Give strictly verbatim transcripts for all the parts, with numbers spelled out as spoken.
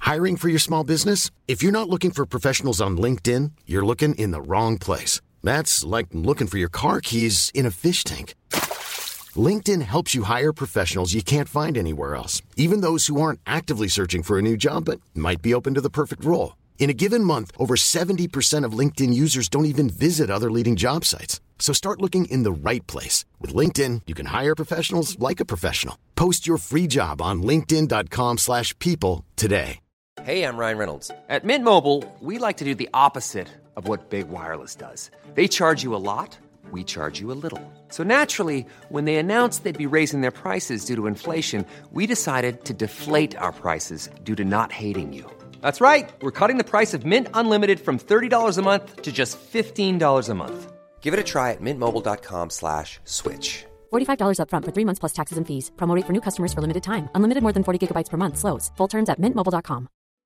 Hiring for your small business? If you're not looking for professionals on LinkedIn, you're looking in the wrong place. That's like looking for your car keys in a fish tank. LinkedIn helps you hire professionals you can't find anywhere else, even those who aren't actively searching for a new job but might be open to the perfect role. In a given month, over seventy percent of LinkedIn users don't even visit other leading job sites. So start looking in the right place. With LinkedIn, you can hire professionals like a professional. Post your free job on linkedin.com slash people today. Hey, I'm Ryan Reynolds. At Mint Mobile, we like to do the opposite of what Big Wireless does. They charge you a lot, we charge you a little. So naturally, when they announced they'd be raising their prices due to inflation, we decided to deflate our prices due to not hating you. That's right. We're cutting the price of Mint Unlimited from thirty dollars a month to just fifteen dollars a month. Give it a try at mintmobile.com slash switch. forty-five dollars up front for three months plus taxes and fees. Promo rate for new customers for limited time. Unlimited more than forty gigabytes per month slows. Full terms at mint mobile dot com.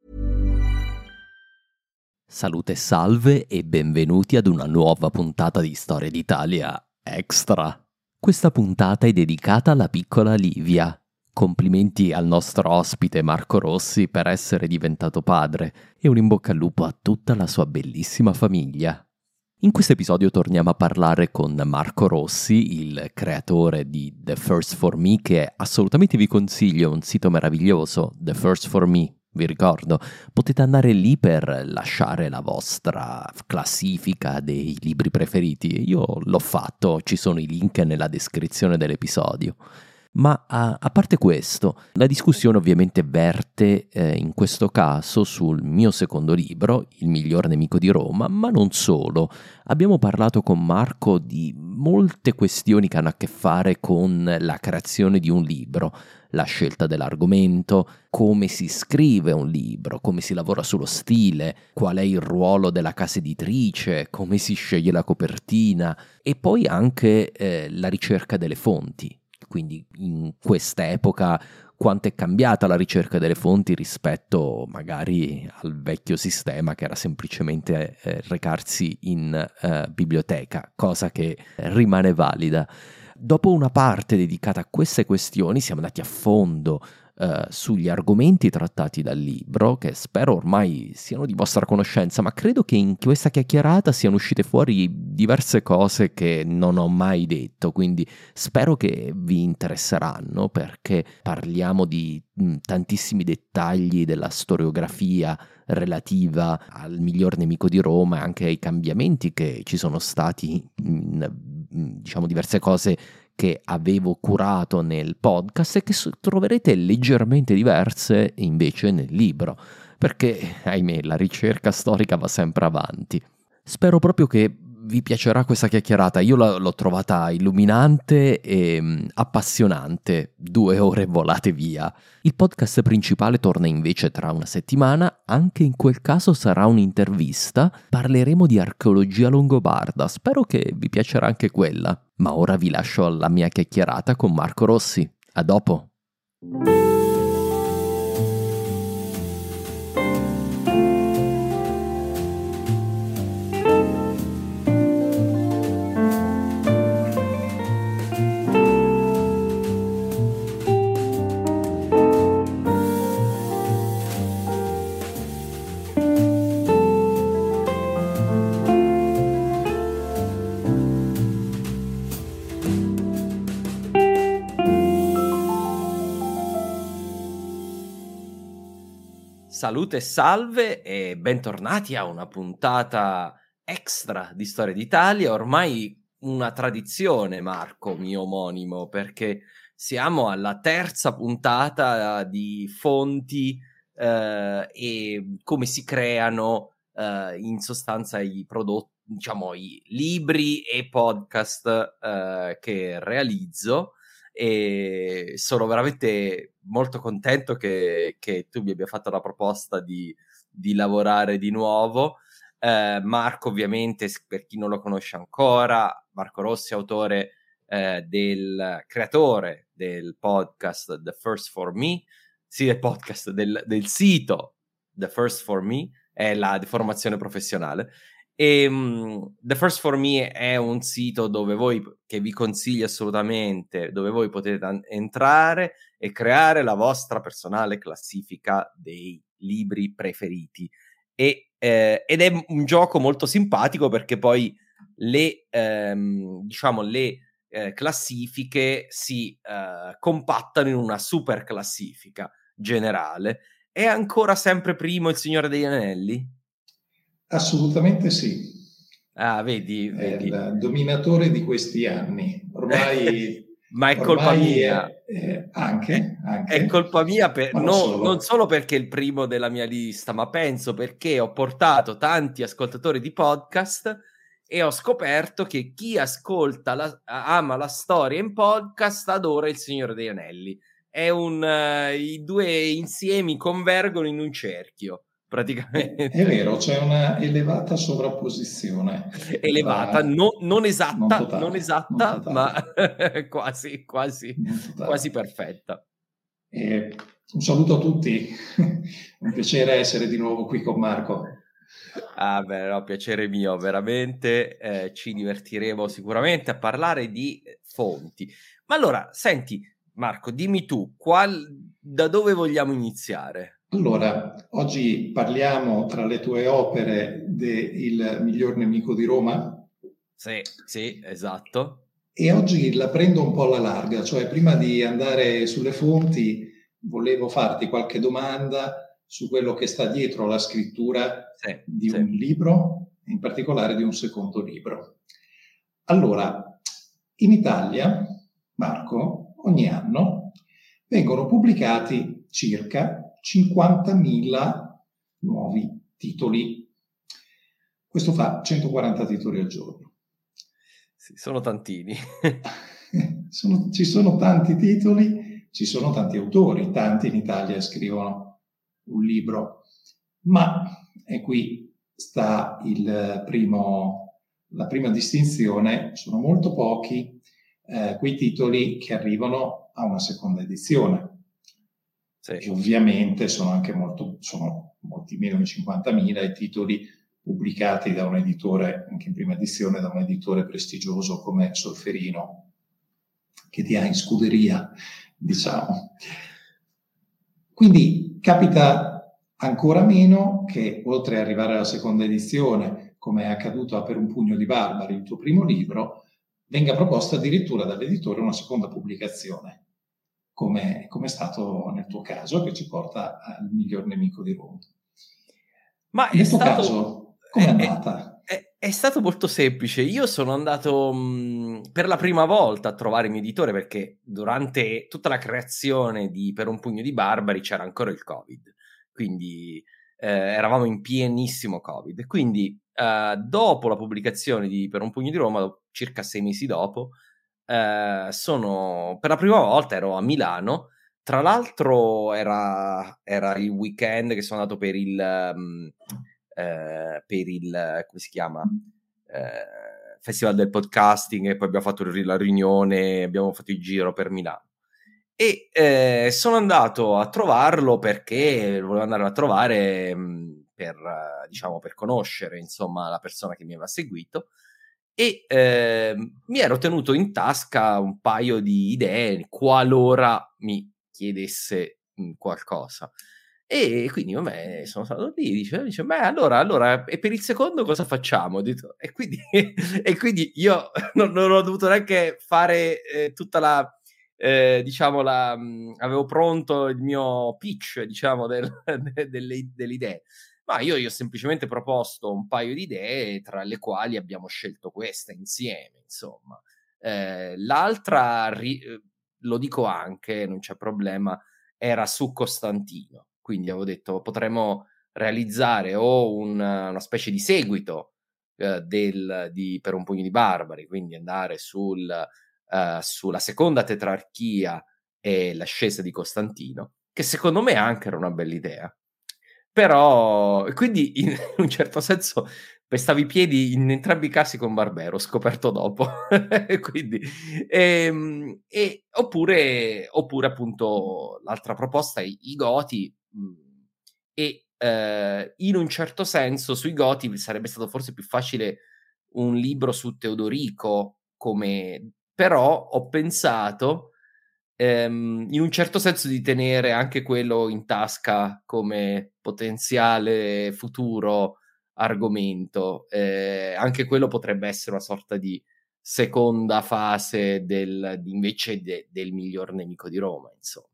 Salute e salve e benvenuti ad una nuova puntata di Storia d'Italia Extra. Questa puntata è dedicata alla piccola Livia. Complimenti al nostro ospite Marco Rossi per essere diventato padre e un in bocca al lupo a tutta la sua bellissima famiglia. In questo episodio torniamo a parlare con Marco Rossi, il creatore di The First For Me, che assolutamente vi consiglio, un sito meraviglioso, The First For Me. Vi ricordo, potete andare lì per lasciare la vostra classifica dei libri preferiti. Io l'ho fatto, ci sono i link nella descrizione dell'episodio. Ma a, a parte questo, la discussione ovviamente verte eh, in questo caso sul mio secondo libro, Il miglior nemico di Roma, ma non solo. Abbiamo parlato con Marco di molte questioni che hanno a che fare con la creazione di un libro, la scelta dell'argomento, come si scrive un libro, come si lavora sullo stile, qual è il ruolo della casa editrice, come si sceglie la copertina e poi anche eh, la ricerca delle fonti. Quindi in quest'epoca quanto è cambiata la ricerca delle fonti rispetto magari al vecchio sistema che era semplicemente eh, recarsi in eh, biblioteca, cosa che rimane valida. Dopo una parte dedicata a queste questioni siamo andati a fondo Uh, sugli argomenti trattati dal libro, che spero ormai siano di vostra conoscenza, ma credo che in questa chiacchierata siano uscite fuori diverse cose che non ho mai detto, quindi spero che vi interesseranno, perché parliamo di mh, tantissimi dettagli della storiografia relativa al miglior nemico di Roma e anche ai cambiamenti che ci sono stati in, diciamo, diverse cose che avevo curato nel podcast e che troverete leggermente diverse invece nel libro, perché, ahimè, la ricerca storica va sempre avanti. Spero proprio che vi piacerà questa chiacchierata. Io l'ho trovata illuminante e mh, appassionante, due ore volate via. Il podcast principale torna invece tra una settimana, anche in quel caso sarà un'intervista, parleremo di archeologia longobarda, spero che vi piacerà anche quella. Ma ora vi lascio alla mia chiacchierata con Marco Rossi. A dopo! Salute e salve e bentornati a una puntata extra di Storia d'Italia, ormai una tradizione, Marco, mio omonimo, perché siamo alla terza puntata di fonti eh, e come si creano eh, in sostanza i prodotti, diciamo i libri e podcast eh, che realizzo. E sono veramente molto contento che, che tu mi abbia fatto la proposta di, di lavorare di nuovo. Eh, Marco, ovviamente, per chi non lo conosce ancora, Marco Rossi, autore eh, del creatore del podcast The First For Me, sì, del podcast, del, del sito The First For Me, è la formazione professionale. E um, The First For Me è un sito dove voi, che vi consiglio assolutamente, dove voi potete an- entrare e creare la vostra personale classifica dei libri preferiti. E, eh, ed è un gioco molto simpatico perché poi le, ehm, diciamo, le eh, classifiche si eh, compattano in una super classifica generale. È ancora sempre primo Il Signore degli Anelli? Assolutamente sì. Ah, vedi, È vedi. il dominatore di questi anni. Ormai... Ma è colpa ormai mia. È, è anche, anche. È colpa mia, per, Ma non, no, solo. non solo perché è il primo della mia lista, ma penso perché ho portato tanti ascoltatori di podcast e ho scoperto che chi ascolta la, ama la storia in podcast adora Il Signore degli Anelli. È un uh, i due insiemi convergono in un cerchio, praticamente. È, è vero, c'è una elevata sovrapposizione. Elevata, tra... no, non esatta, non, totale, non esatta, non ma quasi, quasi, quasi perfetta. E un saluto a tutti, un piacere essere di nuovo qui con Marco. Ah beh, no, piacere mio, veramente, eh, ci divertiremo sicuramente a parlare di fonti. Ma allora, senti Marco, dimmi tu, qual, da dove vogliamo iniziare? Allora, oggi parliamo tra le tue opere de Il miglior nemico di Roma? Sì, sì, esatto. E oggi la prendo un po' alla larga, cioè prima di andare sulle fonti volevo farti qualche domanda su quello che sta dietro la scrittura sì, di sì. un libro, in particolare di un secondo libro. Allora, in Italia, Marco, ogni anno vengono pubblicati circa cinquantamila nuovi titoli. Questo fa centoquaranta titoli al giorno. Sì, sono tantini. sono, ci sono tanti titoli, ci sono tanti autori, tanti in Italia scrivono un libro, ma e qui sta il primo, la prima distinzione, sono molto pochi eh, quei titoli che arrivano a una seconda edizione. Sì. E ovviamente sono anche molto, sono molti meno di cinquantamila i titoli pubblicati da un editore, anche in prima edizione, da un editore prestigioso come Solferino, che ti ha in scuderia, diciamo. Quindi capita ancora meno che, oltre ad arrivare alla seconda edizione, come è accaduto a Per un pugno di barbari, il tuo primo libro, venga proposta addirittura dall'editore una seconda pubblicazione, come è stato nel tuo caso, che ci porta al miglior nemico di Roma. Ma nel è tuo stato... caso... Com'è andata? È, è, è stato molto semplice. Io sono andato mh, per la prima volta a trovare il mio editore perché durante tutta la creazione di Per un pugno di barbari c'era ancora il Covid, quindi eh, eravamo in pienissimo Covid. Quindi eh, dopo la pubblicazione di Per un pugno di Roma, circa sei mesi dopo, eh, sono per la prima volta ero a Milano. Tra l'altro era, era il weekend che sono andato per il... Um, Eh, per il, come si chiama, eh, Festival del Podcasting, e poi abbiamo fatto la riunione, abbiamo fatto il giro per Milano e eh, sono andato a trovarlo perché volevo andare a trovare mh, per, diciamo, per conoscere insomma la persona che mi aveva seguito e eh, mi ero tenuto in tasca un paio di idee qualora mi chiedesse mh, qualcosa. E quindi vabbè, sono stato lì, dice, dice beh allora, allora e per il secondo cosa facciamo? Detto, e, quindi, e quindi io non, non ho dovuto neanche fare eh, tutta la, eh, diciamo, la, mh, avevo pronto il mio pitch, diciamo, del, de, delle, delle idee. Ma io gli ho semplicemente proposto un paio di idee, tra le quali abbiamo scelto questa insieme, insomma. Eh, l'altra, ri, lo dico anche, non c'è problema, era su Costantino. Quindi avevo detto potremmo realizzare o un, una specie di seguito eh, del, di Per un pugno di barbari, quindi andare sul, uh, sulla seconda tetrarchia e l'ascesa di Costantino, che secondo me anche era una bella idea. Però, quindi in un certo senso pestavi i piedi in entrambi i casi con Barbero, scoperto dopo. Quindi, e, e, oppure, oppure appunto l'altra proposta, i, i Goti, e eh, in un certo senso sui Goti sarebbe stato forse più facile un libro su Teodorico, come... però ho pensato ehm, in un certo senso di tenere anche quello in tasca come potenziale futuro argomento. Eh, anche quello potrebbe essere una sorta di seconda fase del, invece de, del miglior nemico di Roma, insomma.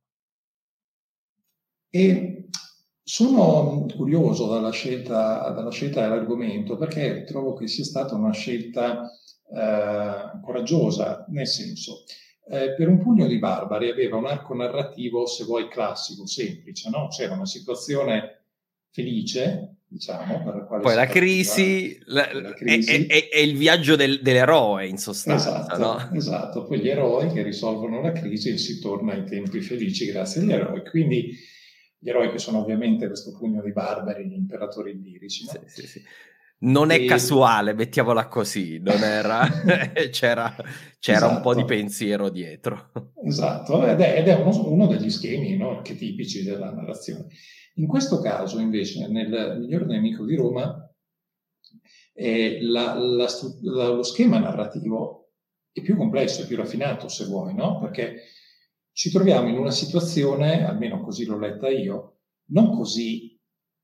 E sono curioso dalla scelta, dalla scelta dell'argomento, perché trovo che sia stata una scelta eh, coraggiosa, nel senso, eh, per un pugno di barbari aveva un arco narrativo, se vuoi, classico, semplice, no? C'era una situazione felice, diciamo, per la quale poi si la partiva, crisi, la, la crisi. È, è, è il viaggio del, dell'eroe, in sostanza. Esatto, no? esatto, poi gli eroi che risolvono la crisi e si torna ai tempi felici grazie agli eroi. Quindi gli eroi che sono ovviamente questo pugno di barbari, gli imperatori illirici. No? Sì, sì, sì. Non è e... casuale, mettiamola così, non era... c'era, c'era esatto. un po' di pensiero dietro. Esatto, ed è, ed è uno, uno degli schemi, no, archetipici della narrazione. In questo caso, invece, nel Miglior nemico di Roma, eh, la, la, la, lo schema narrativo è più complesso, è più raffinato, se vuoi, no? Perché ci troviamo in una situazione, almeno così l'ho letta io, non così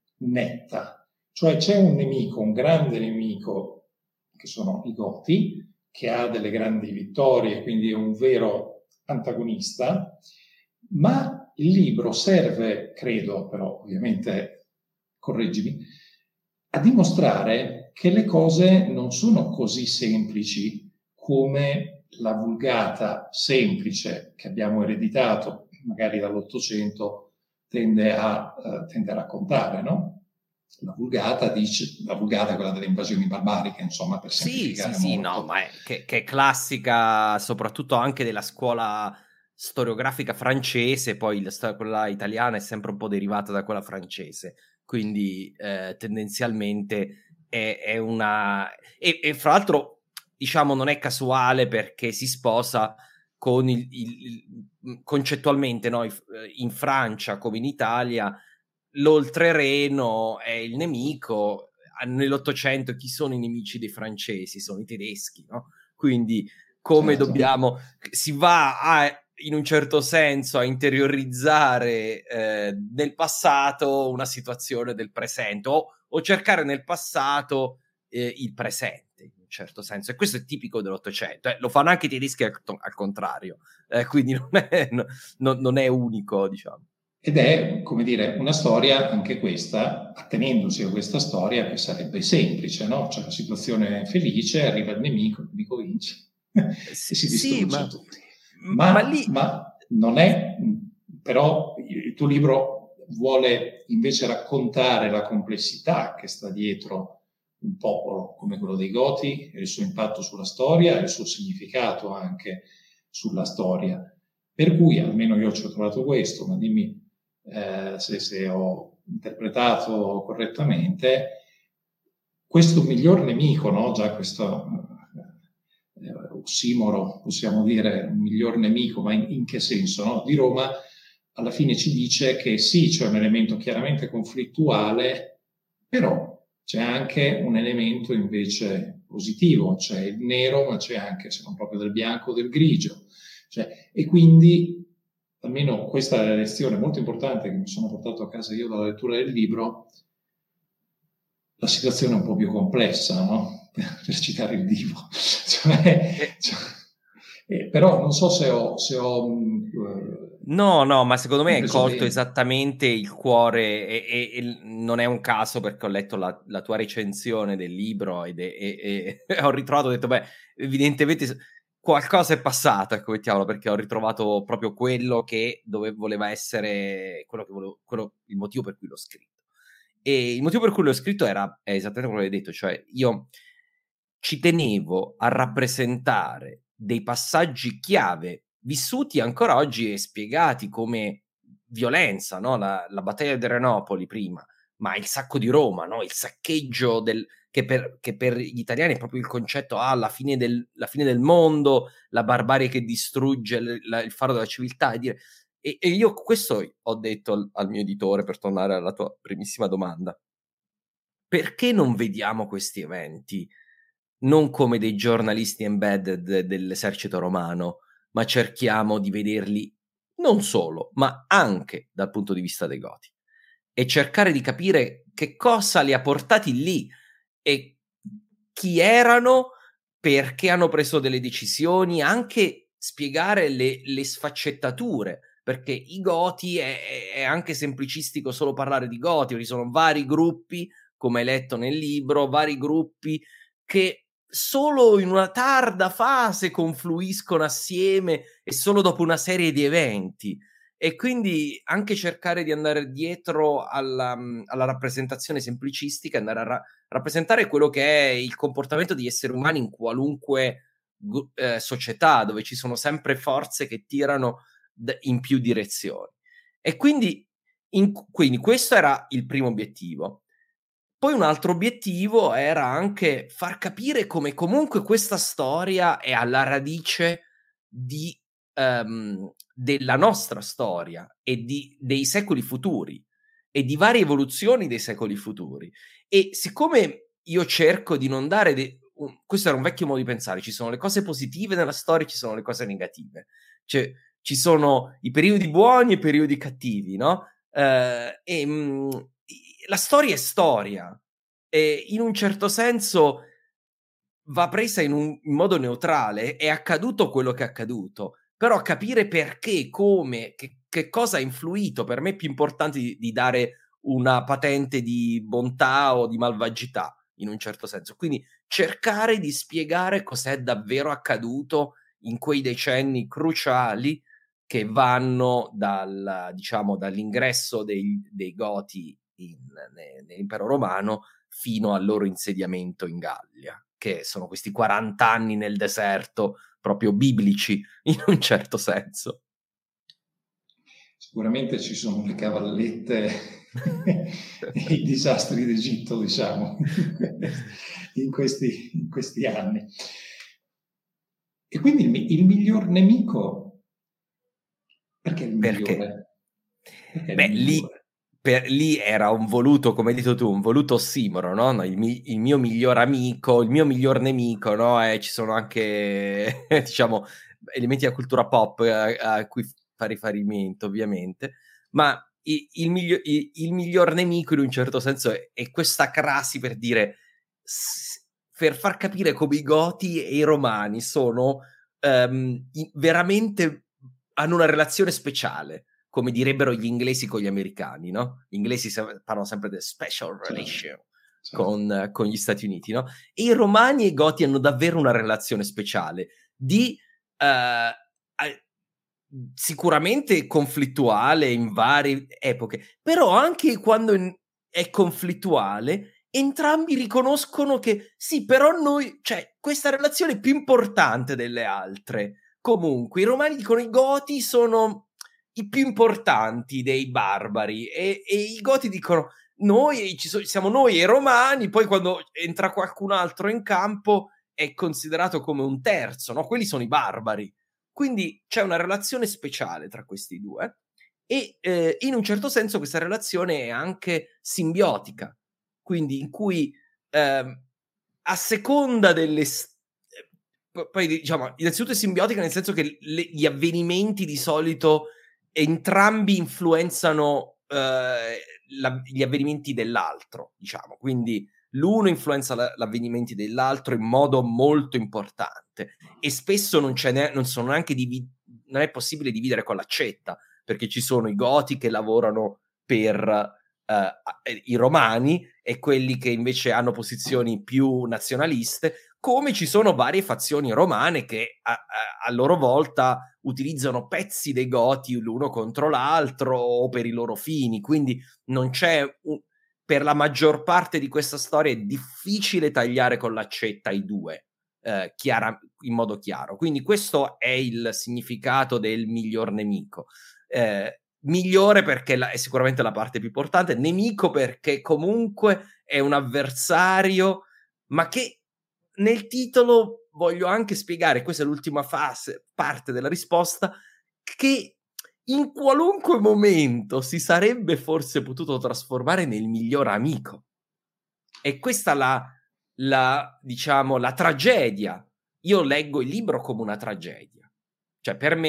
netta. Cioè c'è un nemico, un grande nemico, che sono i Goti, che ha delle grandi vittorie, quindi è un vero antagonista, ma il libro serve, credo, però ovviamente correggimi, a dimostrare che le cose non sono così semplici come la vulgata semplice che abbiamo ereditato magari dall'Ottocento tende a, uh, tende a raccontare, no? La vulgata dice, la vulgata è quella delle invasioni barbariche, insomma, per semplificare sì, sì, molto. Sì, no, ma è, che, che è classica soprattutto anche della scuola storiografica francese, poi la, quella italiana è sempre un po' derivata da quella francese, quindi eh, tendenzialmente è, è una... E, e fra l'altro, diciamo, non è casuale perché si sposa con il, il, il concettualmente, no, in Francia come in Italia, l'oltrereno è il nemico. Nell'Ottocento chi sono i nemici dei francesi? Sono i tedeschi, no? Quindi come certo. dobbiamo... Si va a, in un certo senso, a interiorizzare eh, nel passato una situazione del presente o, o cercare nel passato eh, il presente, in un certo senso. E questo è tipico dell'Ottocento. Eh. Lo fanno anche i tedeschi al, al contrario. Eh, quindi non è, no, non è unico, diciamo. Ed è, come dire, una storia, anche questa, attenendosi a questa storia che sarebbe semplice, no? C'è una situazione felice, arriva il nemico, il nemico vince sì, e si distrugge sì, ma, tutti. Ma, ma, lì... ma non è, però il tuo libro vuole invece raccontare la complessità che sta dietro un popolo come quello dei Goti, il suo impatto sulla storia e il suo significato anche sulla storia. Per cui, almeno io ci ho trovato questo, ma dimmi Eh, se, se ho interpretato correttamente, questo miglior nemico, no? Già questo eh, ossimoro, possiamo dire, un miglior nemico, ma in, in che senso? No? Di Roma alla fine ci dice che sì, c'è un elemento chiaramente conflittuale, però c'è anche un elemento invece positivo, c'è il nero, ma c'è anche, se non proprio del bianco, del grigio. Cioè, e quindi almeno questa è la lezione molto importante che mi sono portato a casa io dalla lettura del libro, la situazione è un po' più complessa, no? Per citare il divo. Cioè, cioè, eh, però non so se ho... Se ho uh, no, no, ma secondo me hai colto esattamente il cuore e, e, e non è un caso perché ho letto la, la tua recensione del libro ed e, e, e ho ritrovato, ho detto, beh, evidentemente... qualcosa è passato, ecco, mettiamolo, perché ho ritrovato proprio quello che dove voleva essere, quello che volevo, quello, il motivo per cui l'ho scritto. E il motivo per cui l'ho scritto era è esattamente quello che hai detto, cioè io ci tenevo a rappresentare dei passaggi chiave vissuti ancora oggi e spiegati come violenza, no? La, la battaglia di Adrianopoli prima, ma il sacco di Roma, no? Il saccheggio del... Che per, che per gli italiani è proprio il concetto ah, la, fine del, la fine del mondo, la barbarie che distrugge l, la, il faro della civiltà. E, dire, e, e io questo ho detto al, al mio editore, per tornare alla tua primissima domanda. Perché non vediamo questi eventi non come dei giornalisti embedded dell'esercito romano, ma cerchiamo di vederli non solo, ma anche dal punto di vista dei Goti, e cercare di capire che cosa li ha portati lì e chi erano, perché hanno preso delle decisioni, anche spiegare le, le sfaccettature, perché i Goti è, è anche semplicistico solo parlare di Goti, ci sono vari gruppi, come hai letto nel libro, vari gruppi che solo in una tarda fase confluiscono assieme e solo dopo una serie di eventi, e quindi anche cercare di andare dietro alla, alla rappresentazione semplicistica, andare a ra- rappresentare quello che è il comportamento degli esseri umani in qualunque eh, società, dove ci sono sempre forze che tirano d- in più direzioni. E quindi, in, quindi questo era il primo obiettivo. Poi un altro obiettivo era anche far capire come comunque questa storia è alla radice di, um, della nostra storia e di, dei secoli futuri e di varie evoluzioni dei secoli futuri. E siccome io cerco di non dare... De- un, questo era un vecchio modo di pensare, ci sono le cose positive nella storia, ci sono le cose negative. Cioè, ci sono i periodi buoni e i periodi cattivi, no? Uh, e... Mh, la storia è storia e in un certo senso va presa in un in modo neutrale. È accaduto quello che è accaduto, però capire perché, come, che, che cosa ha influito, per me è più importante di, di dare una patente di bontà o di malvagità, in un certo senso. Quindi cercare di spiegare cos'è davvero accaduto in quei decenni cruciali che vanno dal, diciamo, dall'ingresso dei, dei Goti in, ne, nell'impero romano fino al loro insediamento in Gallia, che sono questi quaranta anni nel deserto, proprio biblici in un certo senso. Sicuramente ci sono le cavallette e i disastri d'Egitto, diciamo, in questi, in questi anni. E quindi il, il miglior nemico, perché il Perché? migliore? Perché Beh, il lì, migliore? per, lì era un voluto, come hai detto tu, un voluto ossimoro, no? Il, mi, il mio miglior amico, il mio miglior nemico, no? E ci sono anche, diciamo, elementi della cultura pop a, a cui fa riferimento, ovviamente, ma il, il, miglior, il, il miglior nemico in un certo senso è, è questa crasi per dire, per far capire come i Goti e i Romani sono um, veramente, hanno una relazione speciale, come direbbero gli inglesi con gli americani, no? Gli inglesi parlano sempre di special relation, certo, certo. Con, con gli Stati Uniti, no? E i Romani e i Goti hanno davvero una relazione speciale di uh, sicuramente conflittuale in varie epoche, però anche quando è conflittuale entrambi riconoscono che sì, però noi, cioè, questa relazione è più importante delle altre. Comunque, i Romani dicono i Goti sono i più importanti dei barbari e, e i Goti dicono noi ci so, siamo noi e i Romani, poi quando entra qualcun altro in campo è considerato come un terzo, no? Quelli sono i barbari. Quindi c'è una relazione speciale tra questi due e eh, in un certo senso questa relazione è anche simbiotica, quindi in cui eh, a seconda delle... Poi diciamo, innanzitutto è simbiotica nel senso che le, gli avvenimenti di solito entrambi influenzano eh, la, gli avvenimenti dell'altro, diciamo, quindi l'uno influenza la, gli avvenimenti dell'altro in modo molto importante e spesso non, ce n'è, non sono neanche divi- non è possibile dividere con l'accetta, perché ci sono i Goti che lavorano per eh, i Romani e quelli che invece hanno posizioni più nazionaliste, come ci sono varie fazioni romane che a, a, a loro volta utilizzano pezzi dei Goti l'uno contro l'altro o per i loro fini, quindi non c'è un, per la maggior parte di questa storia è difficile tagliare con l'accetta i due eh, chiara, in modo chiaro, quindi questo è il significato del miglior nemico. Eh, migliore perché la, è sicuramente la parte più importante, nemico perché comunque è un avversario, ma che nel titolo voglio anche spiegare, questa è l'ultima fase, parte della risposta, che in qualunque momento si sarebbe forse potuto trasformare nel miglior amico. E questa la, la diciamo, la tragedia. Io leggo il libro come una tragedia. Cioè, per me,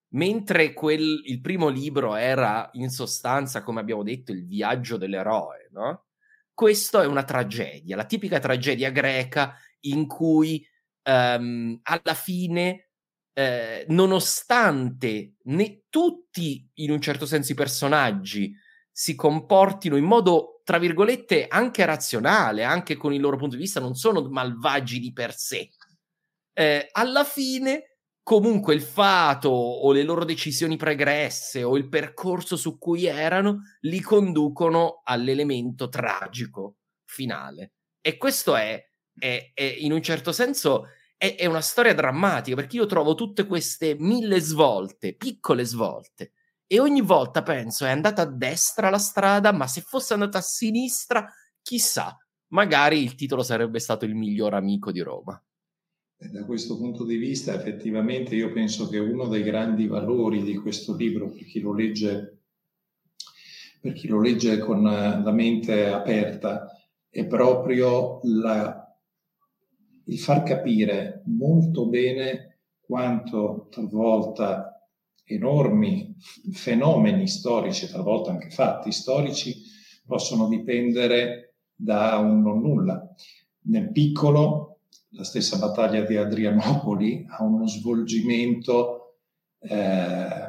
mentre quel, il primo libro era in sostanza, come abbiamo detto, il viaggio dell'eroe, no? Questo è una tragedia, la tipica tragedia greca in cui um, alla fine, eh, nonostante ne, tutti in un certo senso i personaggi si comportino in modo, tra virgolette, anche razionale, anche con il loro punto di vista, non sono malvagi di per sé. Eh, alla fine, comunque, il fato o le loro decisioni pregresse o il percorso su cui erano li conducono all'elemento tragico finale. E questo è, è, è in un certo senso, è, è una storia drammatica, perché io trovo tutte queste mille svolte, piccole svolte, e ogni volta penso è andata a destra la strada, ma se fosse andata a sinistra, chissà, magari il titolo sarebbe stato Il miglior amico di Roma. Da questo punto di vista, effettivamente, io penso che uno dei grandi valori di questo libro, per chi lo legge, per chi lo legge con la mente aperta, è proprio la, il far capire molto bene quanto talvolta enormi fenomeni storici, talvolta anche fatti storici, possono dipendere da un non nulla. Nel piccolo, la stessa battaglia di Adrianopoli ha uno svolgimento eh,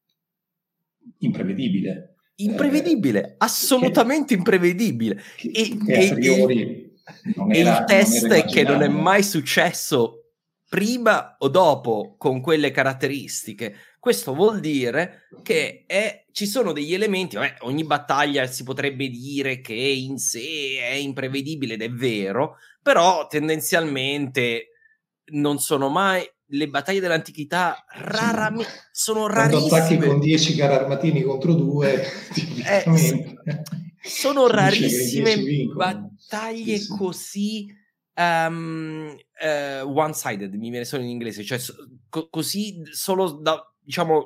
imprevedibile. Imprevedibile, eh, assolutamente che, imprevedibile. Che, e, che a priori e, non era, e il test non è che non è mai successo prima o dopo con quelle caratteristiche. Questo vuol dire che è, ci sono degli elementi, vabbè, ogni battaglia si potrebbe dire che in sé è imprevedibile ed è vero, però tendenzialmente non sono mai, le battaglie dell'antichità raramente sono rarissime. Quando attacchi con dieci carri armatini contro due, eh, sono rarissime battaglie sì, sì. così um, uh, one-sided, mi viene solo in inglese, cioè co- così solo da, diciamo,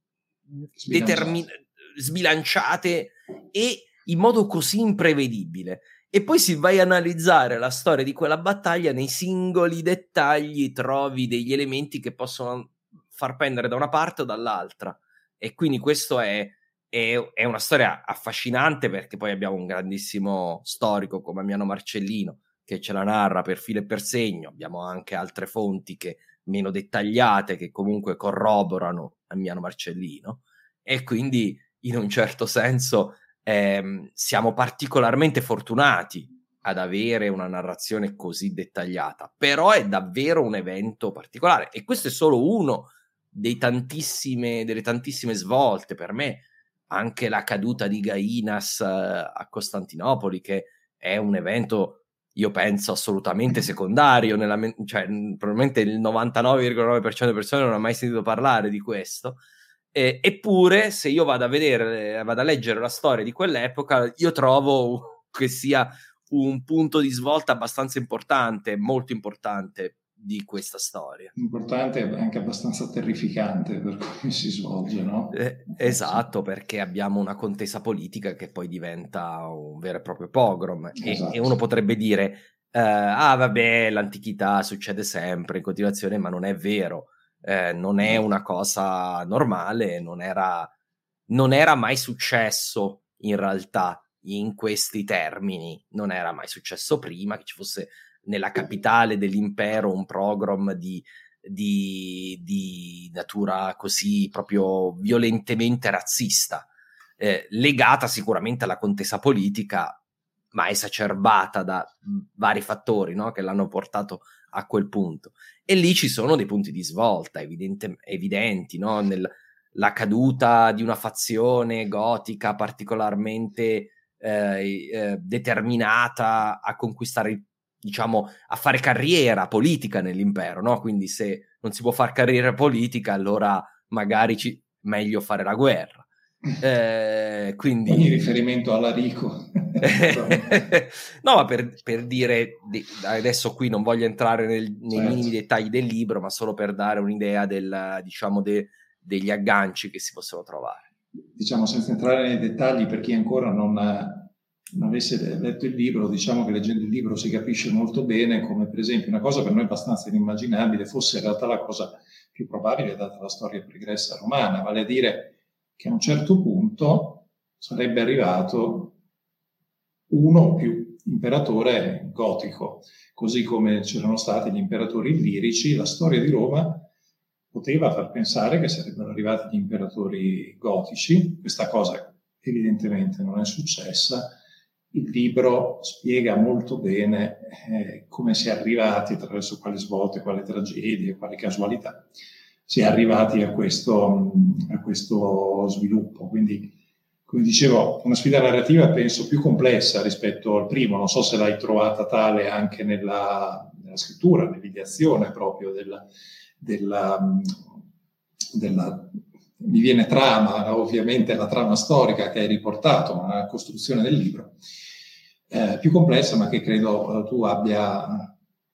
determin- sbilanciate e in modo così imprevedibile. E poi se vai a analizzare la storia di quella battaglia, nei singoli dettagli trovi degli elementi che possono far pendere da una parte o dall'altra. E quindi questo è, è, è una storia affascinante, perché poi abbiamo un grandissimo storico come Amiano Marcellino che ce la narra per filo e per segno. Abbiamo anche altre fonti che meno dettagliate che comunque corroborano Amiano Marcellino. E quindi in un certo senso Eh, siamo particolarmente fortunati ad avere una narrazione così dettagliata, però è davvero un evento particolare, e questo è solo uno dei tantissime, delle tantissime svolte. Per me anche la caduta di Gainas uh, a Costantinopoli, che è un evento, io penso, assolutamente secondario, nella, cioè probabilmente il novantanove virgola nove per cento delle persone non ha mai sentito parlare di questo. Eh, eppure, se io vado a vedere, vado a leggere la storia di quell'epoca, io trovo che sia un punto di svolta abbastanza importante, molto importante di questa storia. Importante e anche abbastanza terrificante per come si svolge, no? Eh, esatto, perché abbiamo una contesa politica che poi diventa un vero e proprio pogrom. Esatto. E, e uno potrebbe dire, eh, ah vabbè, l'antichità succede sempre in continuazione, ma non è vero. Eh, non è una cosa normale, non era, non era mai successo in realtà in questi termini, non era mai successo prima che ci fosse nella capitale dell'impero un pogrom di, di, di natura così proprio violentemente razzista, eh, legata sicuramente alla contesa politica, ma esacerbata da vari fattori, no? Che l'hanno portato a quel punto. E lì ci sono dei punti di svolta evidente, evidenti, no? Nel, la caduta di una fazione gotica particolarmente eh, eh, determinata a conquistare, diciamo, a fare carriera politica nell'impero, no? Quindi se non si può fare carriera politica, allora magari ci, meglio fare la guerra. Eh, quindi ogni riferimento all'Arico. No, ma per, per dire, adesso qui non voglio entrare nel, nei certo. minimi dettagli del libro, ma solo per dare un'idea del, diciamo, de, degli agganci che si possono trovare. Diciamo, senza entrare nei dettagli, per chi ancora non, non avesse letto il libro, diciamo che leggendo il libro si capisce molto bene come, per esempio, una cosa per noi abbastanza inimmaginabile fosse in realtà la cosa più probabile data la storia pregressa romana, vale a dire che a un certo punto sarebbe arrivato uno o più imperatore gotico, così come c'erano stati gli imperatori illirici. La storia di Roma poteva far pensare che sarebbero arrivati gli imperatori gotici. Questa cosa evidentemente non è successa. Il libro spiega molto bene eh, come si è arrivati, attraverso quali svolte, quali tragedie, quali casualità, si è arrivati a questo, a questo sviluppo. Quindi, come dicevo, una sfida narrativa penso più complessa rispetto al primo. Non so se l'hai trovata tale anche nella, nella scrittura, nell'ideazione proprio della, della, della mi viene trama, ovviamente la trama storica che hai riportato, la costruzione del libro, eh, più complessa, ma che credo tu abbia,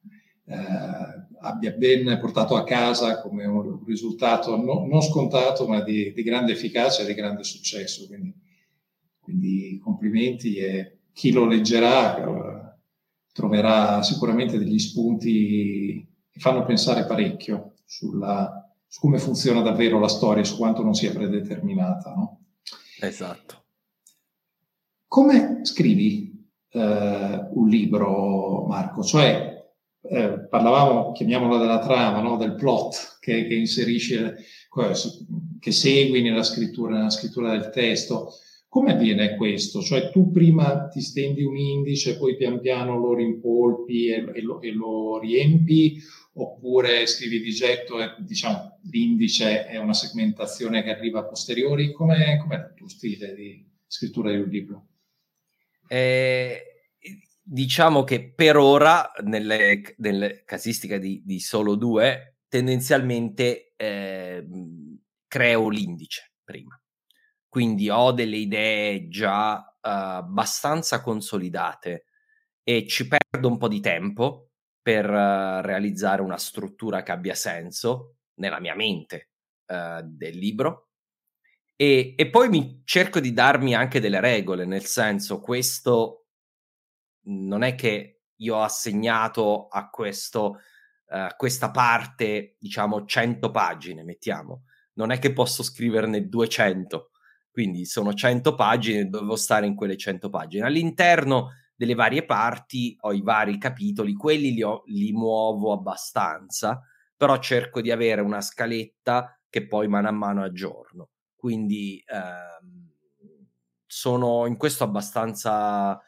eh, abbia ben portato a casa come un risultato no, non scontato, ma di, di grande efficacia e di grande successo. Quindi, quindi complimenti, e chi lo leggerà eh, troverà sicuramente degli spunti che fanno pensare parecchio sulla su come funziona davvero la storia, su quanto non sia predeterminata, no? Esatto. Come scrivi eh, un libro, Marco? Cioè, eh, parlavamo, chiamiamola della trama, no? Del plot che, che inserisce, che segui nella scrittura, nella scrittura del testo. Come avviene questo? Cioè, tu prima ti stendi un indice, poi pian piano lo rimpolpi e, e, lo, e lo riempi, oppure scrivi di getto e, diciamo, l'indice è una segmentazione che arriva a posteriori? Com'è, com'è il tuo stile di scrittura di un libro? Eh, diciamo che per ora, nelle, nelle casistiche di, di Solo due, tendenzialmente eh, creo l'indice prima. Quindi ho delle idee già uh, abbastanza consolidate e ci perdo un po' di tempo per uh, realizzare una struttura che abbia senso nella mia mente uh, del libro. E, e poi mi cerco di darmi anche delle regole, nel senso, questo non è che io ho assegnato a questo, uh, questa parte, diciamo, cento pagine, mettiamo. Non è che posso scriverne duecento. Quindi sono cento pagine, dovevo stare in quelle cento pagine. All'interno delle varie parti ho i vari capitoli, quelli li, ho, li muovo abbastanza, però cerco di avere una scaletta che poi mano a mano aggiorno. Quindi ehm, sono in questo abbastanza...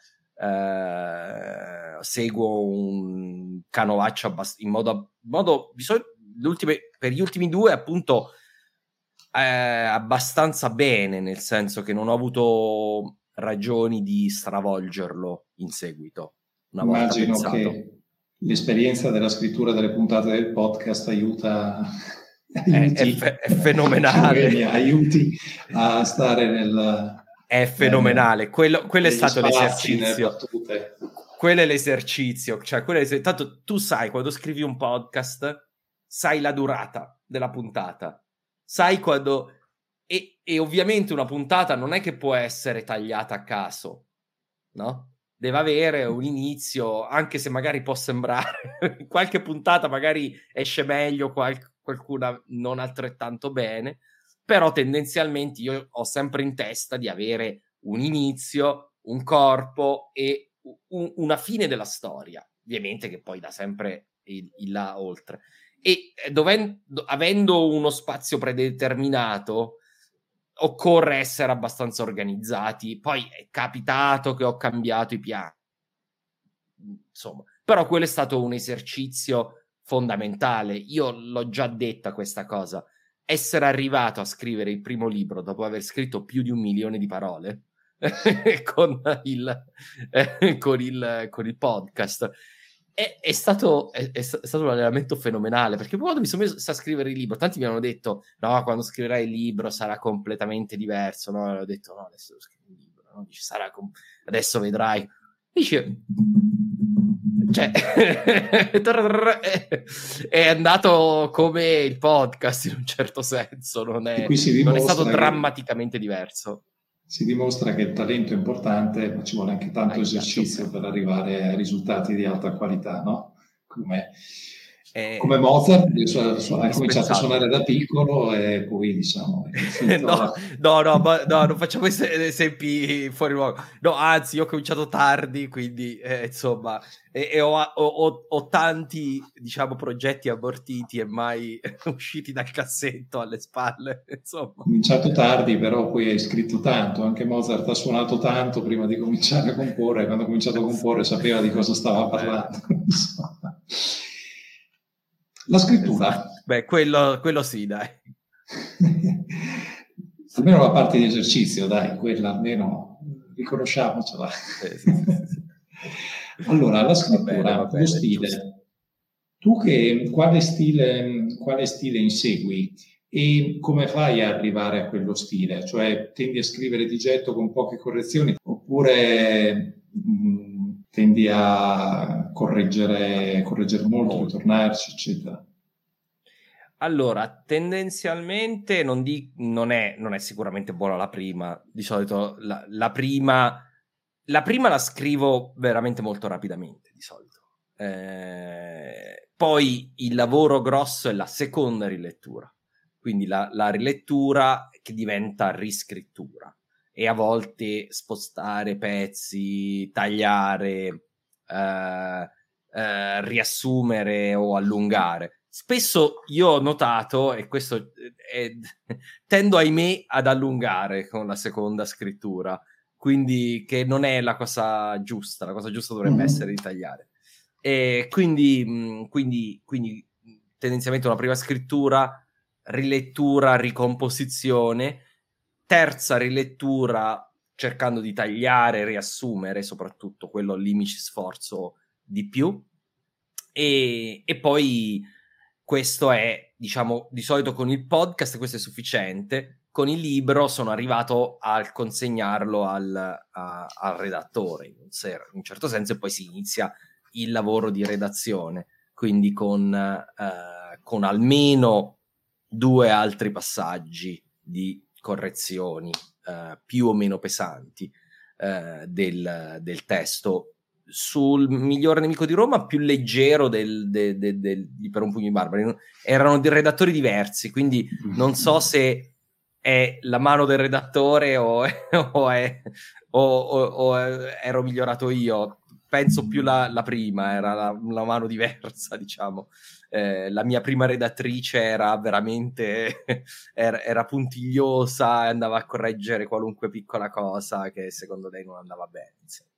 Eh, seguo un canovaccio abbast- in modo... In modo di solito, le ultime, per gli ultimi due, appunto... Eh, abbastanza bene, nel senso che non ho avuto ragioni di stravolgerlo in seguito. Una Immagino volta che l'esperienza della scrittura delle puntate del podcast aiuta, aiuti, è, è, fe- è fenomenale, aiuti a stare nel... È fenomenale, eh, quello, quello è stato l'esercizio. Battute. Quello è l'esercizio, cioè quello è, tanto tu sai, quando scrivi un podcast, sai la durata della puntata. Sai quando... E, e ovviamente una puntata non è che può essere tagliata a caso, no? Deve avere un inizio, anche se magari può sembrare... qualche puntata magari esce meglio, qual- qualcuna non altrettanto bene, però tendenzialmente io ho sempre in testa di avere un inizio, un corpo e un, una fine della storia. Ovviamente che poi dà sempre il, il là oltre. E dovendo, avendo uno spazio predeterminato, occorre essere abbastanza organizzati. Poi è capitato che ho cambiato i piani, insomma, però quello è stato un esercizio fondamentale. Io l'ho già detta questa cosa: essere arrivato a scrivere il primo libro dopo aver scritto più di un milione di parole con il eh, con il con il podcast È, è, stato, è, è stato un allenamento fenomenale, perché quando mi sono messo a scrivere il libro, tanti mi hanno detto no, quando scriverai il libro sarà completamente diverso, no? E ho detto no, adesso scrivo un libro, no? Dice, sarà com- adesso vedrai. Dice, cioè è andato come il podcast in un certo senso, non è, non è stato drammaticamente che... diverso. Si dimostra che il talento è importante, ma ci vuole anche tanto ah, esercizio per arrivare a risultati di alta qualità, no? Come Eh, Come Mozart, io so, so, hai cominciato a indispensabile. suonare da piccolo e poi diciamo è finito No, la- no, no, ma- no, non facciamo es- esempi fuori luogo. No, anzi, io ho cominciato tardi, quindi eh, insomma, e, e ho, ho- ho- ho tanti, diciamo, progetti abortiti e mai usciti dal cassetto alle spalle, insomma. cominciato tardi, però poi hai scritto tanto, anche Mozart ha suonato tanto prima di cominciare a comporre, quando ha cominciato a comporre sapeva di cosa stava parlando. Insomma. La scrittura. Esatto. Beh, quello, quello sì, dai. Almeno la parte di esercizio, dai, quella almeno riconosciamocela. Eh, sì, sì, sì, sì. Allora, la Va scrittura, bene, va bene, lo stile. giusto. Tu che, quale stile, quale stile insegui e come fai ad arrivare a quello stile? Cioè, tendi a scrivere di getto con poche correzioni oppure mh, tendi a correggere, correggere molto, Molto. ritornarci, eccetera? Allora, tendenzialmente non, di- non è, non è sicuramente buona la prima. Di solito la, la prima la prima la scrivo veramente molto rapidamente, di solito. Eh, poi il lavoro grosso è la seconda rilettura. Quindi la, la rilettura che diventa riscrittura. E a volte spostare pezzi, tagliare, eh, eh, riassumere o allungare. Spesso io ho notato, e questo è, tendo ahimè ad allungare con la seconda scrittura, quindi che non è la cosa giusta, la cosa giusta dovrebbe Mhm. essere di tagliare. E quindi, mh, quindi, quindi mh, tendenzialmente una prima scrittura, rilettura, ricomposizione, terza rilettura cercando di tagliare, riassumere, soprattutto quello lì mi ci sforzo di più. E, e poi questo è, diciamo, di solito con il podcast questo è sufficiente. Con il libro sono arrivato a consegnarlo al, a- al redattore, in un, ser- in un certo senso, e poi si inizia il lavoro di redazione, quindi con, eh, con almeno due altri passaggi di correzioni eh, più o meno pesanti eh, del, del testo. Sul Miglior nemico di Roma, più leggero del, del, del, del, di Per un pugno di barbari. Erano dei redattori diversi, quindi non so se è la mano del redattore o, o, è, o, o, o ero migliorato io. Penso più la, la prima, era la, la mano diversa, diciamo. Eh, la mia prima redattrice era veramente era, era puntigliosa e andava a correggere qualunque piccola cosa che secondo lei non andava bene, insomma.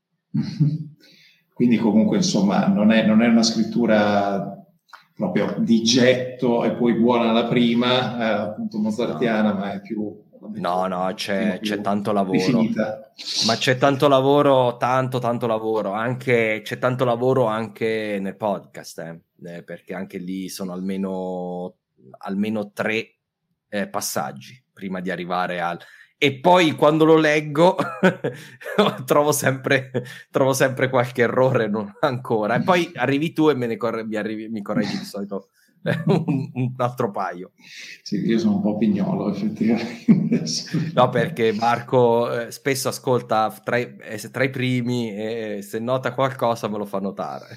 Quindi comunque insomma non è, non è una scrittura proprio di getto e poi buona la prima, eh, appunto mozartiana, no. Ma è più... No, no, c'è, più c'è tanto lavoro. Definita. Ma c'è tanto lavoro, tanto, tanto lavoro. Anche, c'è tanto lavoro anche nel podcast, eh, eh, perché anche lì sono almeno, almeno tre eh, passaggi prima di arrivare al... E poi quando lo leggo trovo sempre trovo sempre qualche errore, non ancora. E poi arrivi tu e me ne corre, mi, arrivi, mi correggi di solito un, un altro paio. Sì, io sono un po' pignolo effettivamente. No, perché Marco eh, spesso ascolta tra i, eh, tra i primi e se nota qualcosa me lo fa notare.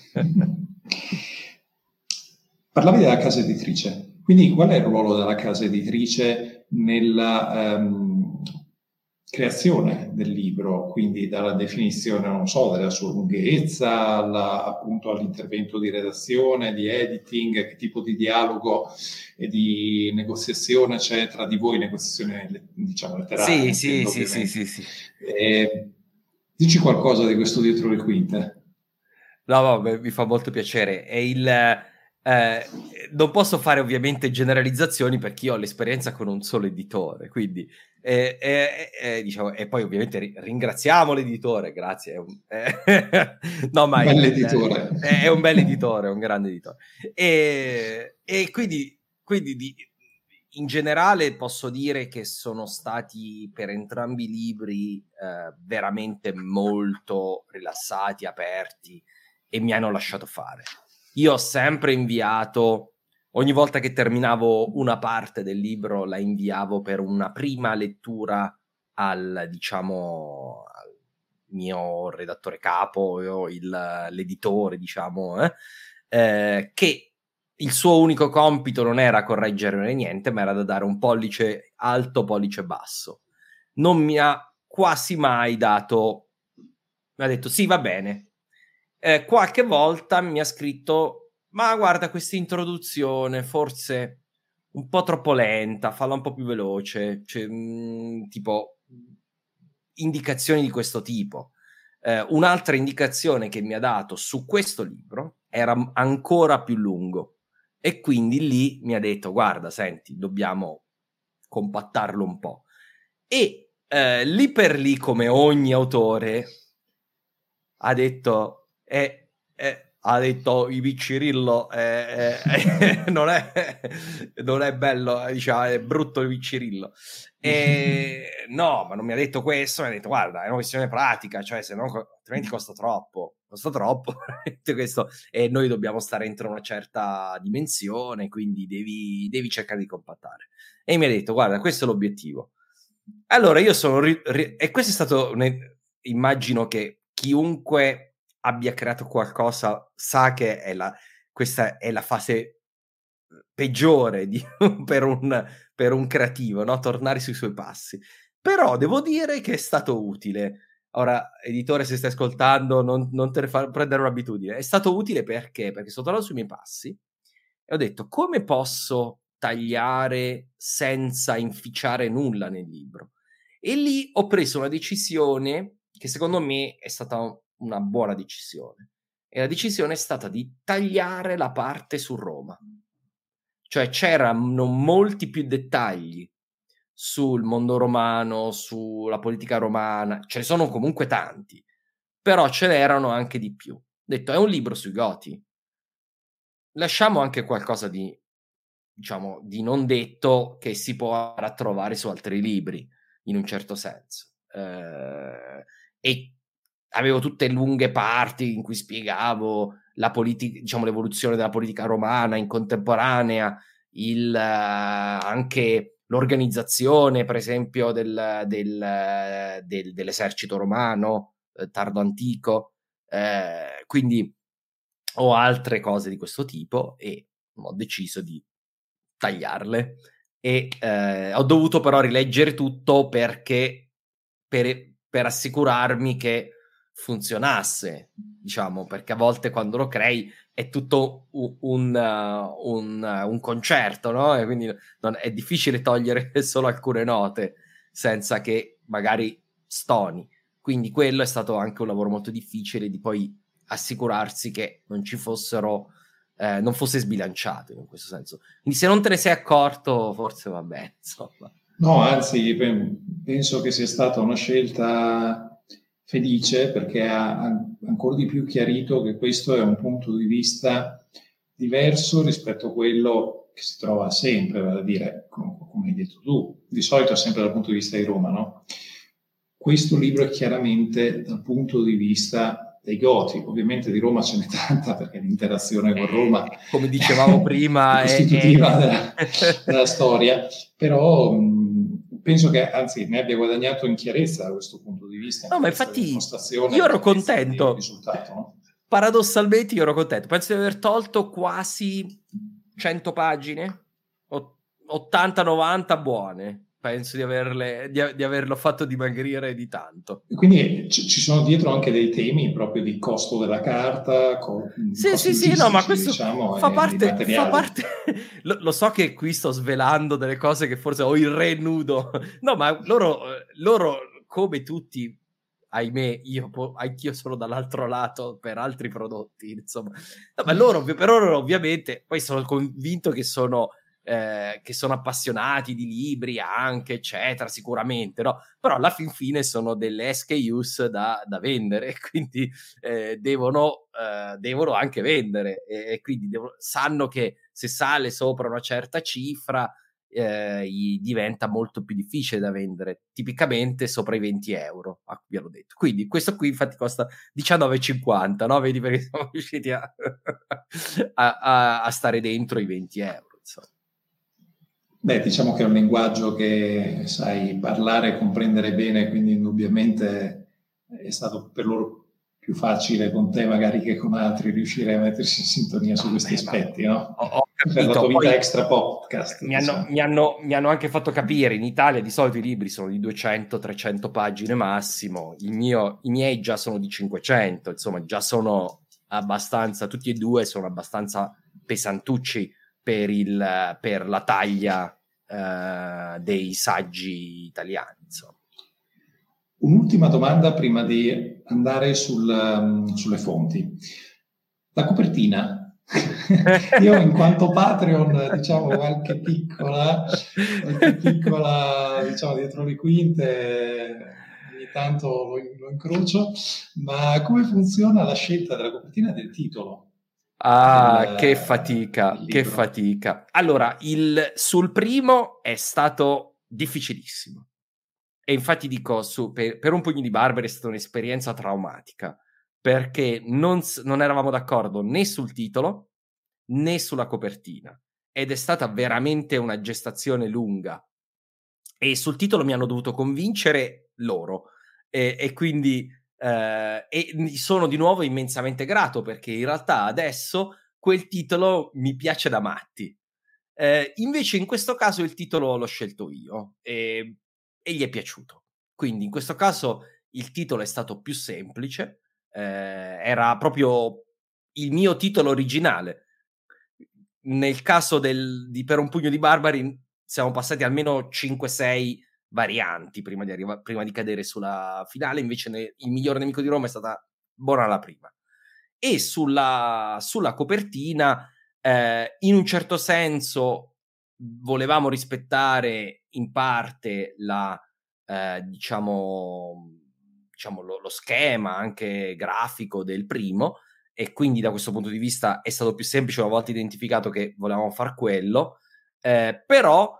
Parlavi della casa editrice, quindi qual è il ruolo della casa editrice nella um, creazione del libro, quindi dalla definizione, non so, della sua lunghezza, alla, appunto all'intervento di redazione, di editing, che tipo di dialogo e di negoziazione c'è tra di voi, negoziazione diciamo letteraria? Sì, intendo, sì, sì, sì, sì, sì. Eh, dici qualcosa di questo dietro le quinte? No, vabbè, mi fa molto piacere. È il... Eh, non posso fare ovviamente generalizzazioni perché io ho l'esperienza con un solo editore, quindi eh, eh, eh, diciamo, e poi ovviamente ringraziamo l'editore, grazie, è un, eh, no, ma un bel il, editore. È un bel editore, è un grande editore, e, e quindi, quindi di, in generale posso dire che sono stati per entrambi i libri eh, veramente molto rilassati, aperti e mi hanno lasciato fare. Io ho sempre inviato, ogni volta che terminavo una parte del libro, la inviavo per una prima lettura al, diciamo, al mio redattore capo, o il, l'editore, diciamo, eh, eh, che il suo unico compito non era correggere niente, ma era da dare un pollice alto, pollice basso. Non mi ha quasi mai dato, mi ha detto sì, va bene. Eh, qualche volta mi ha scritto, ma guarda, questa introduzione forse un po' troppo lenta, falla un po' più veloce, cioè, mh, tipo indicazioni di questo tipo. Eh, un'altra indicazione che mi ha dato su questo libro era ancora più lungo. E quindi lì mi ha detto, guarda, senti, dobbiamo compattarlo un po'. E eh, lì per lì, come ogni autore, ha detto, eh, eh, ha detto, i Piccirillo eh, eh, non, è, non è bello, diciamo, è brutto il Piccirillo. E, no, ma non mi ha detto questo, mi ha detto, guarda, è una questione pratica, cioè se no altrimenti costa troppo. Costa troppo questo, e noi dobbiamo stare entro una certa dimensione, quindi devi, devi cercare di compattare. E mi ha detto, guarda, questo è l'obiettivo. Allora io sono ri- ri- e questo è stato un, immagino che chiunque abbia creato qualcosa sa che è la, questa è la fase peggiore di, per, un, per un creativo, no? Tornare sui suoi passi. Però devo dire che è stato utile. Ora, editore, se stai ascoltando, non, non te ne fa prendere un'abitudine. È stato utile perché? Perché sono tornato sui miei passi e ho detto, come posso tagliare senza inficiare nulla nel libro? E lì ho preso una decisione che secondo me è stata una buona decisione. E la decisione è stata di tagliare la parte su Roma. Cioè c'erano molti più dettagli sul mondo romano, sulla politica romana, ce ne sono comunque tanti, però ce n'erano anche di più. Ho detto, è un libro sui Goti. Lasciamo anche qualcosa di, diciamo, di non detto che si può trovare su altri libri, in un certo senso. Eh, e avevo tutte lunghe parti in cui spiegavo la politica, diciamo, l'evoluzione della politica romana in contemporanea, il, uh, anche l'organizzazione, per esempio, del, del, del, dell'esercito romano eh, tardo antico, eh, quindi ho altre cose di questo tipo e ho deciso di tagliarle e eh, ho dovuto però rileggere tutto perché per, per assicurarmi che funzionasse, diciamo, perché a volte quando lo crei è tutto un, un, uh, un, uh, un concerto, no? E quindi non, è difficile togliere solo alcune note senza che magari stoni. Quindi quello è stato anche un lavoro molto difficile di poi assicurarsi che non ci fossero eh, non fosse sbilanciato in questo senso. Quindi se non te ne sei accorto forse va bene, insomma. No, anzi, penso che sia stata una scelta felice perché ha ancora di più chiarito che questo è un punto di vista diverso rispetto a quello che si trova sempre, vale a dire, come hai detto tu, di solito sempre dal punto di vista di Roma, no? Questo libro è chiaramente dal punto di vista dei Goti, ovviamente di Roma ce n'è tanta perché l'interazione con Roma, eh, come dicevamo prima, è costitutiva è... della, della storia, però mh, penso che anzi ne abbia guadagnato in chiarezza da questo punto di vista. No, ma infatti io ero contento, no? Paradossalmente io ero contento, penso di aver tolto quasi cento pagine, ottanta novanta buone. Penso di, averle, di, di averlo fatto dimagrire di tanto. Quindi ci, ci sono dietro anche dei temi proprio di costo della carta, co- sì, sì, sì, no, ma questo diciamo, fa, parte, fa parte. Lo, lo so che qui sto svelando delle cose che forse ho il re nudo. No, ma loro, loro come tutti, ahimè, io anch'io sono dall'altro lato per altri prodotti, insomma. No, ma loro, per loro ovviamente, poi sono convinto che sono. Eh, che sono appassionati di libri anche, eccetera, sicuramente, no? Però alla fin fine sono delle S K Us da, da vendere, quindi eh, devono, eh, devono anche vendere e, e quindi devono, sanno che se sale sopra una certa cifra eh, gli diventa molto più difficile da vendere, tipicamente sopra i venti euro, ah, vi ho detto. Quindi questo qui infatti costa diciannove e cinquanta, no? Vedi perché siamo riusciti a, a, a, a stare dentro i venti euro, insomma. Beh, diciamo che è un linguaggio che sai parlare e comprendere bene, quindi indubbiamente è stato per loro più facile con te magari che con altri riuscire a mettersi in sintonia su questi aspetti, no? Ho, per la tua vita Poi extra podcast. Mi hanno, mi, hanno, mi hanno anche fatto capire, in Italia di solito i libri sono di duecento trecento pagine massimo, il mio, i miei già sono di cinquecento, insomma già sono abbastanza, tutti e due sono abbastanza pesantucci per, il, per la taglia eh, dei saggi italiani, insomma. Un'ultima domanda prima di andare sul, um, sulle fonti. La copertina. Io in quanto Patreon, diciamo, qualche piccola, qualche piccola, diciamo, dietro le quinte, ogni tanto lo, lo incrocio, ma come funziona la scelta della copertina e del titolo? Ah, del, che fatica, che fatica. Allora, il, sul primo è stato difficilissimo. E infatti dico, su, per, per un pugno di barbari è stata un'esperienza traumatica, perché non, non eravamo d'accordo né sul titolo né sulla copertina, ed è stata veramente una gestazione lunga, e sul titolo mi hanno dovuto convincere loro, e, e quindi eh, e sono di nuovo immensamente grato, perché in realtà adesso quel titolo mi piace da matti. Eh, invece in questo caso il titolo l'ho scelto io e, e gli è piaciuto, quindi in questo caso il titolo è stato più semplice, eh, era proprio il mio titolo originale. Nel caso del, di Per un pugno di barbari siamo passati almeno cinque sei varianti prima di, arriva, prima di cadere sulla finale, invece ne, Il miglior nemico di Roma è stata buona la prima. E sulla, sulla copertina eh, in un certo senso volevamo rispettare in parte la, eh, diciamo, diciamo lo, lo schema anche grafico del primo, e quindi da questo punto di vista è stato più semplice una volta identificato che volevamo far quello, eh, però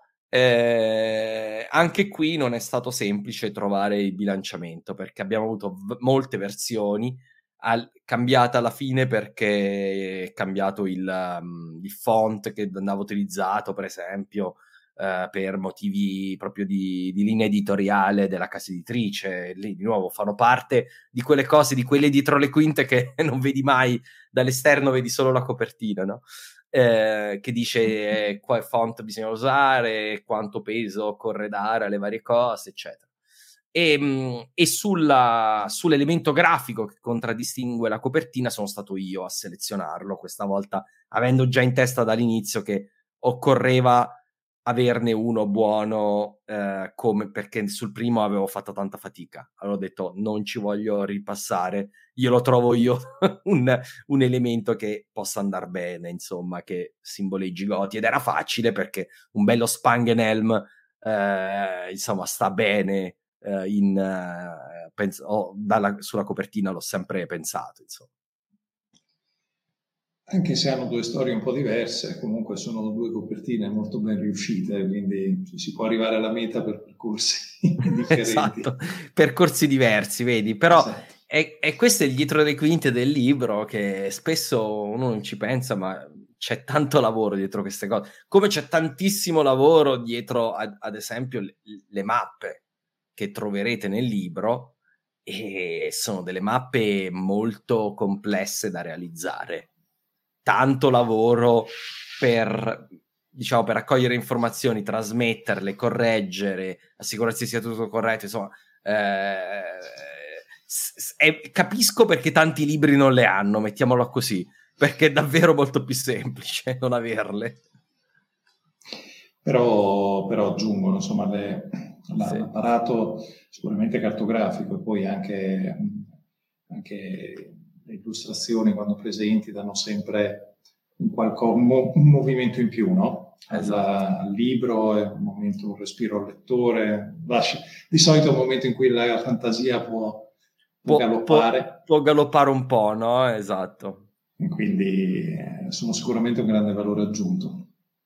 eh, anche qui non è stato semplice trovare il bilanciamento, perché abbiamo avuto v- molte versioni, al- cambiata alla fine perché è cambiato il, um, il font che andava utilizzato, per esempio, Uh, per motivi proprio di, di linea editoriale della casa editrice. Lì di nuovo fanno parte di quelle cose, di quelle dietro le quinte che non vedi mai dall'esterno, vedi solo la copertina, no? Eh, che dice eh, quale font bisogna usare, quanto peso occorre dare alle varie cose, eccetera. E, mh, e sulla, sull'elemento grafico che contraddistingue la copertina sono stato io a selezionarlo questa volta, avendo già in testa dall'inizio che occorreva averne uno buono, eh, come perché sul primo avevo fatto tanta fatica. Allora ho detto non ci voglio ripassare, io lo trovo io un, un elemento che possa andare bene, insomma, che simboleggi Goti, ed era facile perché un bello Spangenhelm eh, insomma sta bene eh, in, eh, pens- oh, dalla, sulla copertina l'ho sempre pensato, insomma. Anche se hanno due storie un po' diverse, comunque sono due copertine molto ben riuscite, quindi si può arrivare alla meta per percorsi differenti. Esatto, percorsi diversi, vedi, però esatto. è, è questo è il dietro le quinte del libro, che spesso uno non ci pensa, ma c'è tanto lavoro dietro queste cose, come c'è tantissimo lavoro dietro, ad, ad esempio, le, le mappe che troverete nel libro, e sono delle mappe molto complesse da realizzare. Tanto lavoro per, diciamo, per raccogliere informazioni, trasmetterle, correggere, assicurarsi sia tutto corretto, insomma, eh, è, capisco perché tanti libri non le hanno, mettiamolo così, perché è davvero molto più semplice non averle. Però, però aggiungono, insomma, le, la, sì. l'apparato sicuramente cartografico, e poi anche, anche le illustrazioni quando presenti danno sempre un, qualco, un, mo, un movimento in più, no? Esatto. Al, al libro è un momento, un respiro al lettore, lascia, di solito è un momento in cui la fantasia può, può, può galoppare. Può, può galoppare un po', no? Esatto. E quindi eh, sono sicuramente un grande valore aggiunto.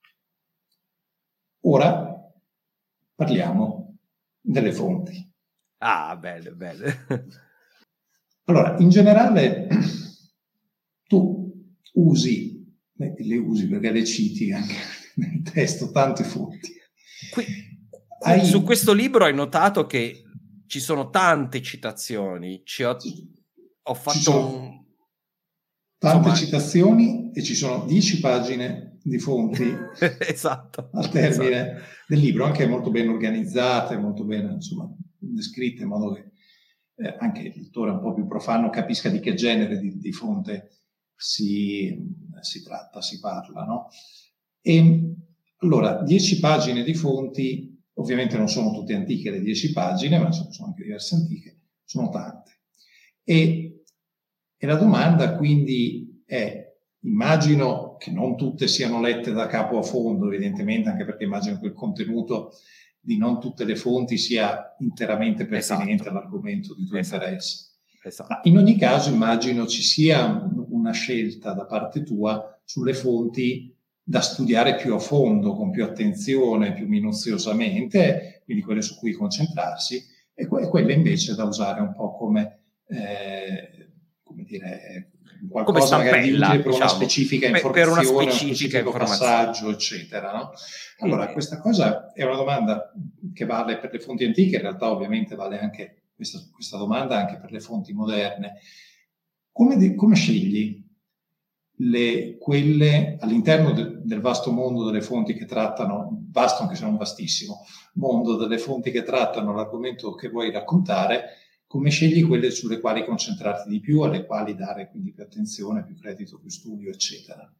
Ora parliamo delle fonti. Ah, belle, belle. Allora, in generale, tu usi, le usi perché le citi anche nel testo, tante fonti. Qui, hai... Su questo libro hai notato che ci sono tante citazioni. Ci ho, ho fatto ci sono un... tante Insomma... citazioni e ci sono dieci pagine di fonti esatto, al termine esatto. del libro, anche molto ben organizzate, molto ben, insomma, descritte, in modo che eh, anche il lettore un po' più profano capisca di che genere di, di fonte si, si tratta, si parla, no? E allora, dieci pagine di fonti, ovviamente non sono tutte antiche le dieci pagine, ma sono anche diverse antiche, sono tante. E, e la domanda quindi è, immagino che non tutte siano lette da capo a fondo, evidentemente, anche perché immagino che il contenuto di non tutte le fonti sia interamente pertinente esatto. all'argomento di tuo esatto. interesse. Esatto. Ma in ogni caso immagino ci sia una scelta da parte tua sulle fonti da studiare più a fondo, con più attenzione, più minuziosamente, quindi quelle su cui concentrarsi, e que- quelle invece da usare un po' come, eh, come dire, qualcosa come magari di utile per diciamo, una specifica informazione, per una specifica un specifico informazione. passaggio, eccetera, no? Allora, eh. questa cosa è una domanda che vale per le fonti antiche, in realtà ovviamente vale anche questa, questa domanda anche per le fonti moderne. Come, de- come scegli le, quelle all'interno de, del vasto mondo delle fonti che trattano, vasto anche se non vastissimo, mondo delle fonti che trattano l'argomento che vuoi raccontare, come scegli quelle sulle quali concentrarti di più, alle quali dare quindi più attenzione, più credito, più studio, eccetera?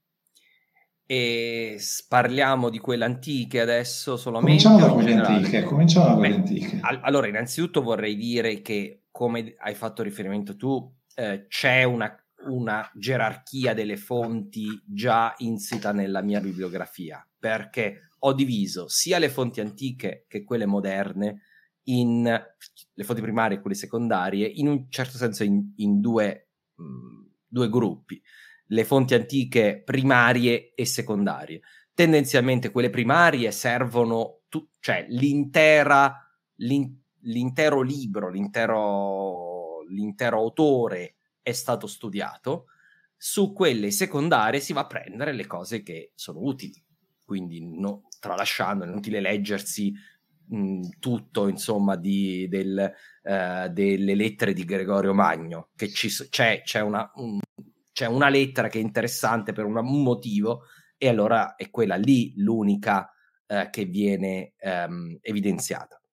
E parliamo di quelle antiche adesso solamente? Cominciamo da quelle antiche, cominciamo da quelle Beh, antiche. All- allora, innanzitutto vorrei dire che, come hai fatto riferimento tu, eh, c'è una, una gerarchia delle fonti già insita nella mia bibliografia, perché ho diviso sia le fonti antiche che quelle moderne, in le fonti primarie e quelle secondarie, in un certo senso in, in due, mh, due gruppi. Le fonti antiche primarie e secondarie. Tendenzialmente quelle primarie servono, tu- cioè l'intera, l'in, l'intero libro, l'intero, l'intero autore è stato studiato. Su quelle secondarie si va a prendere le cose che sono utili, quindi no, tralasciando, è inutile leggersi mh, tutto, insomma, di, del, uh, delle lettere di Gregorio Magno, che ci, c'è, c'è una... Un, c'è una lettera che è interessante per una, un motivo, e allora è quella lì l'unica eh, che viene ehm, evidenziata.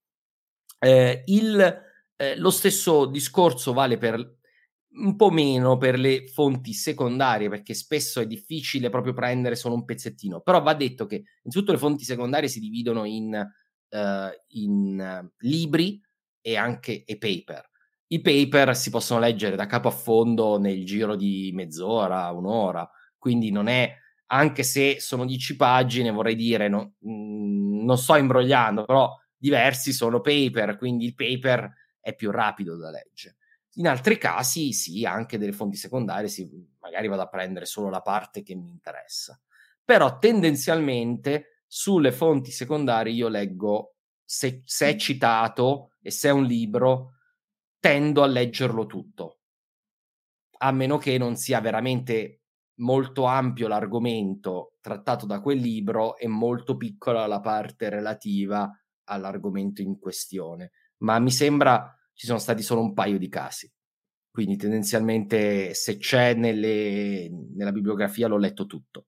Eh, il, eh, lo stesso discorso vale per un po' meno per le fonti secondarie, perché spesso è difficile proprio prendere solo un pezzettino, però va detto che innanzitutto le fonti secondarie si dividono in, eh, in uh, libri e anche e paper. I paper si possono leggere da capo a fondo nel giro di mezz'ora, un'ora, quindi non è, anche se sono dieci pagine, vorrei dire, no, mh, non sto imbrogliando, però diversi sono paper, quindi il paper è più rapido da leggere. In altri casi, sì, anche delle fonti secondarie, sì, magari vado a prendere solo la parte che mi interessa. Però tendenzialmente sulle fonti secondarie io leggo, se, se è citato e se è un libro, tendo a leggerlo tutto, a meno che non sia veramente molto ampio l'argomento trattato da quel libro e molto piccola la parte relativa all'argomento in questione. Ma mi sembra ci sono stati solo un paio di casi, quindi tendenzialmente se c'è nelle, nella bibliografia l'ho letto tutto.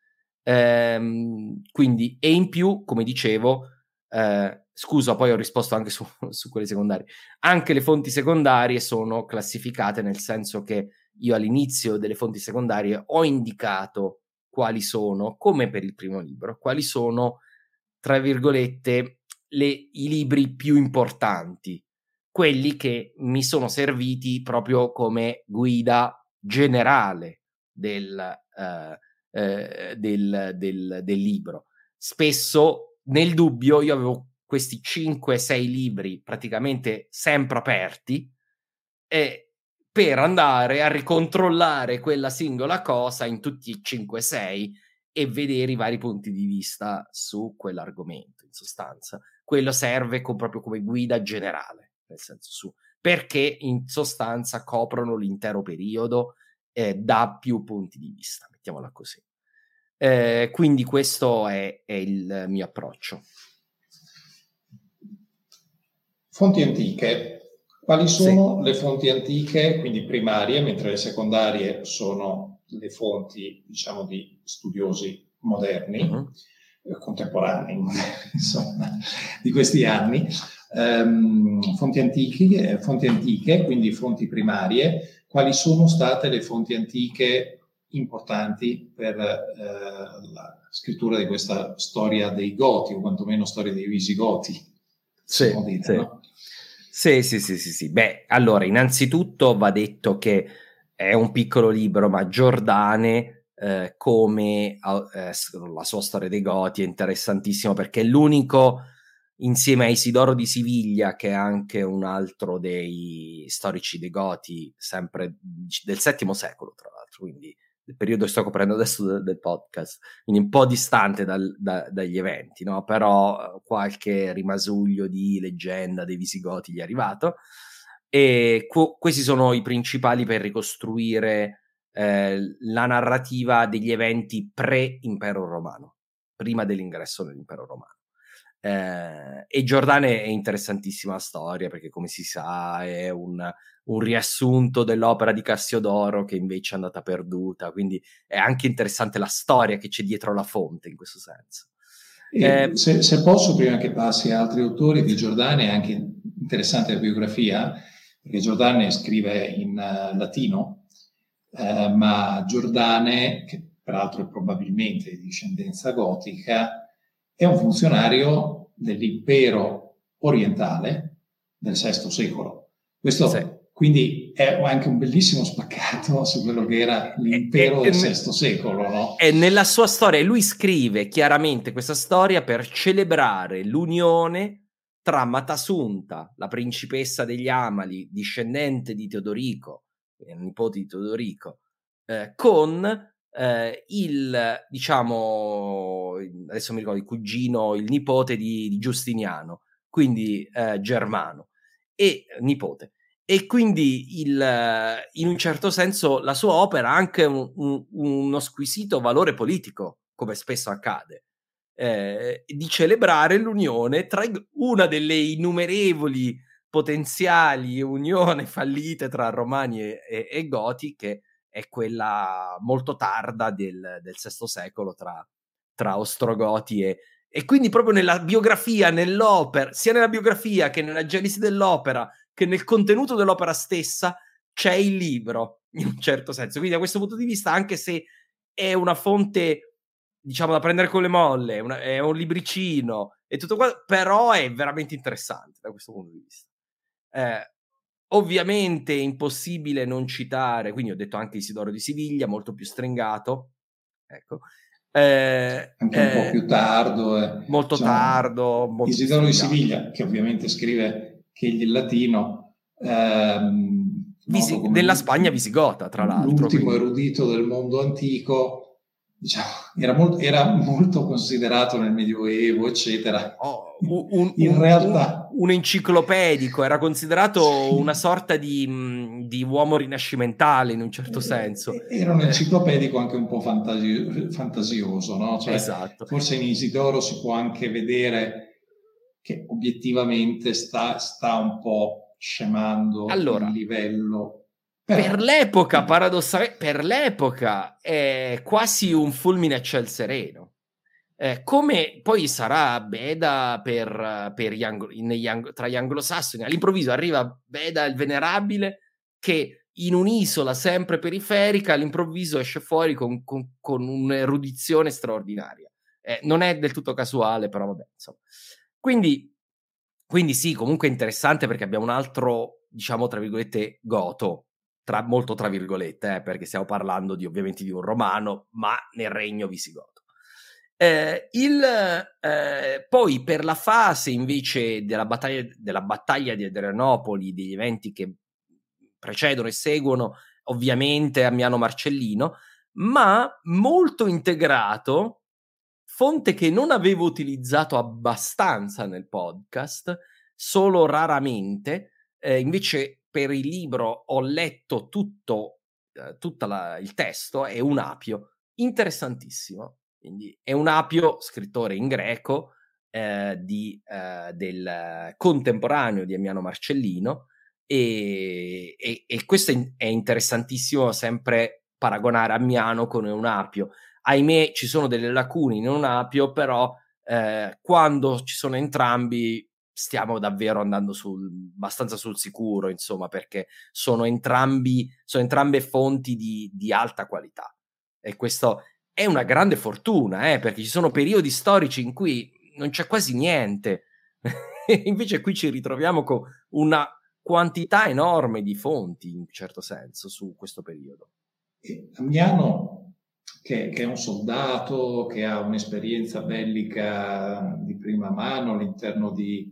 Ehm, quindi, e in più, come dicevo, eh, scusa, poi ho risposto anche su, su quelle secondarie. Anche le fonti secondarie sono classificate, nel senso che io all'inizio delle fonti secondarie ho indicato quali sono, come per il primo libro, quali sono, tra virgolette, le, i libri più importanti, quelli che mi sono serviti proprio come guida generale del, eh, eh, del, del, del libro. Spesso, nel dubbio, io avevo questi cinque sei libri praticamente sempre aperti, e per andare a ricontrollare quella singola cosa in tutti i cinque sei e vedere i vari punti di vista su quell'argomento. In sostanza, quello serve co- proprio come guida generale, nel senso su perché in sostanza coprono l'intero periodo eh, da più punti di vista, mettiamola così. Eh, quindi questo è, è il mio approccio. Fonti antiche. Quali sono sì. le fonti antiche, quindi primarie, mentre le secondarie sono le fonti, diciamo, di studiosi moderni, uh-huh. contemporanei, insomma, di questi anni, ehm, fonti antiche, fonti antiche, quindi fonti primarie. Quali sono state le fonti antiche importanti per eh, la scrittura di questa storia dei Goti, o quantomeno storia dei Visigoti? Sì, dire, sì. No? sì, sì, sì, sì, sì. Beh, allora, innanzitutto va detto che è un piccolo libro, ma Giordane, eh, come eh, la sua storia dei Goti, è interessantissimo perché è l'unico, insieme a Isidoro di Siviglia, che è anche un altro dei storici dei Goti, sempre del settimo secolo, tra l'altro, quindi il periodo che sto coprendo adesso del, del podcast, quindi un po' distante dal, da, dagli eventi, no? Però qualche rimasuglio di leggenda dei Visigoti gli è arrivato, e qu- questi sono i principali per ricostruire eh, la narrativa degli eventi pre-impero romano, prima dell'ingresso nell'impero romano. Eh, e Giordane è interessantissima la storia perché, come si sa, è un, un riassunto dell'opera di Cassiodoro che invece è andata perduta, quindi è anche interessante la storia che c'è dietro la fonte in questo senso. E eh, se, se posso, prima che passi a altri autori, di Giordane è anche interessante la biografia, perché Giordane scrive in uh, latino, uh, ma Giordane, che peraltro è probabilmente di discendenza gotica, è un funzionario dell'impero orientale del sesto secolo. Questo sì. Quindi è anche un bellissimo spaccato su quello che era l'impero e, del e, sesto secolo, no? E nella sua storia, lui scrive chiaramente questa storia per celebrare l'unione tra Matasunta, la principessa degli Amali, discendente di Teodorico, nipote di Teodorico, eh, con Uh, il, diciamo, adesso mi ricordo, il cugino, il nipote di, di Giustiniano, quindi uh, Germano, e nipote. E quindi il, uh, in un certo senso la sua opera ha anche un, un, uno squisito valore politico, come spesso accade, eh, di celebrare l'unione tra una delle innumerevoli potenziali unioni fallite tra Romani e, e, e Goti, che è quella molto tarda del, del sesto secolo tra, tra Ostrogoti e, e quindi proprio nella biografia, nell'opera, sia nella biografia che nella genesi dell'opera, che nel contenuto dell'opera stessa, c'è il libro, in un certo senso. Quindi da questo punto di vista, anche se è una fonte, diciamo, da prendere con le molle, una, è un libricino e tutto qua, però è veramente interessante da questo punto di vista. Eh, Ovviamente è impossibile non citare, quindi ho detto anche Isidoro di Siviglia, molto più stringato, ecco. Eh, anche un eh, po' più tardo. Eh. Molto diciamo, tardo. Molto Isidoro di Siviglia, che ovviamente scrive che il latino... Ehm, Visi- della Spagna visigota, tra l'altro. L'ultimo quindi. erudito del mondo antico, diciamo, era, molto, era molto considerato nel Medioevo, eccetera. Oh, un, in un, realtà... Un, un enciclopedico, era considerato una sorta di, di uomo rinascimentale in un certo senso. Era un enciclopedico anche un po' fantasi- fantasioso, no? Cioè, esatto. Forse in Isidoro si può anche vedere che obiettivamente sta, sta un po' scemando allora, il livello. Però, per l'epoca, paradossalmente, per l'epoca è quasi un fulmine a ciel sereno. Eh, come poi sarà Beda per, per gli anglo, negli anglo, tra gli anglosassoni, all'improvviso arriva Beda il Venerabile, che in un'isola sempre periferica all'improvviso esce fuori con, con, con un'erudizione straordinaria. Eh, non è del tutto casuale, però vabbè, insomma. Quindi, quindi sì, comunque è interessante perché abbiamo un altro, diciamo, tra virgolette, goto, tra, molto tra virgolette, eh, perché stiamo parlando di, ovviamente di un romano, ma nel regno visigoto. Eh, il, eh, poi per la fase invece della battaglia, della battaglia di Adrianopoli, degli eventi che precedono e seguono ovviamente Ammiano Marcellino, ma molto integrato, fonte che non avevo utilizzato abbastanza nel podcast, solo raramente, eh, invece per il libro ho letto tutto, eh, tutto il testo, è un Apio, interessantissimo. Quindi è un Apio, scrittore in greco, eh, di, eh, del contemporaneo di Ammiano Marcellino, e, e, e questo è interessantissimo sempre paragonare Ammiano con un Apio. ahimè ci sono delle lacune in Apio, però eh, quando ci sono entrambi stiamo davvero andando sul, abbastanza sul sicuro, insomma, perché sono entrambi sono entrambe fonti di, di alta qualità, e questo è una grande fortuna, eh, perché ci sono periodi storici in cui non c'è quasi niente. Invece qui ci ritroviamo con una quantità enorme di fonti, in un certo senso, su questo periodo. E Ammiano, che, che è un soldato, che ha un'esperienza bellica di prima mano all'interno di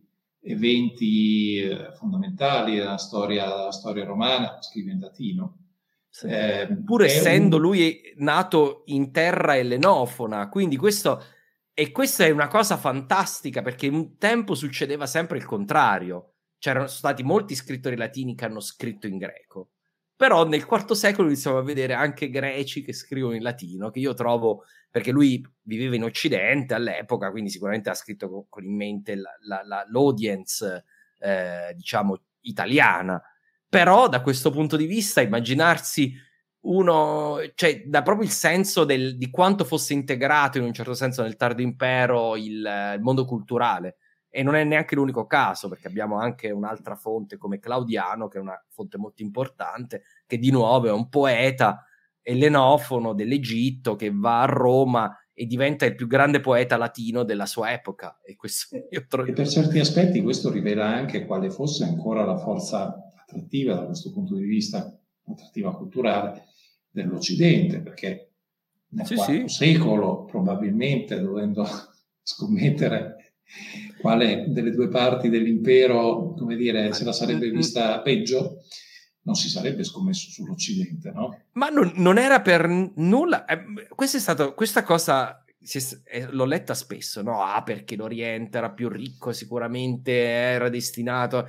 eventi eh, fondamentali della storia, della storia romana, scrive in latino. Sì. Eh, Pur essendo un... lui nato in terra ellenofona, quindi questo... E questa è una cosa fantastica, perché un tempo succedeva sempre il contrario. C'erano stati molti scrittori latini che hanno scritto in greco, però nel quarto secolo iniziamo a vedere anche greci che scrivono in latino, che io trovo, perché lui viveva in Occidente all'epoca, quindi sicuramente ha scritto con, con in mente la, la, la, l'audience, eh, diciamo, italiana. Però da questo punto di vista immaginarsi uno, cioè dà proprio il senso del, di quanto fosse integrato in un certo senso nel tardo impero il, il mondo culturale, e non è neanche l'unico caso, perché abbiamo anche un'altra fonte come Claudiano, che è una fonte molto importante, che di nuovo è un poeta ellenofono dell'Egitto che va a Roma e diventa il più grande poeta latino della sua epoca, e, questo io trovo... e per certi aspetti questo rivela anche quale fosse ancora la forza attrattiva da questo punto di vista, attrattiva culturale, dell'Occidente, perché nel sì, quarto sì. secolo, probabilmente, dovendo scommettere quale delle due parti dell'impero, come dire, se la sarebbe vista peggio, non si sarebbe scommesso sull'Occidente, no? Ma non, non era per nulla. Eh, questa è stata questa cosa, si è, eh, l'ho letta spesso, no? Ah, perché l'Oriente era più ricco, sicuramente era destinato.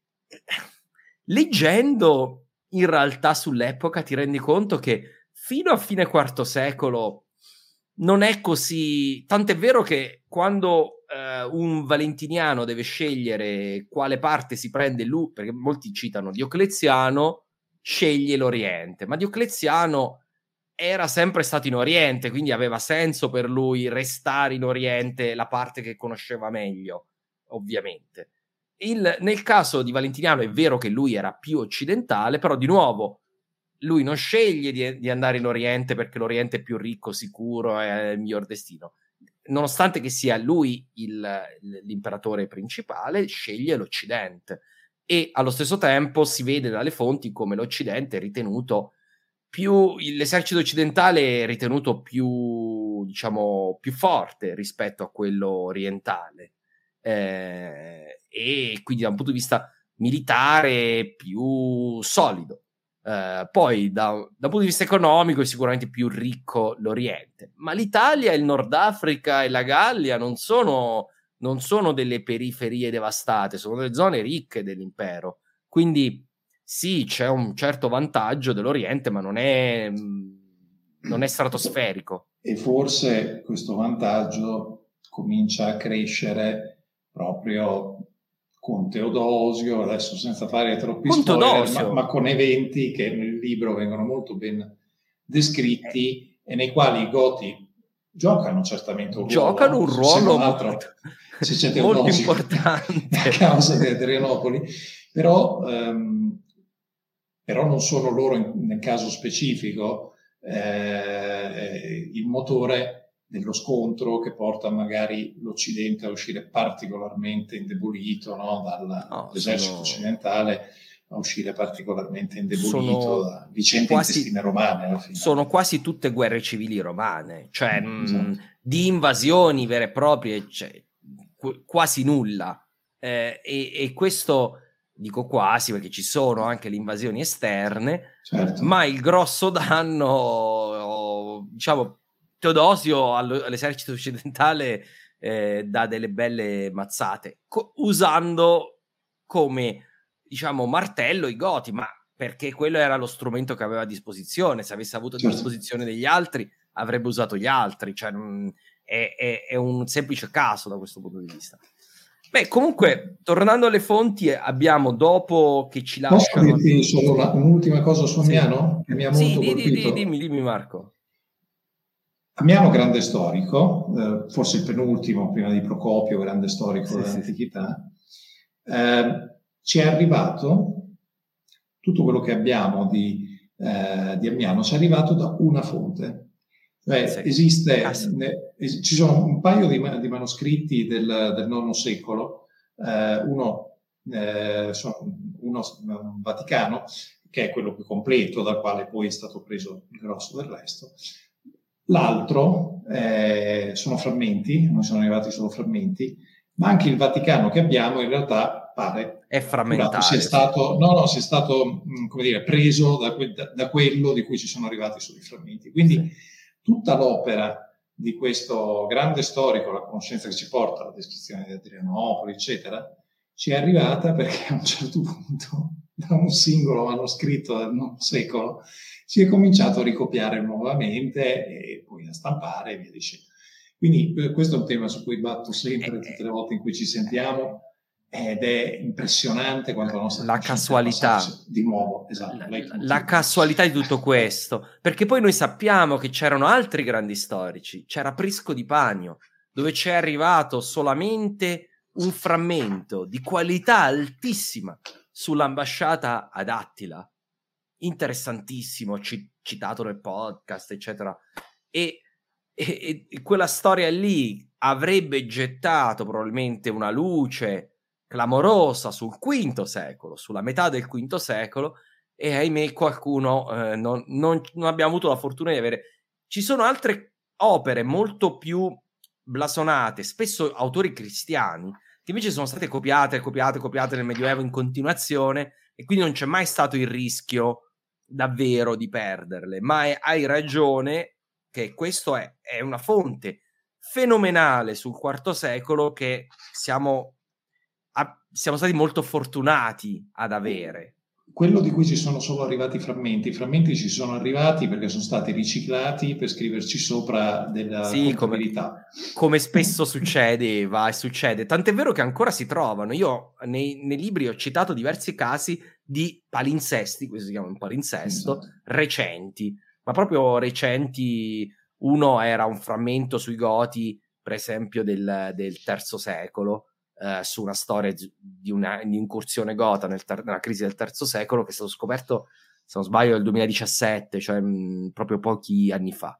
Leggendo in realtà sull'epoca ti rendi conto che fino a fine quarto secolo non è così, tant'è vero che quando eh, un valentiniano deve scegliere quale parte si prende lui, perché molti citano Diocleziano, sceglie l'Oriente, ma Diocleziano era sempre stato in Oriente, quindi aveva senso per lui restare in Oriente, la parte che conosceva meglio, ovviamente. Il, nel caso di Valentiniano è vero che lui era più occidentale, però di nuovo lui non sceglie di, di andare in Oriente perché l'Oriente è più ricco, sicuro, è il miglior destino. Nonostante che sia lui il, l'imperatore principale, sceglie l'Occidente, e allo stesso tempo si vede dalle fonti come l'Occidente è ritenuto più, l'esercito occidentale è ritenuto più, diciamo, più forte rispetto a quello orientale. Eh, e quindi da un punto di vista militare più solido. Eh, poi da, da un punto di vista economico è sicuramente più ricco l'Oriente, ma l'Italia, il Nord Africa e la Gallia non sono, non sono delle periferie devastate, sono delle zone ricche dell'impero, quindi sì, c'è un certo vantaggio dell'Oriente, ma non è, non è stratosferico. E forse questo vantaggio comincia a crescere proprio con Teodosio, adesso senza fare troppi con spoiler, ma, ma con eventi che nel libro vengono molto ben descritti eh. e nei quali i Goti giocano certamente un giocano ruolo, un ruolo molto, se c'è molto Teodosio, importante a causa di Adrianopoli, però, ehm, però non sono loro in, nel caso specifico eh, il motore dello scontro che porta magari l'Occidente a uscire particolarmente indebolito, no? dall'esercito no, sono... occidentale a uscire particolarmente indebolito sono da vicende quasi, intestine romane. Alla fine. Sono quasi tutte guerre civili romane, cioè mm, esatto. mh, di invasioni vere e proprie, cioè, qu- quasi nulla. Eh, e, e questo dico quasi perché ci sono anche le invasioni esterne, certo. Ma il grosso danno, diciamo, Teodosio all'esercito occidentale eh, dà delle belle mazzate, co- usando come, diciamo, martello i Goti, ma perché quello era lo strumento che aveva a disposizione. Se avesse avuto a disposizione degli altri avrebbe usato gli altri, cioè mh, è, è, è un semplice caso da questo punto di vista. Beh, comunque, tornando alle fonti, abbiamo, dopo che ci lasciano... Posso dirti solo una, un'ultima cosa su Ammiano? Che mi ha sì, molto di, colpito? Di, di, dimmi, dimmi Marco. Ammiano, grande storico, eh, forse il penultimo prima di Procopio, grande storico sì, dell'antichità, eh, ci è arrivato tutto quello che abbiamo di, eh, di Ammiano, ci è arrivato da una fonte. Cioè, sì. esiste, ah, sì. ne, es, ci sono un paio di, di manoscritti del, del nono secolo, eh, uno, eh, uno Vaticano, che è quello più completo, dal quale poi è stato preso il grosso del resto. L'altro eh, sono frammenti, non sono arrivati solo frammenti, ma anche il Vaticano che abbiamo in realtà pare è frammentario. Sia stato, no, no, sia stato come dire, preso da, que, da, da quello di cui ci sono arrivati solo i frammenti. Quindi sì. tutta l'opera di questo grande storico, la conoscenza che ci porta alla descrizione di Adrianopoli, eccetera, ci è arrivata perché a un certo punto, da un singolo manoscritto del nono secolo, si è cominciato a ricopiare nuovamente e poi a stampare e via dicendo. Quindi questo è un tema su cui batto sempre tutte le volte in cui ci sentiamo ed è impressionante quanto la nostra la casualità di nuovo, esatto, la, la casualità di tutto questo, perché poi noi sappiamo che c'erano altri grandi storici, c'era Prisco di Pagno, dove c'è arrivato solamente un frammento di qualità altissima sull'ambasciata ad Attila, interessantissimo, c- citato nel podcast, eccetera, e, e, e quella storia lì avrebbe gettato probabilmente una luce clamorosa sul quinto secolo, sulla metà del quinto secolo, e ahimè qualcuno eh, non, non, non abbiamo avuto la fortuna di avere. Ci sono altre opere molto più blasonate, spesso autori cristiani, che invece sono state copiate, copiate, copiate nel Medioevo in continuazione, e quindi non c'è mai stato il rischio davvero di perderle. Ma è, hai ragione che questo è, è una fonte fenomenale sul quarto secolo che siamo, a, siamo stati molto fortunati ad avere. Quello di cui ci sono solo arrivati i frammenti, i frammenti ci sono arrivati perché sono stati riciclati per scriverci sopra della sì, contabilità. Come, come spesso succedeva e succede, tant'è vero che ancora si trovano. Io nei, nei libri ho citato diversi casi di palinsesti, questo si chiama un palinsesto, esatto. recenti, ma proprio recenti. Uno era un frammento sui Goti, per esempio, del, del terzo secolo, Uh, su una storia di una di incursione gota nel ter- nella crisi del terzo secolo, che è stato scoperto, se non sbaglio, nel duemiladiciassette, cioè mh, proprio pochi anni fa.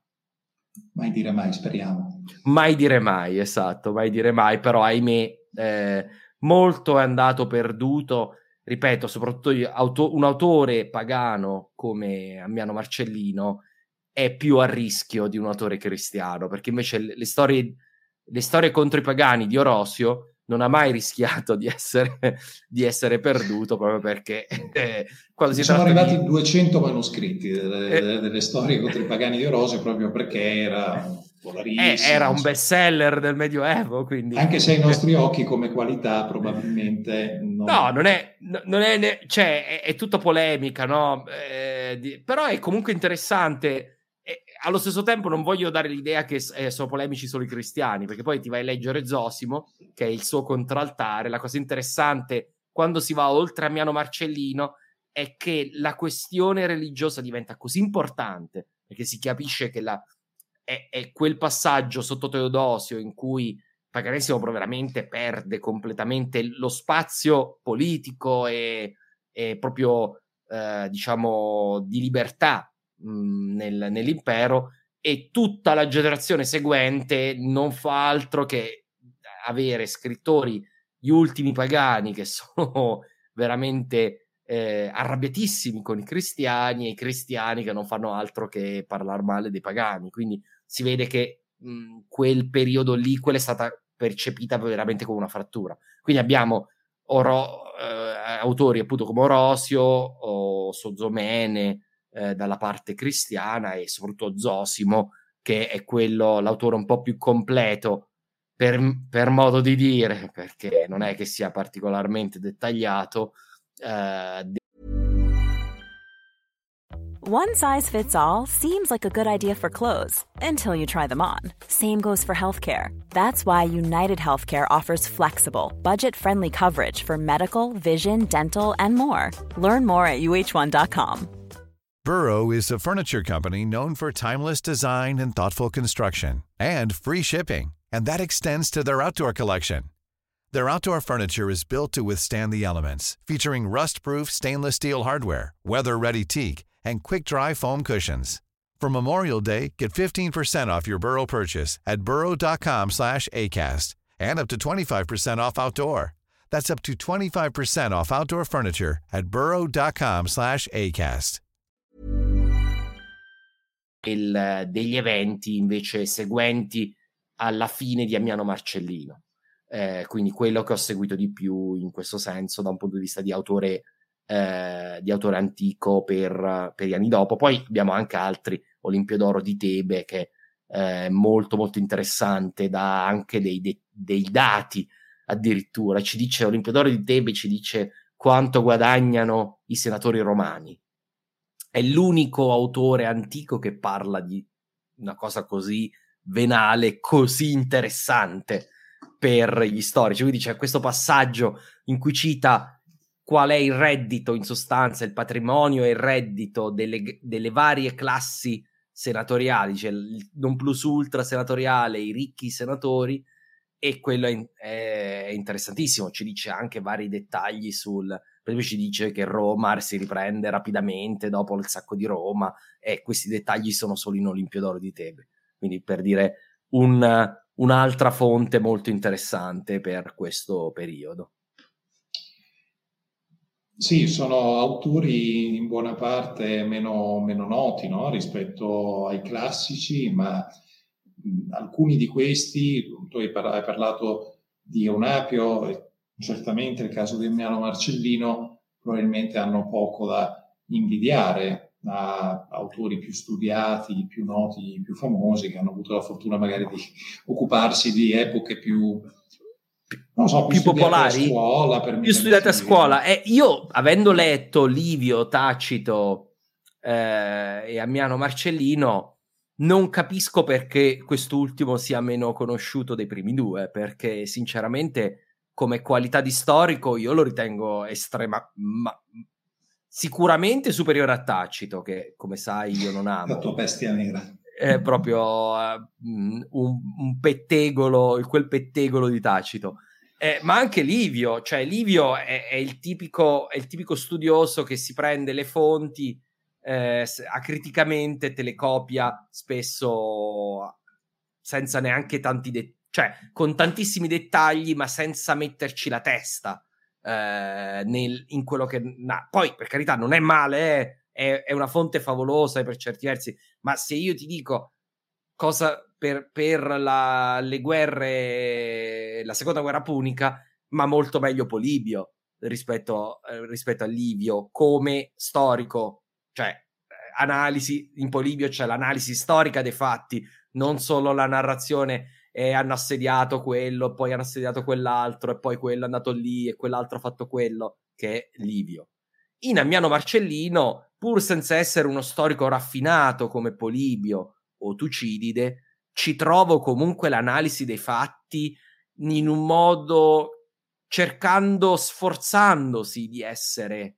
Mai dire mai, speriamo. Mai dire mai, esatto, mai dire mai, però ahimè eh, molto è andato perduto, ripeto, soprattutto auto- un autore pagano come Ammiano Marcellino è più a rischio di un autore cristiano, perché invece le, le storie le storie contro i pagani di Orosio non ha mai rischiato di essere, di essere perduto, proprio perché eh, quando si sono tratta arrivati di... duecento manoscritti delle, eh, delle storie contro i pagani di Orosio, proprio perché era eh, era un best seller del Medioevo, quindi... anche se ai nostri occhi come qualità probabilmente non... no, non è, non è ne... cioè è, è tutta polemica, no? Eh, di... però è comunque interessante. E allo stesso tempo non voglio dare l'idea che eh, sono polemici solo i cristiani, perché poi ti vai a leggere Zosimo, che è il suo contraltare. La cosa interessante quando si va oltre Ammiano Marcellino è che la questione religiosa diventa così importante, perché si capisce che la, è, è quel passaggio sotto Teodosio in cui il paganesimo veramente perde completamente lo spazio politico e, e proprio eh, diciamo di libertà Nel, nell'impero, e tutta la generazione seguente non fa altro che avere scrittori, gli ultimi pagani, che sono veramente eh, arrabbiatissimi con i cristiani, e i cristiani che non fanno altro che parlare male dei pagani. Quindi si vede che mh, quel periodo lì, quella è stata percepita veramente come una frattura. Quindi abbiamo Oro, eh, autori appunto come Orosio o Sozomene Eh, dalla parte cristiana, e soprattutto Zosimo, che è quello, l'autore un po' più completo per, per modo di dire, perché non è che sia particolarmente dettagliato. Eh, de- One size fits all seems like a good idea for clothes until you try them on. Same goes for healthcare. That's why United Healthcare offers flexible, budget-friendly coverage for medical, vision, dental, and more. Learn more at U H one dot com. Burrow is a furniture company known for timeless design and thoughtful construction, and free shipping, and that extends to their outdoor collection. Their outdoor furniture is built to withstand the elements, featuring rust-proof stainless steel hardware, weather-ready teak, and quick-dry foam cushions. For Memorial Day, get fifteen percent off your Burrow purchase at burrow.com slash ACAST and up to twenty-five percent off outdoor. That's up to twenty-five percent off outdoor furniture at burrow.com slash ACAST. Il, degli eventi invece seguenti alla fine di Ammiano Marcellino. Eh, quindi quello che ho seguito di più in questo senso da un punto di vista di autore, eh, di autore antico per, per gli anni dopo. Poi abbiamo anche altri, Olimpiodoro di Tebe, che è molto molto interessante, dà anche dei, dei, dei dati addirittura. Ci dice, Olimpiodoro di Tebe ci dice quanto guadagnano i senatori romani. È l'unico autore antico che parla di una cosa così venale, così interessante per gli storici. Quindi c'è questo passaggio in cui cita qual è il reddito, in sostanza il patrimonio e il reddito delle, delle varie classi senatoriali, cioè il non plus ultra senatoriale, i ricchi senatori, e quello è, è interessantissimo. Ci dice anche vari dettagli sul, per esempio ci dice che Roma si riprende rapidamente dopo il sacco di Roma, e questi dettagli sono solo in Olimpiodoro di Tebe. Quindi, per dire, un, un'altra fonte molto interessante per questo periodo. Sì, sono autori in buona parte meno, meno noti, no? Rispetto ai classici, ma mh, alcuni di questi, tu hai, par- hai parlato di Eunapio, e certamente il caso di Ammiano Marcellino, probabilmente hanno poco da invidiare a autori più studiati, più noti, più famosi, che hanno avuto la fortuna magari di occuparsi di epoche più, non so, più, più popolari, a scuola, per più studiate a scuola. E io, avendo letto Livio, Tacito eh, e Ammiano Marcellino, non capisco perché quest'ultimo sia meno conosciuto dei primi due, perché sinceramente come qualità di storico io lo ritengo estrema, ma sicuramente superiore a Tacito, che come sai io non amo. La tua bestia nera. È proprio uh, un, un pettegolo, quel pettegolo di Tacito. Eh, ma anche Livio, cioè Livio è, è, il tipico, è il tipico studioso che si prende le fonti, eh, acriticamente te le copia, spesso senza neanche tanti dettagli, cioè con tantissimi dettagli, ma senza metterci la testa. Uh, nel, in quello che nah, poi per carità non è male, eh, è, è una fonte favolosa per certi versi, ma se io ti dico cosa per, per la, le guerre, la seconda guerra punica, ma molto meglio Polibio rispetto, eh, rispetto a Livio come storico, cioè eh, analisi, in Polibio c'è l'analisi storica dei fatti, non solo la narrazione. E hanno assediato quello, poi hanno assediato quell'altro, e poi quello è andato lì e quell'altro ha fatto quello, che è Livio. In Ammiano Marcellino, pur senza essere uno storico raffinato come Polibio o Tucidide, ci trovo comunque l'analisi dei fatti in un modo, cercando, sforzandosi di essere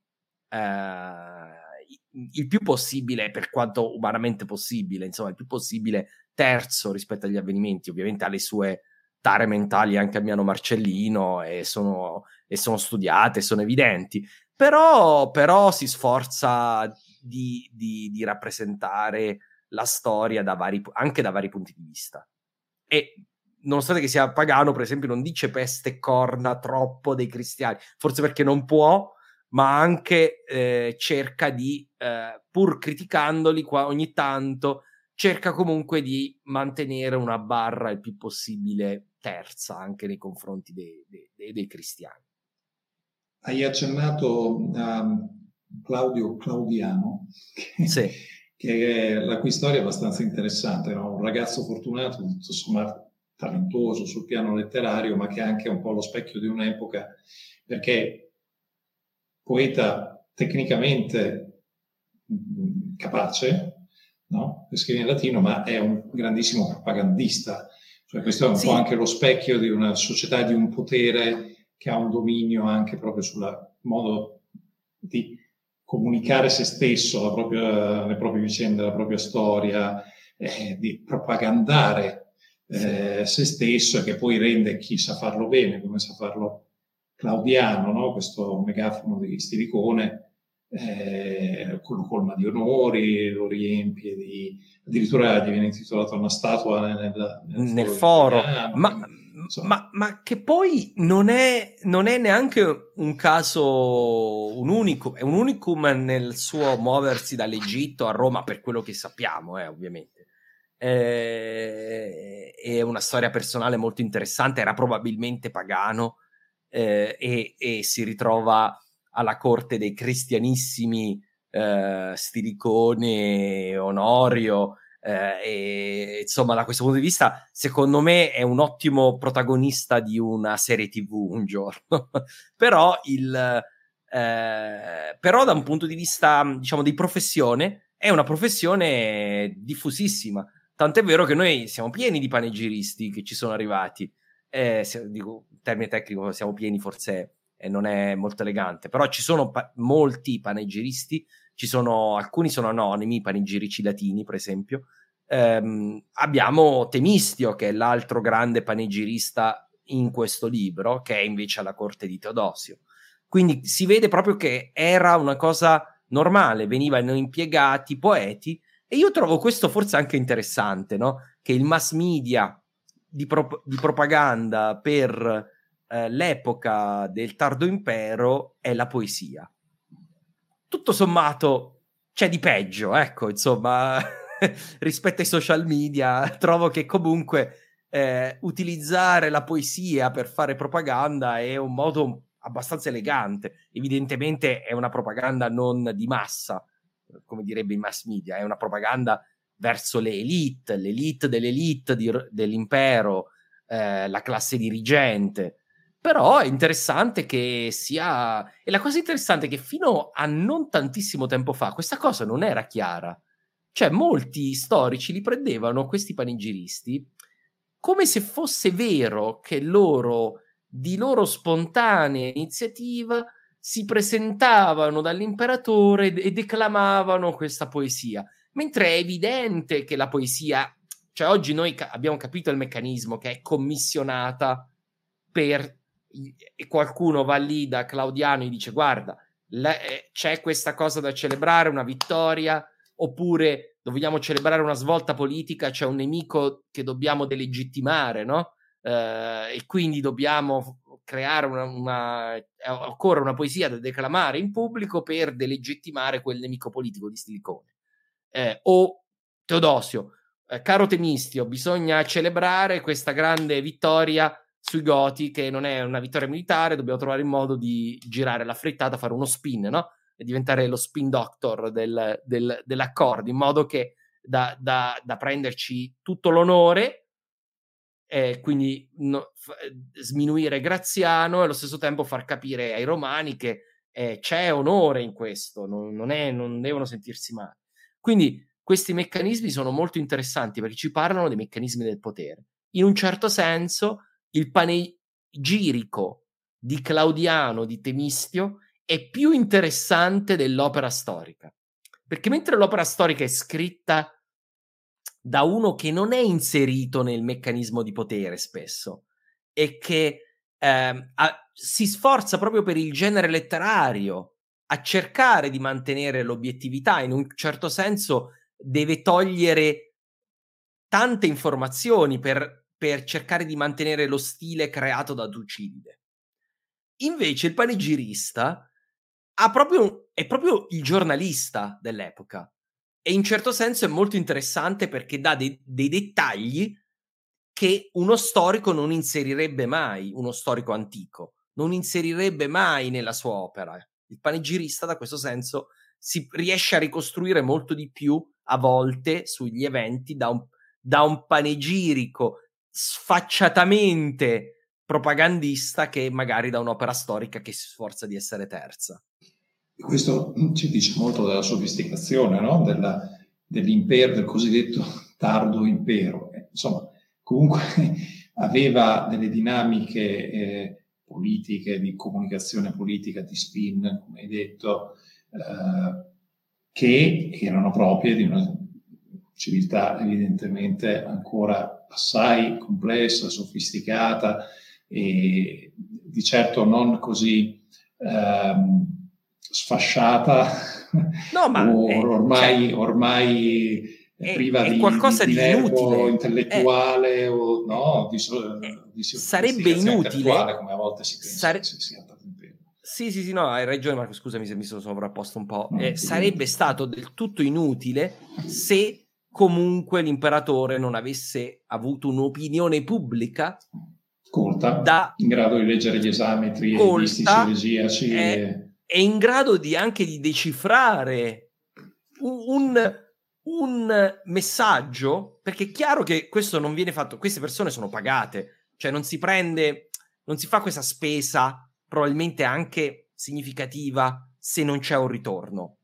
eh, il più possibile, per quanto umanamente possibile, insomma il più possibile terzo rispetto agli avvenimenti. Ovviamente ha le sue tare mentali anche Ammiano Marcellino, e sono, e sono studiate, sono evidenti, però, però si sforza di, di, di rappresentare la storia da vari, anche da vari punti di vista. E nonostante che sia pagano, per esempio, non dice peste e corna troppo dei cristiani, forse perché non può, ma anche eh, cerca di, eh, pur criticandoli qua ogni tanto, cerca comunque di mantenere una barra il più possibile terza anche nei confronti dei, dei, dei cristiani. Hai accennato a Claudio Claudiano, che, sì. che è, la cui storia è abbastanza interessante, no? Un ragazzo fortunato, tutto sommato talentuoso sul piano letterario, ma che è anche un po' lo specchio di un'epoca, perché poeta tecnicamente mh, capace, no? Scrive in latino, ma è un grandissimo propagandista. Cioè, questo è un sì. po' anche lo specchio di una società, di un potere che ha un dominio anche proprio sul modo di comunicare se stesso, la propria, le proprie vicende, la propria storia, eh, di propagandare eh, se stesso, e che poi rende chi sa farlo bene, come sa farlo Claudiano, no? Questo megafono di Stilicone, eh, lo colma di onori, lo riempie di... addirittura gli viene intitolata una statua nel, nel, nel foro, foro ma, insomma. ma, ma che poi non è, non è neanche un caso, un unicum, è un unicum nel suo muoversi dall'Egitto a Roma, per quello che sappiamo, eh, ovviamente. Eh, è una storia personale molto interessante, era probabilmente pagano, eh, e, e si ritrova alla corte dei cristianissimi eh, Stilicone, Onorio, eh, e insomma, da questo punto di vista secondo me è un ottimo protagonista di una serie tivù un giorno. però il eh, però da un punto di vista, diciamo, di professione, è una professione diffusissima, tant'è vero che noi siamo pieni di panegiristi che ci sono arrivati, eh, se, dico, in termine tecnico siamo pieni, forse e non è molto elegante, però ci sono pa- molti panegiristi, ci sono, alcuni sono anonimi, panegirici latini per esempio. Ehm, abbiamo Temistio, che è l'altro grande panegirista in questo libro, che è invece alla corte di Teodosio, quindi si vede proprio che era una cosa normale, venivano impiegati poeti, e io trovo questo forse anche interessante, no? Che il mass media di, pro- di propaganda per Eh, l'epoca del tardo impero è la poesia. Tutto sommato c'è di peggio, ecco, insomma, rispetto ai social media. Trovo che comunque eh, utilizzare la poesia per fare propaganda è un modo abbastanza elegante. Evidentemente è una propaganda non di massa, come direbbe i mass media, è una propaganda verso le elite, l'elite dell'elite di, dell'impero, eh, la classe dirigente. Però è interessante che sia... E la cosa interessante è che fino a non tantissimo tempo fa questa cosa non era chiara. Cioè, molti storici li prendevano, questi panegiristi, come se fosse vero che loro, di loro spontanea iniziativa, si presentavano dall'imperatore e declamavano questa poesia. Mentre è evidente che la poesia... Cioè, oggi noi ca- abbiamo capito il meccanismo, che è commissionata per... e qualcuno va lì da Claudiano e dice: guarda, la, eh, c'è questa cosa da celebrare, una vittoria, oppure vogliamo celebrare una svolta politica, c'è un nemico che dobbiamo delegittimare, no? Eh, e quindi dobbiamo creare una, una eh, occorre una poesia da declamare in pubblico per delegittimare quel nemico politico di Stilicone. Eh, o Teodosio, eh, caro Temistio, bisogna celebrare questa grande vittoria sui Goti, che non è una vittoria militare, dobbiamo trovare il modo di girare la frittata, fare uno spin, no? E diventare lo spin doctor del, del, dell'accordo, in modo che da, da, da prenderci tutto l'onore, eh, quindi no, f- sminuire Graziano, e allo stesso tempo far capire ai romani che eh, c'è onore in questo, non, non, è, non devono sentirsi male. Quindi questi meccanismi sono molto interessanti, perché ci parlano dei meccanismi del potere. In un certo senso il panegirico di Claudiano, di Temistio, è più interessante dell'opera storica, perché mentre l'opera storica è scritta da uno che non è inserito nel meccanismo di potere spesso, e che eh, a, si sforza proprio per il genere letterario a cercare di mantenere l'obiettività, in un certo senso deve togliere tante informazioni per per cercare di mantenere lo stile creato da Tucidide. Invece il panegirista ha proprio, è proprio il giornalista dell'epoca, e in certo senso è molto interessante perché dà dei, dei dettagli che uno storico non inserirebbe mai, uno storico antico, non inserirebbe mai nella sua opera. Il panegirista, da questo senso, si riesce a ricostruire molto di più a volte sugli eventi da un, da un panegirico sfacciatamente propagandista che magari da un'opera storica che si sforza di essere terza. Questo ci dice molto della sofisticazione, no? Della, dell'impero, del cosiddetto tardo impero. Eh, insomma, comunque aveva delle dinamiche eh, politiche, di comunicazione politica, di spin, come hai detto, eh, che erano proprie di una civiltà evidentemente ancora assai complessa, sofisticata e di certo non così ehm, sfasciata, no, ma o è, ormai, cioè, ormai è, priva è di, qualcosa di, di, di nervo inutile. intellettuale è, o no, di, è, di sarebbe intellettuale, come a inutile. volte si pensa Sare- che si sia andato in tempo. Sì, sì, sì, no, hai ragione Marco, scusami se mi sono sovrapposto un po'. No, Eh, sarebbe stato del tutto inutile se comunque l'imperatore non avesse avuto un'opinione pubblica colta, da in grado di leggere gli esametri e i distici colta elegiaci è, e... è in grado di anche di decifrare un, un, un messaggio, perché è chiaro che questo non viene fatto, queste persone sono pagate, cioè non si prende, non si fa questa spesa probabilmente anche significativa se non c'è un ritorno.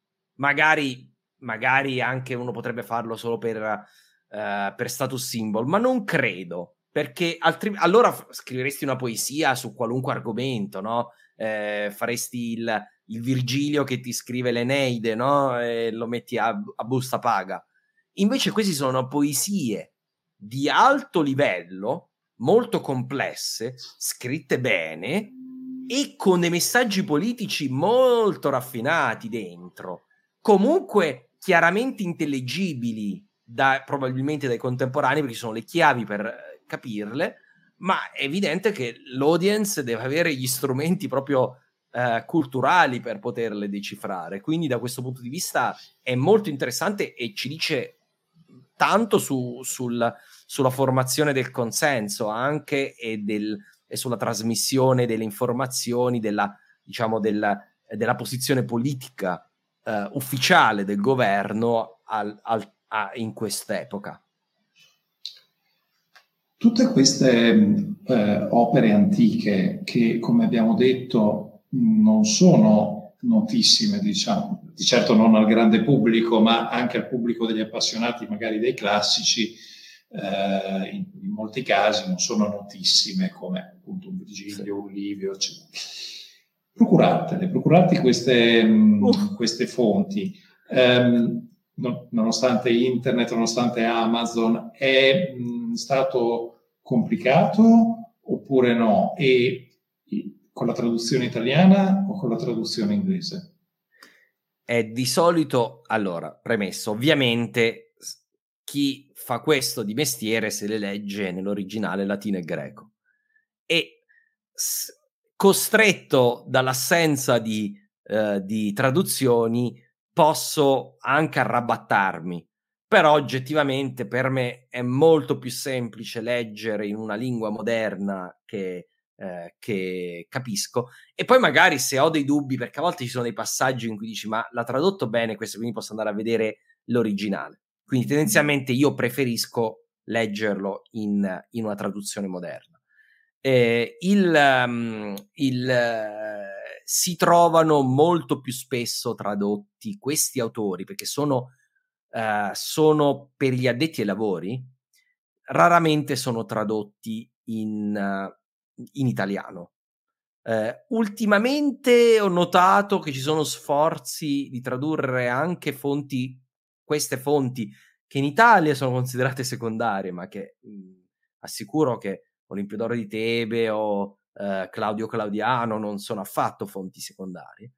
Magari, magari anche uno potrebbe farlo solo per, uh, per status symbol, ma non credo, perché altri... allora scriveresti una poesia su qualunque argomento, no? Eh, faresti il, il Virgilio che ti scrive l'Eneide, no? E lo metti a, a busta paga. Invece queste sono poesie di alto livello, molto complesse, scritte bene e con dei messaggi politici molto raffinati dentro, comunque chiaramente intellegibili da, probabilmente dai contemporanei, perché sono le chiavi per capirle, ma è evidente che l'audience deve avere gli strumenti proprio eh, culturali per poterle decifrare, quindi da questo punto di vista è molto interessante e ci dice tanto su, sul, sulla formazione del consenso anche e, del, e sulla trasmissione delle informazioni, della, diciamo, della, della posizione politica Uh, ufficiale del governo al, al, a, in quest'epoca. Tutte queste eh, opere antiche che, come abbiamo detto, non sono notissime, diciamo, di certo non al grande pubblico, ma anche al pubblico degli appassionati magari dei classici, eh, in, in molti casi non sono notissime, come appunto un Virgilio, un Livio, eccetera. Procuratele, procurati queste, uh. queste fonti. Um, no, nonostante internet, nonostante Amazon, è mh, stato complicato oppure no? E con la traduzione italiana o con la traduzione inglese? È di solito, allora, premesso, ovviamente chi fa questo di mestiere se le legge nell'originale latino e greco. E s- costretto dall'assenza di, eh, di traduzioni, posso anche arrabattarmi, però oggettivamente per me è molto più semplice leggere in una lingua moderna che, eh, che capisco, e poi magari se ho dei dubbi, perché a volte ci sono dei passaggi in cui dici ma l'ha tradotto bene questo, quindi posso andare a vedere l'originale, quindi tendenzialmente io preferisco leggerlo in, in una traduzione moderna. Eh, il, um, il, uh, si trovano molto più spesso tradotti questi autori, perché sono, uh, sono per gli addetti ai lavori, raramente sono tradotti in, uh, in italiano. Uh, ultimamente ho notato che ci sono sforzi di tradurre anche fonti, queste fonti che in Italia sono considerate secondarie, ma che mh, assicuro che Olimpiodoro di Tebe o eh, Claudio Claudiano non sono affatto fonti secondarie,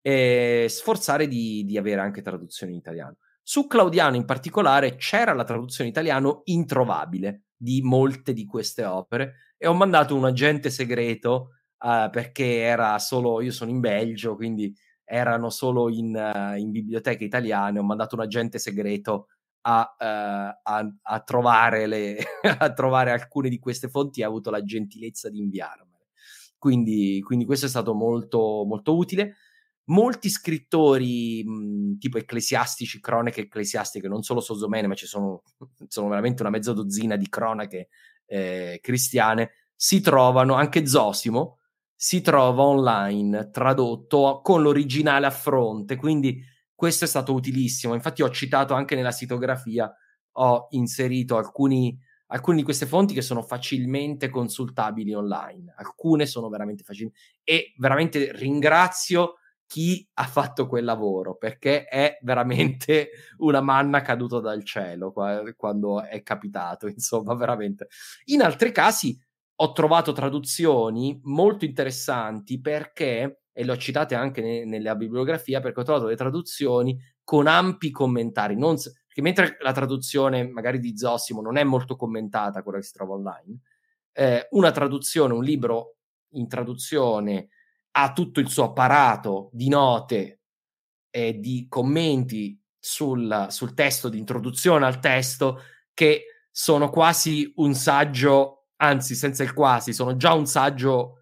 e sforzare di, di avere anche traduzione in italiano. Su Claudiano in particolare c'era la traduzione in italiano introvabile di molte di queste opere, e ho mandato un agente segreto uh, perché era solo, io sono in Belgio, quindi erano solo in, uh, in biblioteche italiane, ho mandato un agente segreto A, uh, a, a, trovare le, a trovare alcune di queste fonti, e ha avuto la gentilezza di inviarmele. Quindi, quindi questo è stato molto, molto utile. Molti scrittori mh, tipo ecclesiastici, cronache ecclesiastiche, non solo Sosomene, ma ci sono, sono veramente una mezza dozzina di cronache eh, cristiane, si trovano, anche Zosimo si trova online tradotto con l'originale a fronte, quindi questo è stato utilissimo. Infatti ho citato anche nella sitografia, ho inserito alcuni, alcune di queste fonti che sono facilmente consultabili online. Alcune sono veramente facili, e veramente ringrazio chi ha fatto quel lavoro, perché è veramente una manna caduta dal cielo quando è capitato, insomma, veramente. In altri casi ho trovato traduzioni molto interessanti perché, e le ho citate anche ne, nella bibliografia, perché ho trovato le traduzioni con ampi commentari, non, perché mentre la traduzione magari di Zosimo non è molto commentata, quella che si trova online, eh, una traduzione, un libro in traduzione ha tutto il suo apparato di note e di commenti sul, sul testo, di introduzione al testo, che sono quasi un saggio, anzi senza il quasi, sono già un saggio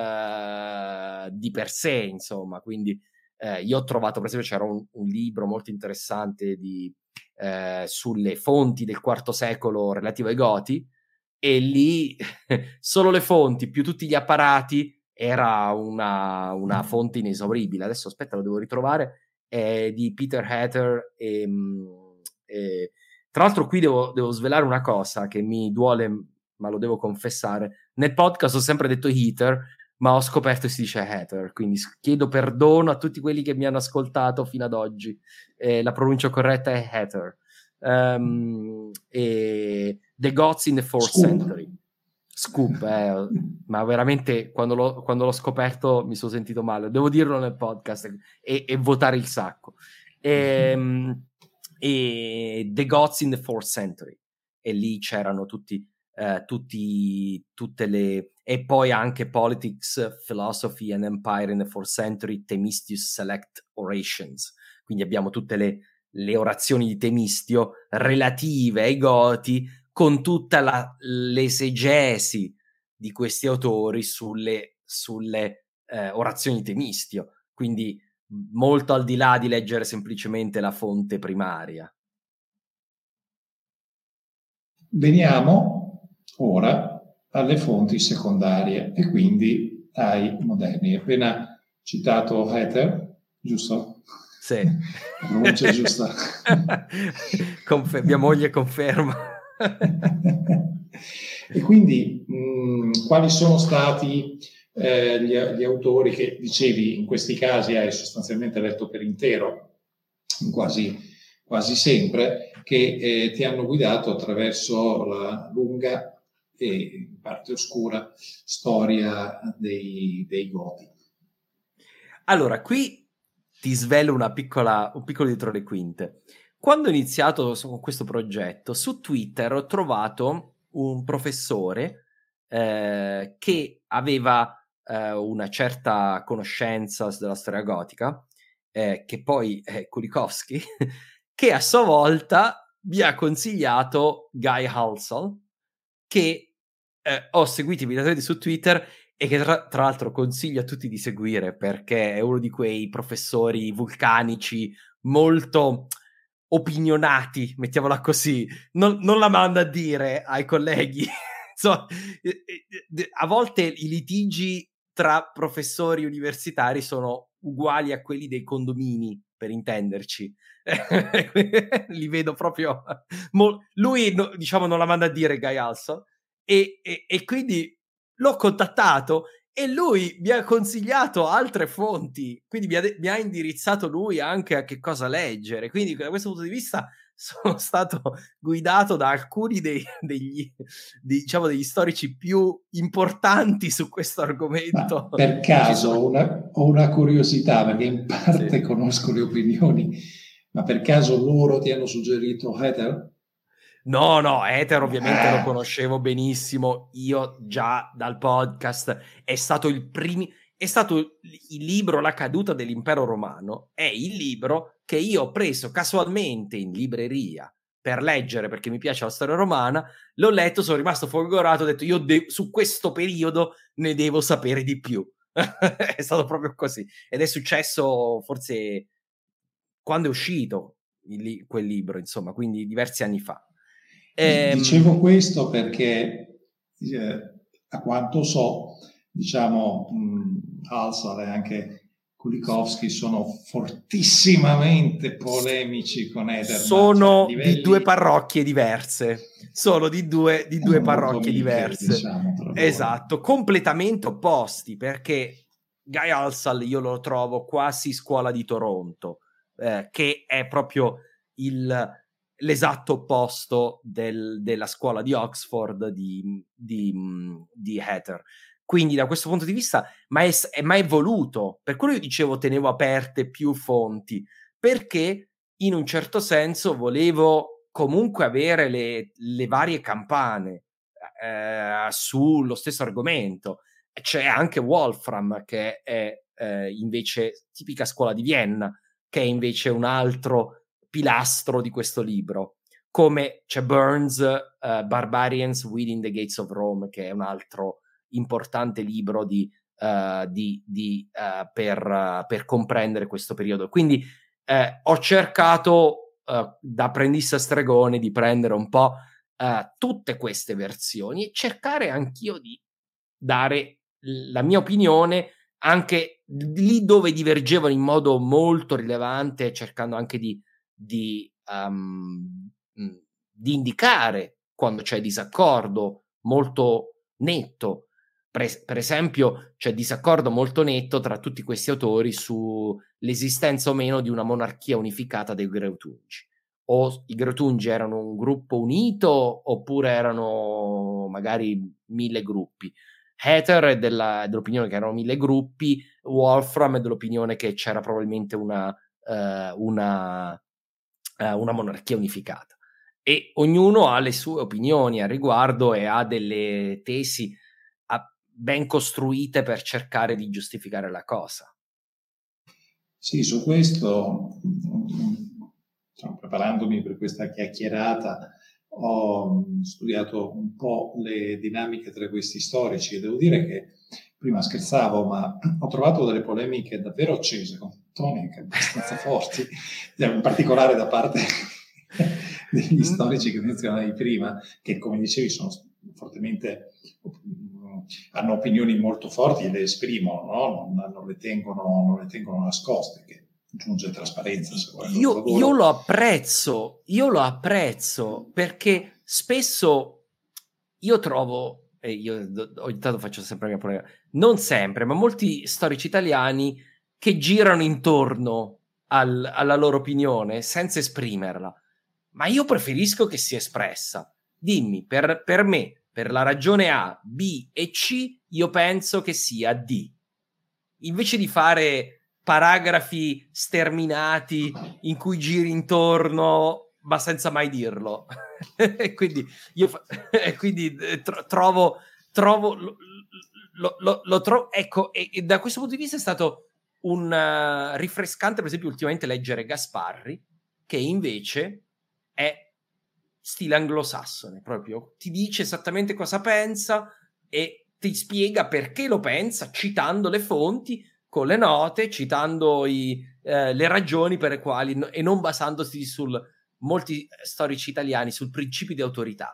eh, di per sé, insomma. Quindi eh, io ho trovato, per esempio, c'era un, un libro molto interessante di, eh, sulle fonti del quarto secolo relative ai Goti, e lì solo le fonti più tutti gli apparati era una, una fonte inesauribile. Adesso aspetta, lo devo ritrovare, è di Peter Hatter e, e tra l'altro qui devo, devo svelare una cosa che mi duole, ma lo devo confessare. Nel podcast ho sempre detto Heater, ma ho scoperto che si dice Hatter, quindi chiedo perdono a tutti quelli che mi hanno ascoltato fino ad oggi. Eh, la pronuncia corretta è Hatter. Um, e The Gods in the fourth Scoop. Century. Scoop, eh, ma veramente quando l'ho, quando l'ho scoperto mi sono sentito male, devo dirlo nel podcast e, e votare il sacco. E, e The Gods in the fourth Century, e lì c'erano tutti, eh, tutti tutte le, e poi anche Politics, Philosophy and Empire in the fourth Century, Themistius Select Orations, quindi abbiamo tutte le, le orazioni di Temistio relative ai Goti, con tutta la, l'esegesi di questi autori sulle, sulle eh, orazioni di Temistio, quindi molto al di là di leggere semplicemente la fonte primaria. Veniamo ora alle fonti secondarie e quindi ai moderni. Appena citato Hatter, giusto? Sì. La pronuncia è giusta. Confer- mia moglie conferma. E quindi mh, quali sono stati eh, gli, gli autori che dicevi in questi casi hai sostanzialmente letto per intero, quasi, quasi sempre, che eh, ti hanno guidato attraverso la lunga e in parte oscura storia dei, dei Goti? Allora, qui ti svelo una piccola, un piccolo dietro le quinte. Quando ho iniziato con questo progetto, su Twitter ho trovato un professore eh, che aveva eh, una certa conoscenza della storia gotica, eh, che poi è Kulikovsky, che a sua volta mi ha consigliato Guy Halsall, che eh, ho seguito immediatamente su Twitter e che tra, tra l'altro consiglio a tutti di seguire, perché è uno di quei professori vulcanici molto opinionati, mettiamola così, non, non la manda a dire ai colleghi. Insomma, a volte i litigi tra professori universitari sono uguali a quelli dei condomini, per intenderci. Li vedo proprio... Lui, diciamo, non la manda a dire, Guy Halsall, e, e, e quindi l'ho contattato e lui mi ha consigliato altre fonti, quindi mi ha, mi ha indirizzato lui anche a che cosa leggere. Quindi da questo punto di vista sono stato guidato da alcuni dei, degli, dei, diciamo, degli storici più importanti su questo argomento. Ma per caso ho una, ho una curiosità, perché in parte sì. conosco le opinioni, ma per caso loro ti hanno suggerito Hatter? No, no, Hatter ovviamente eh. lo conoscevo benissimo, io già dal podcast. È stato il primo, è stato il libro La caduta dell'impero romano, è il libro che io ho preso casualmente in libreria per leggere, perché mi piace la storia romana, l'ho letto, sono rimasto folgorato, ho detto io de- su questo periodo ne devo sapere di più. È stato proprio così, ed è successo forse quando è uscito il, quel libro, insomma, quindi diversi anni fa. Dicevo questo perché eh, a quanto so, diciamo, Halsall e anche Kulikovsky sono fortissimamente polemici con Hatter. Sono cioè, livelli... di due parrocchie diverse. Sono di due, di due parrocchie diverse. Diciamo, esatto, completamente opposti, perché Guy Halsall io lo trovo quasi Scuola di Toronto, eh, che è proprio il, l'esatto opposto del, della scuola di Oxford di, di, di Heather. Quindi da questo punto di vista, ma è, è mai voluto, per quello io dicevo tenevo aperte più fonti, perché in un certo senso volevo comunque avere le, le varie campane eh, sullo stesso argomento. C'è anche Wolfram, che è eh, invece tipica scuola di Vienna, che è invece un altro pilastro di questo libro, come c'è Burns, uh, Barbarians Within the Gates of Rome, che è un altro importante libro di, uh, di, di, uh, per, uh, per comprendere questo periodo. Quindi uh, ho cercato uh, da apprendista stregone di prendere un po' uh, tutte queste versioni e cercare anch'io di dare la mia opinione anche lì dove divergevano in modo molto rilevante, cercando anche di, di, um, di indicare quando c'è disaccordo molto netto. Per, per esempio c'è disaccordo molto netto tra tutti questi autori sull'esistenza o meno di una monarchia unificata dei Greutungi, o i Greutungi erano un gruppo unito oppure erano magari mille gruppi. Heather è della, dell'opinione che erano mille gruppi, Wolfram è dell'opinione che c'era probabilmente una, uh, una, uh, una monarchia unificata. E ognuno ha le sue opinioni al riguardo e ha delle tesi ben costruite per cercare di giustificare la cosa. Sì, su questo, diciamo, preparandomi per questa chiacchierata, ho studiato un po' le dinamiche tra questi storici e devo dire che prima scherzavo, ma ho trovato delle polemiche davvero accese, con toni anche abbastanza forti, in particolare da parte degli storici che menzionavi prima, che come dicevi sono fortemente, hanno opinioni molto forti e le esprimono, no? non, non, le tengono, non le tengono nascoste, che aggiunge trasparenza. Se vuoi, io, io lo apprezzo, io lo apprezzo perché spesso io trovo, e io ogni tanto faccio sempre la mia polemica, non sempre, ma molti storici italiani che girano intorno al, alla loro opinione senza esprimerla, ma io preferisco che sia espressa. Dimmi, per, per me, per la ragione A, B e C, io penso che sia D. Invece di fare paragrafi sterminati in cui giri intorno, ma senza mai dirlo. E quindi io e quindi tro- trovo, trovo lo, lo, lo, lo trovo, ecco, e, e da questo punto di vista è stato un uh, rinfrescante, per esempio, ultimamente leggere Gasparri, che invece è stile anglosassone, proprio ti dice esattamente cosa pensa e ti spiega perché lo pensa, citando le fonti, con le note, citando i, eh, le ragioni per le quali, no, e non basandosi sul molti storici italiani sul principio di autorità,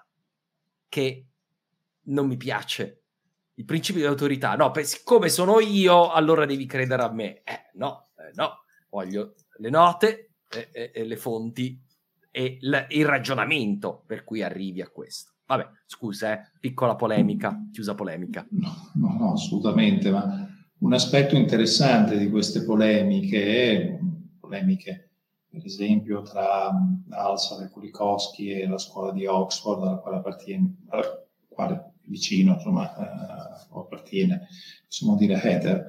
che non mi piace. Il principio di autorità, no, per, siccome sono io, allora devi credere a me. Eh, no, eh, no, voglio le note e, e, e le fonti e l- il ragionamento per cui arrivi a questo. Vabbè, scusa, eh, piccola polemica, chiusa polemica. No, no, no, assolutamente, ma un aspetto interessante di queste polemiche è, polemiche per esempio tra Halsall e Kulikowski e la scuola di Oxford, alla quale appartiene, alla quale vicino, insomma, eh, appartiene, possiamo dire, Heather,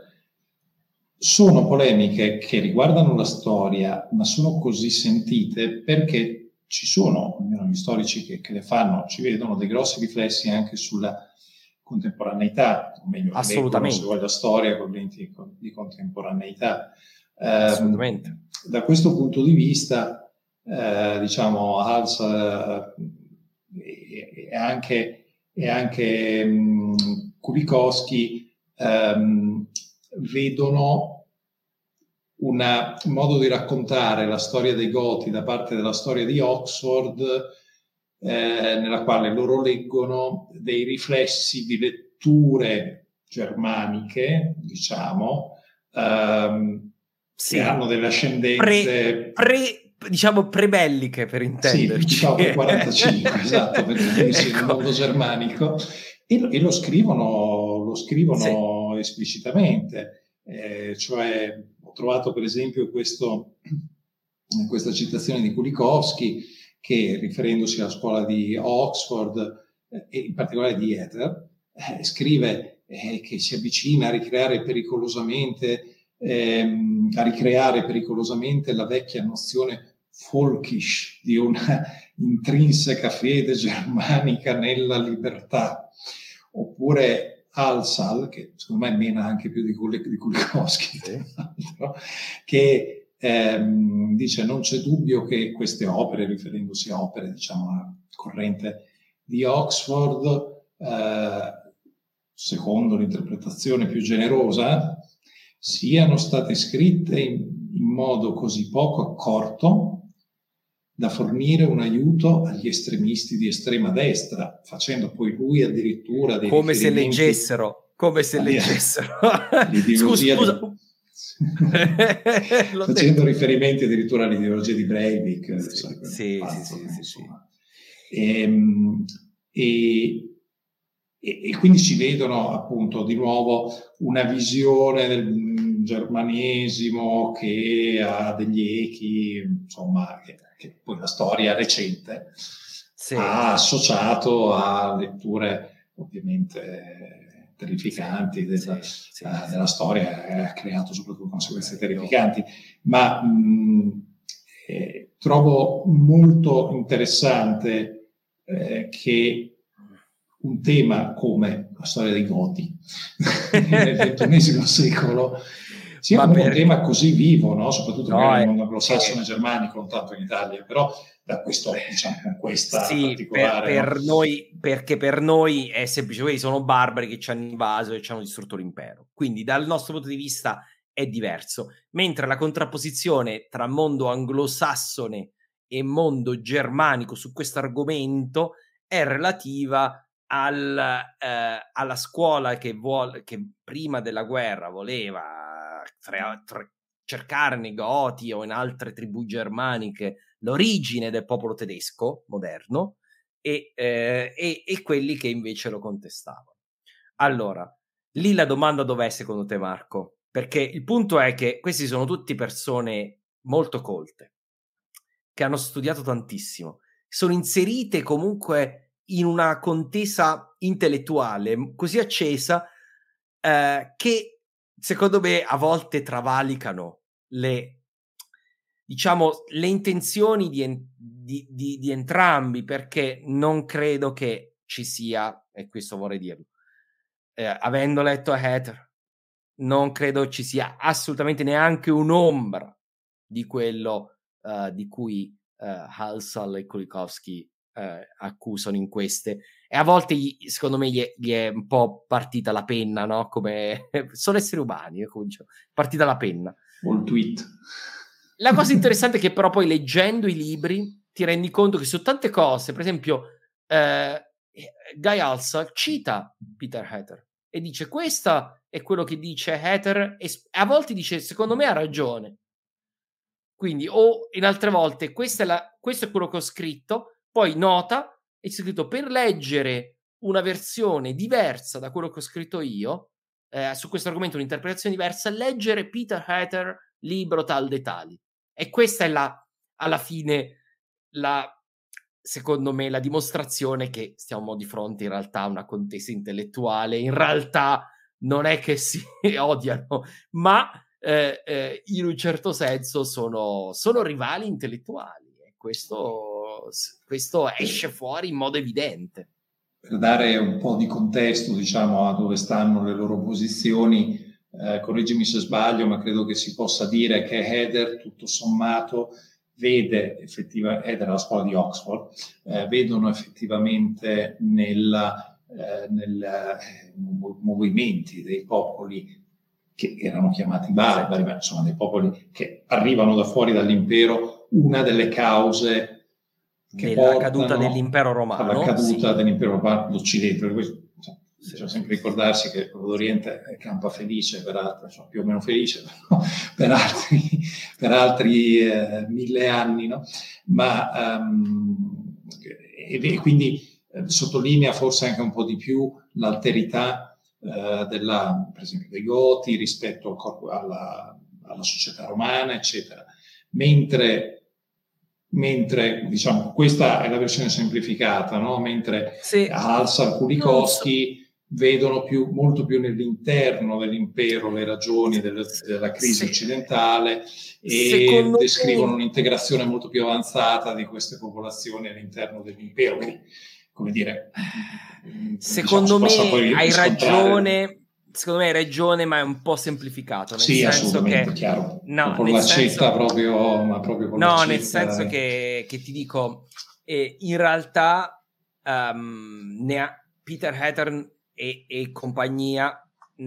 sono polemiche che riguardano la storia, ma sono così sentite perché ci sono, almeno gli storici che, che le fanno, ci vedono dei grossi riflessi anche sulla contemporaneità, o meglio, assolutamente, leggono, se vuoi, la storia con lenti di contemporaneità. Eh, assolutamente. Da questo punto di vista, eh, diciamo, Halsall e anche, e anche um, Kulikowski um, vedono una, un modo di raccontare la storia dei Goti da parte della storia di Oxford, eh, nella quale loro leggono dei riflessi di letture germaniche, diciamo, um, sì, che hanno delle ascendenze... Pre, pre, diciamo prebelliche, per intenderci. Sì, diciamo per quarantacinque, esatto, per capirsi ecco. Nel mondo germanico. E, e lo scrivono, lo scrivono sì. esplicitamente. eh, cioè ho trovato per esempio questo, questa citazione di Kulikowski che, riferendosi alla scuola di Oxford eh, e in particolare di Heather, eh, scrive eh, che si avvicina a ricreare pericolosamente ehm, a ricreare pericolosamente la vecchia nozione folkish di una intrinseca fede germanica nella libertà. Oppure Halsall, che secondo me mena anche più di, Kul- di Kulikowski, sì. che ehm, dice: non c'è dubbio che queste opere, riferendosi a opere, diciamo, a corrente di Oxford, eh, secondo l'interpretazione più generosa, siano state scritte in, in modo così poco accorto da fornire un aiuto agli estremisti di estrema destra, facendo poi lui addirittura dei come se riferimenti... leggessero, come se leggessero. L'ideologia scusa, di... scusa. facendo riferimenti addirittura all'ideologia di Breivik. Sì, sai, sì, pazzo, sì, sì, sì. E, e, e quindi si vedono appunto di nuovo una visione del germanesimo che ha degli echi, insomma, che, che poi la storia recente sì. ha associato a letture ovviamente terrificanti sì, della, sì, sì, uh, della storia e ha creato soprattutto conseguenze sì, terrificanti. Ma mh, eh, trovo molto interessante eh, che un tema come la storia dei Goti nel ventunesimo secolo sia comunque per... un tema così vivo, no? Soprattutto no, nel mondo anglosassone che... germanico, non tanto in Italia, però da questo, diciamo, con questa sì, particolare... per, per no? noi, perché per noi è semplice, quelli sono barbari che ci hanno invaso e ci hanno distrutto l'impero, quindi dal nostro punto di vista è diverso, mentre la contrapposizione tra mondo anglosassone e mondo germanico su questo argomento è relativa al, eh, alla scuola che, vuole, che prima della guerra voleva tre, tre, cercare nei Goti o in altre tribù germaniche l'origine del popolo tedesco moderno e, eh, e, e quelli che invece lo contestavano. Allora, lì la domanda dov'è secondo te, Marco? Perché il punto è che questi sono tutti persone molto colte, che hanno studiato tantissimo, sono inserite comunque in una contesa intellettuale così accesa eh, che secondo me a volte travalicano le, diciamo, le intenzioni di, en- di, di, di entrambi, perché non credo che ci sia, e questo vorrei dirlo, eh, avendo letto Heather, non credo ci sia assolutamente neanche un'ombra di quello uh, di cui uh, Halsall e Kulikowski uh, accusano in queste, e a volte gli, secondo me gli è, gli è un po' partita la penna, no? Come sono esseri umani, come dicevo, partita la penna. Un tweet. La cosa interessante è che però poi leggendo i libri ti rendi conto che su tante cose, per esempio uh, Guy Halsall cita Peter Heather e dice: questa è quello che dice Heather, e a volte dice secondo me ha ragione, quindi, o in altre volte questa è la, questo è quello che ho scritto, poi nota e c'è scritto: per leggere una versione diversa da quello che ho scritto io eh, su questo argomento, un'interpretazione diversa, leggere Peter Heather, libro tal dei tali. E questa è la, alla fine la, secondo me, la dimostrazione che stiamo di fronte in realtà a una contesa intellettuale. In realtà non è che si odiano, ma eh, eh, in un certo senso sono, sono rivali intellettuali, e questo, questo esce fuori in modo evidente. Per dare un po' di contesto, diciamo, a dove stanno le loro posizioni, eh, correggimi se sbaglio, ma credo che si possa dire che Heather, tutto sommato, vede effettivamente, Heather alla scuola di Oxford, eh, vedono effettivamente nella, eh, nel eh, movimenti dei popoli che erano chiamati barbari, ma insomma dei popoli che arrivano da fuori dall'impero, una delle cause che della caduta dell'impero romano, alla caduta sì. dell'impero romano d'Occidente. Questo, insomma, sì, bisogna sì, sempre sì, ricordarsi sì. che quello d'Oriente è campa felice, per altri, insomma, più o meno felice, no? per altri, per altri eh, mille anni, no? Ma um, e, e quindi eh, sottolinea forse anche un po' di più l'alterità eh, della, per esempio dei Goti rispetto al corpo, alla, alla società romana, eccetera. Mentre, mentre diciamo, questa è la versione semplificata, no? Mentre sì. Halsall, Kulikowski vedono più, molto più nell'interno dell'impero le ragioni delle, della crisi sì. occidentale e Secondo descrivono me... un'integrazione molto più avanzata di queste popolazioni all'interno dell'impero. Quindi, come dire, secondo diciamo, me hai riscontrare... ragione, secondo me hai ragione, ma è un po' semplificato. Nel sì, senso assolutamente, che... chiaro. No, con nel l'accetta senso... proprio, ma proprio con no, l'accetta... nel senso che, che ti dico, eh, in realtà um, ne ha Peter Hearn e, e compagnia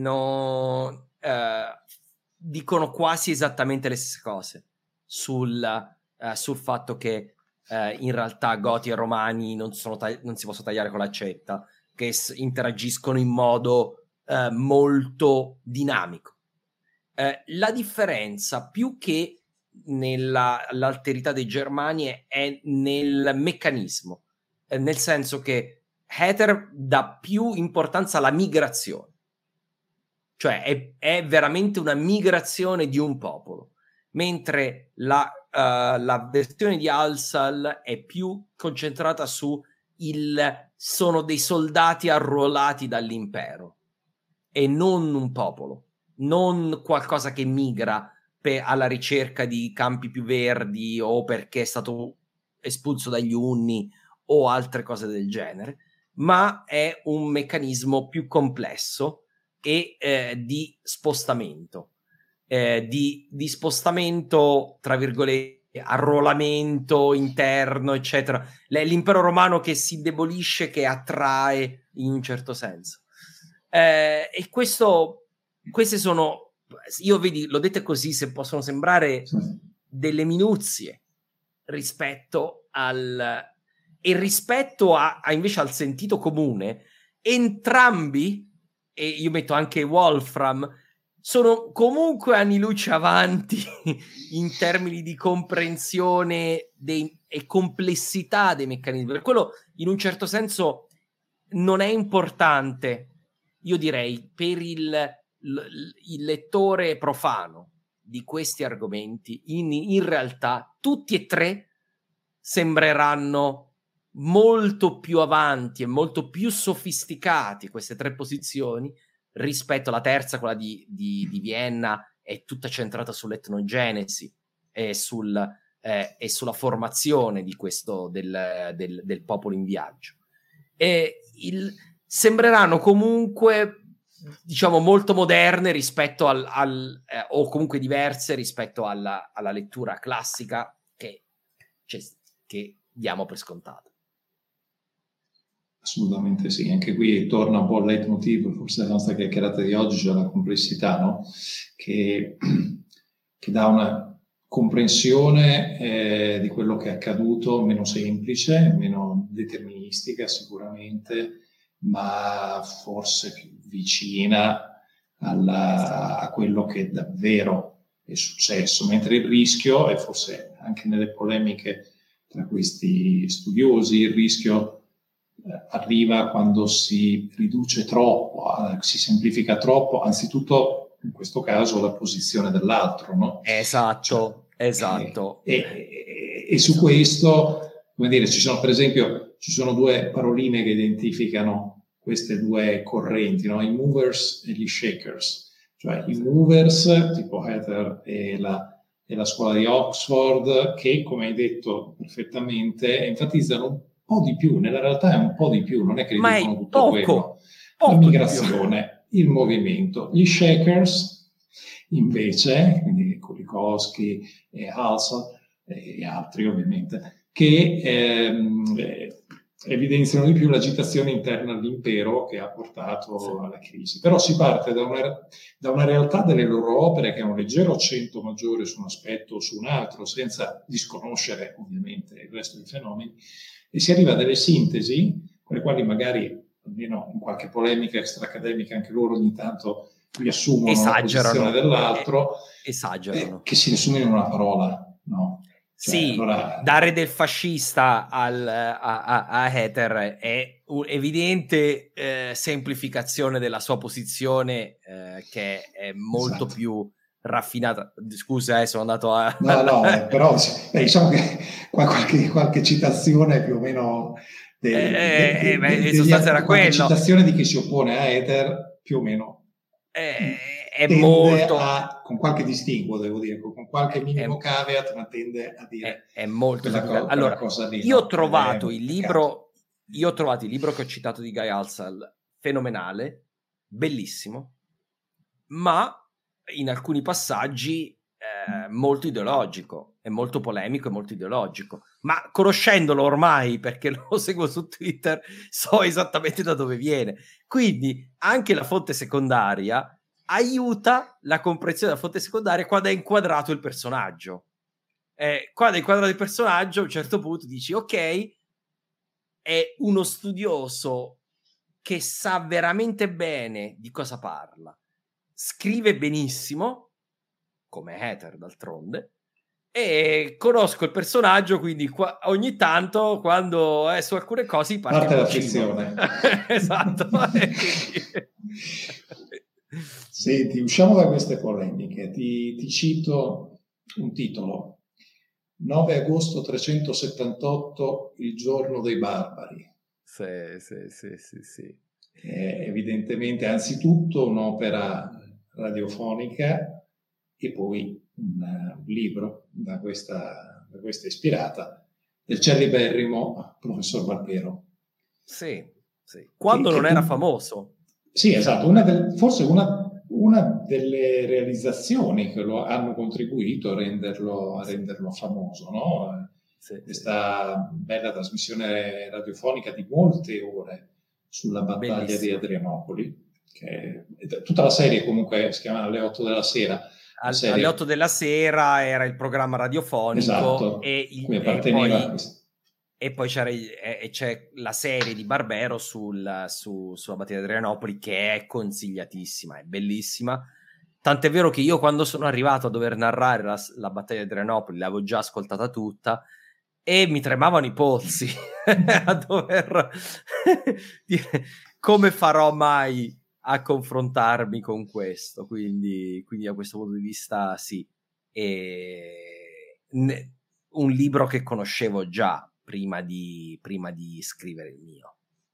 no, eh, dicono quasi esattamente le stesse cose sul, eh, sul fatto che eh, in realtà Goti e Romani non, sono tagli- non si possono tagliare con l'accetta, che s- interagiscono in modo eh, molto dinamico. Eh, la differenza, più che nell'alterità dei Germani, è nel meccanismo, eh, nel senso che Heather dà più importanza alla migrazione, cioè è, è veramente una migrazione di un popolo, mentre la, uh, la versione di Halsall è più concentrata su il sono dei soldati arruolati dall'impero e non un popolo, non qualcosa che migra per, alla ricerca di campi più verdi o perché è stato espulso dagli Unni o altre cose del genere, ma è un meccanismo più complesso e eh, di spostamento, eh, di, di spostamento, tra virgolette, arruolamento interno, eccetera. L- l'impero romano che si indebolisce, che attrae in un certo senso. Eh, e questo, queste sono, io vedi, l'ho dette così, se possono sembrare delle minuzie rispetto al e rispetto a, a invece al sentito comune, entrambi, e io metto anche Wolfram, sono comunque anni luce avanti in termini di comprensione dei, e complessità dei meccanismi. Per quello, in un certo senso, non è importante, io direi, per il, il, il lettore profano di questi argomenti, in, in realtà tutti e tre sembreranno molto più avanti e molto più sofisticati, queste tre posizioni, rispetto alla terza, quella di, di, di Vienna, è tutta centrata sull'etnogenesi e, sul, eh, e sulla formazione di questo del, del, del popolo in viaggio. E il, sembreranno comunque, diciamo, molto moderne rispetto al, al eh, o comunque diverse rispetto alla, alla lettura classica che, cioè, che diamo per scontato. Assolutamente sì, anche qui torna un po' il leitmotiv forse della nostra chiacchierata di oggi, cioè la complessità, no? Che, che dà una comprensione eh, di quello che è accaduto meno semplice, meno deterministica sicuramente, ma forse più vicina alla, a quello che davvero è successo, mentre il rischio, e forse anche nelle polemiche tra questi studiosi, il rischio arriva quando si riduce troppo, si semplifica troppo, anzitutto in questo caso la posizione dell'altro, no? Esatto, cioè, esatto. E, e, e su questo, come dire, ci sono per esempio, ci sono due paroline che identificano queste due correnti, no? I movers e gli shakers. Cioè i movers, tipo Heather e la, e la scuola di Oxford, che come hai detto perfettamente, enfatizzano un po' di più, nella realtà è un po' di più, non è che riducono tutto poco, quello. Poco la migrazione, il movimento. Gli shakers invece, quindi Kulikowski e Halsall e altri ovviamente, che ehm, eh, evidenziano di più l'agitazione interna all'impero che ha portato sì. alla crisi. Però si parte da una, da una realtà delle loro opere che ha un leggero accento maggiore su un aspetto o su un altro, senza disconoscere ovviamente il resto dei fenomeni, e si arriva a delle sintesi con le quali magari, almeno in qualche polemica extra-accademica, anche loro ogni tanto riassumono esagerano, la posizione dell'altro, esagerano. Eh, che si riassume in una parola, no? Cioè, sì, allora... dare del fascista al, a, a, a Heather è un'evidente eh, semplificazione della sua posizione, eh, che è molto esatto. più raffinata. Scusa, eh, sono andato a... No, no, eh, però beh, diciamo che qua qualche, qualche citazione più o meno... De, eh, de, de, eh, beh, de, in sostanza de, era qualche quello. citazione di chi si oppone a Heather più o meno Eh, è tende molto... a, con qualche distinguo, devo dire, con qualche minimo è, caveat, ma tende a dire è, è molto quella, co- allora, cosa lì. io No? ho trovato eh, il libro io ho trovato il libro che ho citato di Guy Halsall fenomenale, bellissimo, ma in alcuni passaggi eh, molto ideologico, è molto polemico e molto ideologico, ma conoscendolo ormai, perché lo seguo su Twitter, so esattamente da dove viene, quindi anche la fonte secondaria aiuta la comprensione della fonte secondaria quando è inquadrato il personaggio. Eh, quando è inquadrato il personaggio, a un certo punto dici ok, è uno studioso che sa veramente bene di cosa parla, scrive benissimo, come Heather d'altronde, e conosco il personaggio, quindi qua, ogni tanto quando è su alcune cose parte, parte la frizione. Esatto. Senti, usciamo da queste polemiche, ti, ti cito un titolo: nove agosto trecentosettantotto, il giorno dei barbari. Sì, sì, sì, sì, sì. È evidentemente anzitutto un'opera radiofonica e poi un, un libro da questa, da questa ispirata del celeberrimo professor Barbero. Sì, sì. Quando che, non che era tu... famoso. Sì, esatto, una del, forse una, una delle realizzazioni che lo hanno contribuito a renderlo, a renderlo famoso, no? Sì, questa sì. bella trasmissione radiofonica di molte ore sulla battaglia Bellissimo. di Adrianopoli, che tutta la serie comunque si chiama Alle otto della sera. Al, serie... Alle otto della sera era il programma radiofonico, esatto, e, il, cui apparteneva e poi, e poi c'era il, e c'è la serie di Barbero sul, su, sulla battaglia di Adrianopoli, che è consigliatissima, è bellissima. Tant'è vero che io, quando sono arrivato a dover narrare la, la battaglia di Adrianopoli, l'avevo già ascoltata tutta e mi tremavano i polsi a dover dire come farò mai a confrontarmi con questo, quindi, quindi da questo punto di vista sì, e ne, un libro che conoscevo già prima di, prima di scrivere il mio.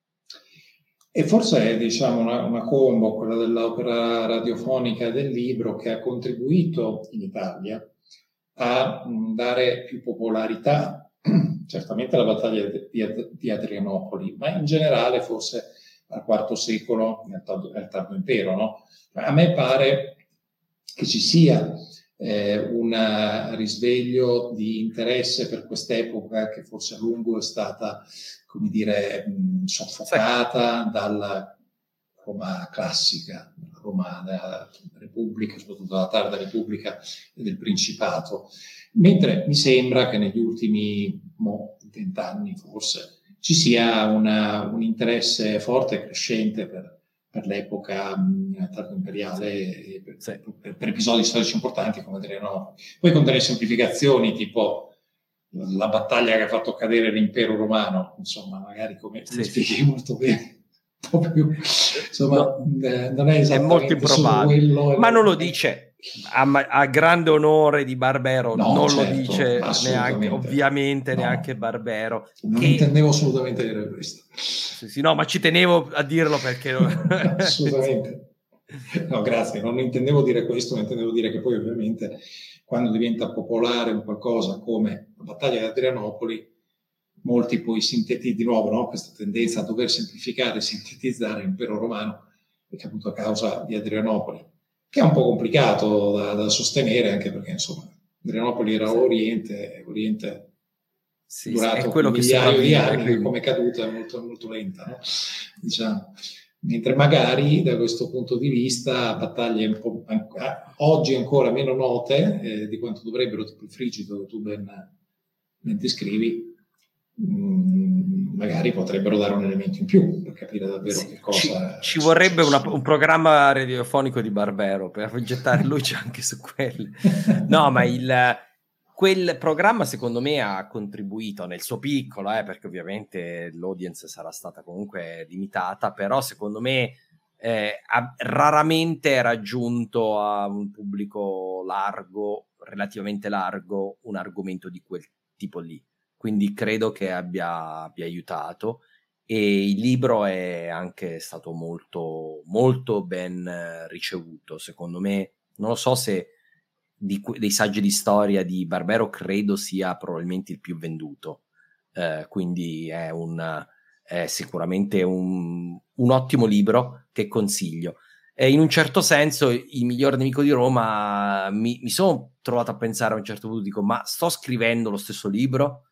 E forse è, diciamo, una, una combo, quella dell'opera radiofonica e del libro, che ha contribuito in Italia a mh, dare più popolarità certamente alla battaglia di, di Adrianopoli, ma in generale forse al quarto secolo, nel tardo, nel tardo impero, no? A me pare che ci sia eh, un risveglio di interesse per quest'epoca che forse a lungo è stata, come dire, mh, soffocata sì. dalla Roma classica, Roma della Repubblica, soprattutto dalla tarda Repubblica e del Principato, mentre mi sembra che negli ultimi vent'anni forse ci sia una, un interesse forte e crescente per, per l'epoca mh, tardo imperiale e per, sì. per, per episodi storici importanti, come dire, no? Poi con delle semplificazioni tipo la battaglia che ha fatto cadere l'impero romano, insomma, magari come sì. lo spieghi molto bene. Più, insomma, no, eh, non è, è molto improbabile, quello, ma non lo dice a, a grande onore di Barbero, no, non certo, lo dice neanche, ovviamente no, neanche Barbero. Non che... intendevo assolutamente dire questo. Sì, sì, no, ma ci tenevo a dirlo perché assolutamente. No, grazie, non intendevo dire questo, ma intendevo dire che poi ovviamente quando diventa popolare un qualcosa come la battaglia di Adrianopoli, molti poi sintetizzano di nuovo, no? Questa tendenza a dover semplificare e sintetizzare l'impero romano è caduto a causa di Adrianopoli, che è un po' complicato da, da sostenere, anche perché insomma Adrianopoli era sì. Oriente, Oriente sì, durato quello un che migliaio di anni, quindi... come caduta è molto, molto lenta, no? Diciamo. Mentre magari da questo punto di vista battaglie un po' oggi ancora meno note eh, di quanto dovrebbero, tipo il Frigido che tu ben, ben descrivi, magari potrebbero dare un elemento in più per capire davvero sì, che cosa ci, ci vorrebbe una, un programma radiofonico di Barbero per gettare luce anche su quelle. No, ma il quel programma secondo me ha contribuito nel suo piccolo, eh, perché ovviamente l'audience sarà stata comunque limitata, però secondo me eh, ha raramente raggiunto a un pubblico largo, relativamente largo, un argomento di quel tipo lì. Quindi credo che abbia, abbia aiutato, e il libro è anche stato molto, molto ben ricevuto, secondo me. Non lo so se Di, dei saggi di storia di Barbero credo sia probabilmente il più venduto, eh, quindi è, un, è sicuramente un, un ottimo libro che consiglio. E in un certo senso Il miglior nemico di Roma mi, mi sono trovato a pensare a un certo punto, dico ma sto scrivendo lo stesso libro?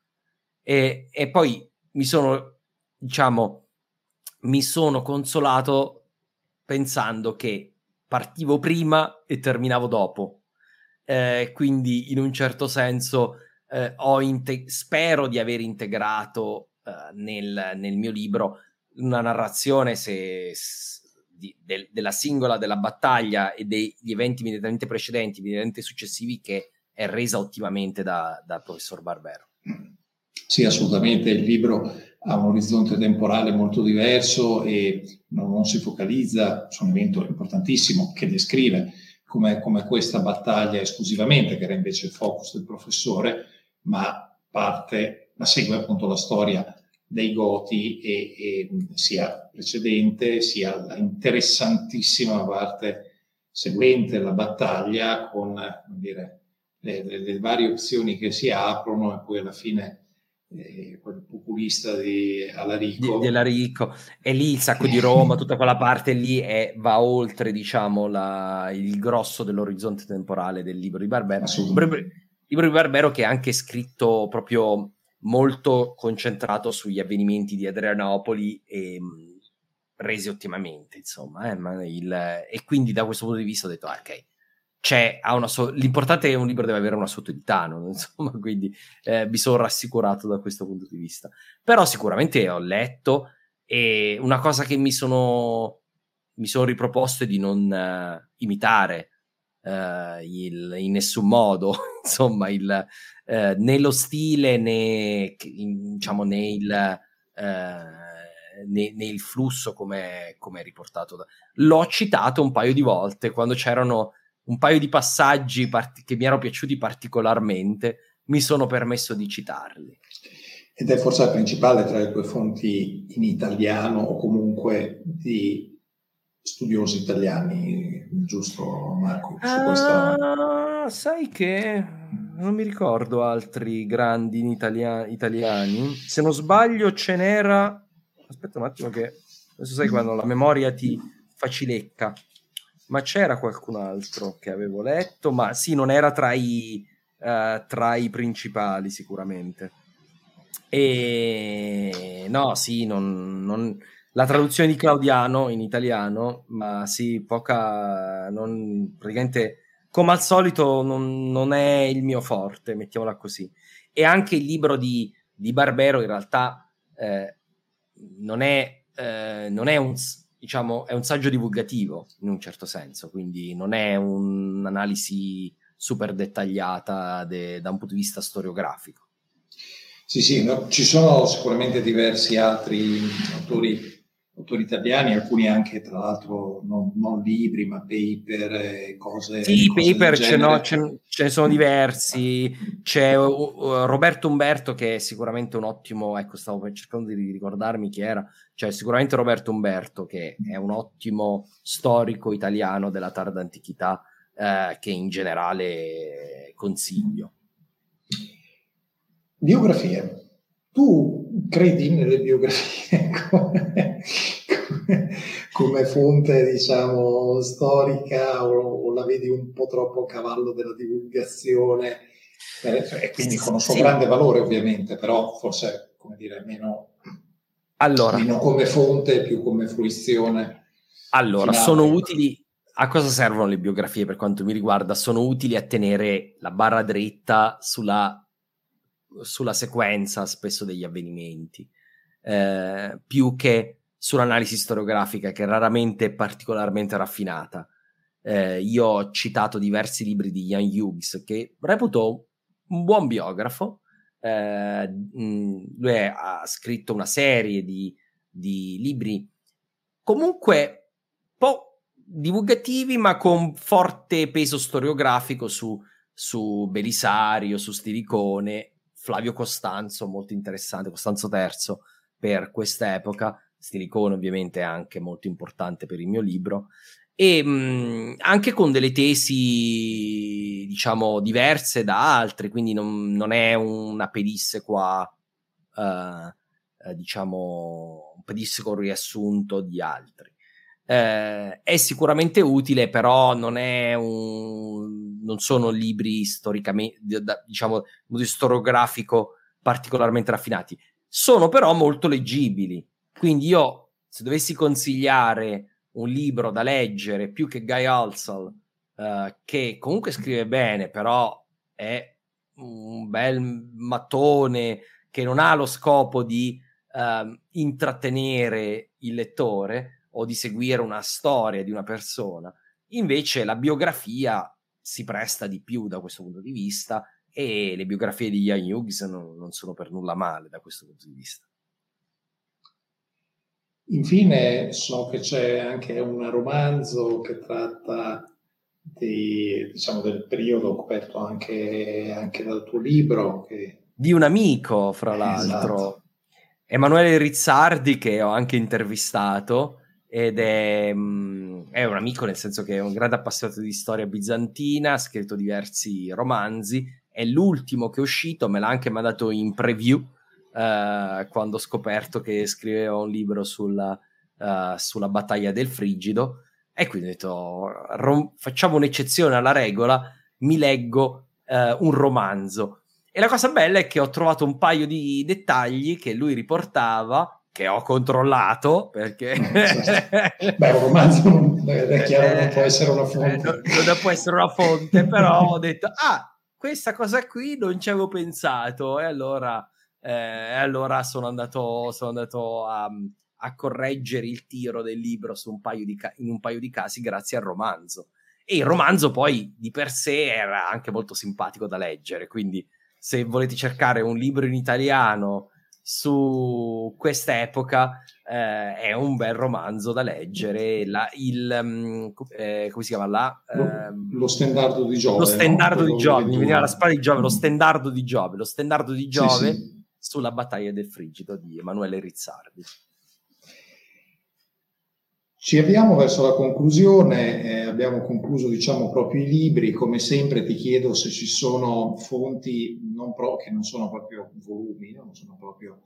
E, e poi mi sono diciamo mi sono consolato pensando che partivo prima e terminavo dopo. Eh, quindi in un certo senso eh, ho inte- spero di aver integrato eh, nel, nel mio libro una narrazione se, s- di, del, della singola della battaglia e degli eventi immediatamente precedenti, immediatamente successivi, che è resa ottimamente da, dal professor Barbero. Sì, assolutamente, il libro ha un orizzonte temporale molto diverso e non, non si focalizza su un evento importantissimo che descrive come, come questa battaglia esclusivamente, che era invece il focus del professore, ma parte, ma segue appunto la storia dei Goti e, e sia precedente sia la interessantissima parte seguente la battaglia, con dire, le, le, le varie opzioni che si aprono, e poi alla fine eh, quel populista di Alarico. Di, di Alarico. E lì il sacco di Roma, tutta quella parte lì è, va oltre, diciamo, la, il grosso dell'orizzonte temporale del libro di Barbero. Il libro di Barbero che è anche scritto proprio molto concentrato sugli avvenimenti di Adrianopoli e mh, resi ottimamente, insomma. Eh, ma il, e quindi da questo punto di vista ho detto, ah, ok, c'è, ha una so- l'importante è che un libro deve avere una sottotità, no? Insomma, quindi eh, mi sono rassicurato da questo punto di vista. Però sicuramente ho letto, e una cosa che mi sono mi sono riproposto è di non uh, imitare uh, il, in nessun modo, insomma, il, uh, né lo stile né, diciamo, né il, uh, né, né il flusso come è riportato. Da... L'ho citato un paio di volte quando c'erano un paio di passaggi part- che mi erano piaciuti particolarmente, mi sono permesso di citarli. Ed è forse la principale tra le tue fonti in italiano o comunque di studiosi italiani, giusto Marco? Su questa... uh, sai che non mi ricordo altri grandi in italia- italiani. Se non sbaglio ce n'era... Aspetta un attimo che... Adesso sai quando la memoria ti facilecca. Ma c'era qualcun altro che avevo letto, ma sì, non era tra i, uh, tra i principali sicuramente. E no, sì, non, non... la traduzione di Claudiano in italiano, ma sì, poca, non, praticamente come al solito non, non è il mio forte, mettiamola così. E anche il libro di, di Barbero in realtà eh, non è, eh, non è un... diciamo, è un saggio divulgativo in un certo senso, quindi non è un'analisi super dettagliata de, da un punto di vista storiografico. Sì, sì, no, ci sono sicuramente diversi altri autori, autori italiani, alcuni anche tra l'altro non, non libri, ma paper, cose. Sì, cose paper ce, no, ce, ce ne sono diversi. C'è uh, Roberto Umberto, che è sicuramente un ottimo, ecco, stavo cercando di ricordarmi chi era. C'è sicuramente Roberto Umberto, che è un ottimo storico italiano della tarda antichità, eh, che in generale consiglio. Biografie. Tu credi nelle biografie come, come, come fonte, diciamo, storica, o, o la vedi un po' troppo a cavallo della divulgazione? Eh, e quindi con un suo sì. grande valore, ovviamente, però forse, come dire, meno, allora, meno come fonte, più come fruizione. Allora, finale. Sono utili... A cosa servono le biografie per quanto mi riguarda? Sono utili a tenere la barra dritta sulla... sulla sequenza spesso degli avvenimenti, eh, più che sull'analisi storiografica, che raramente è particolarmente raffinata. Eh, io ho citato diversi libri di Ian Hughes che reputo un buon biografo. Eh, mh, lui è, ha scritto una serie di, di libri comunque po' divulgativi, ma con forte peso storiografico su, su Belisario, su Stilicone, Flavio Costanzo, molto interessante, Costanzo terzo per quest'epoca. Stilicone ovviamente è anche molto importante per il mio libro, e mh, anche con delle tesi, diciamo, diverse da altre, quindi non, non è una pedissequa, uh, uh, diciamo, un pedissequo riassunto di altri. Uh, è sicuramente utile, però non è un, non sono libri storicamente, diciamo, di storiografico particolarmente raffinati. Sono però molto leggibili. Quindi io, se dovessi consigliare un libro da leggere più che Guy Halsall, uh, che comunque scrive bene, però è un bel mattone che non ha lo scopo di uh, intrattenere il lettore o di seguire una storia di una persona, invece la biografia si presta di più da questo punto di vista, e le biografie di Ian Hughes non, non sono per nulla male da questo punto di vista. Infine so che c'è anche un romanzo che tratta di, diciamo, del periodo coperto anche, anche dal tuo libro. Che... Di un amico, fra l'altro, esatto. Emanuele Rizzardi, che ho anche intervistato, ed è, mh, è un amico nel senso che è un grande appassionato di storia bizantina, ha scritto diversi romanzi, è l'ultimo che è uscito, me l'ha anche mandato in preview, Uh, quando ho scoperto che scriveva un libro sulla, uh, sulla battaglia del Frigido, e quindi ho detto rom- facciamo un'eccezione alla regola, mi leggo uh, un romanzo. E la cosa bella è che ho trovato un paio di dettagli che lui riportava, che ho controllato, perché beh, un romanzo non, è chiaro, non può essere una fonte, non, non può essere una fonte, però ho detto ah, questa cosa qui non ci avevo pensato, e allora E eh, allora sono andato, sono andato a, a correggere il tiro del libro su un paio di ca- in un paio di casi grazie al romanzo. E il romanzo poi di per sé era anche molto simpatico da leggere, quindi se volete cercare un libro in italiano su quest'epoca, eh, è un bel romanzo da leggere. La, il, um, eh, come si chiama? La, ehm, lo Stendardo di Giove. Lo Stendardo no? di Giove, mi veniva la spada di Giove, lo Stendardo di Giove, lo Stendardo di Giove. Sì, sì. Sulla battaglia del Frigido di Emanuele Rizzardi. Ci avviamo verso la conclusione, eh, abbiamo concluso, diciamo, proprio i libri. Come sempre ti chiedo se ci sono fonti non pro, che non sono proprio volumi, non sono proprio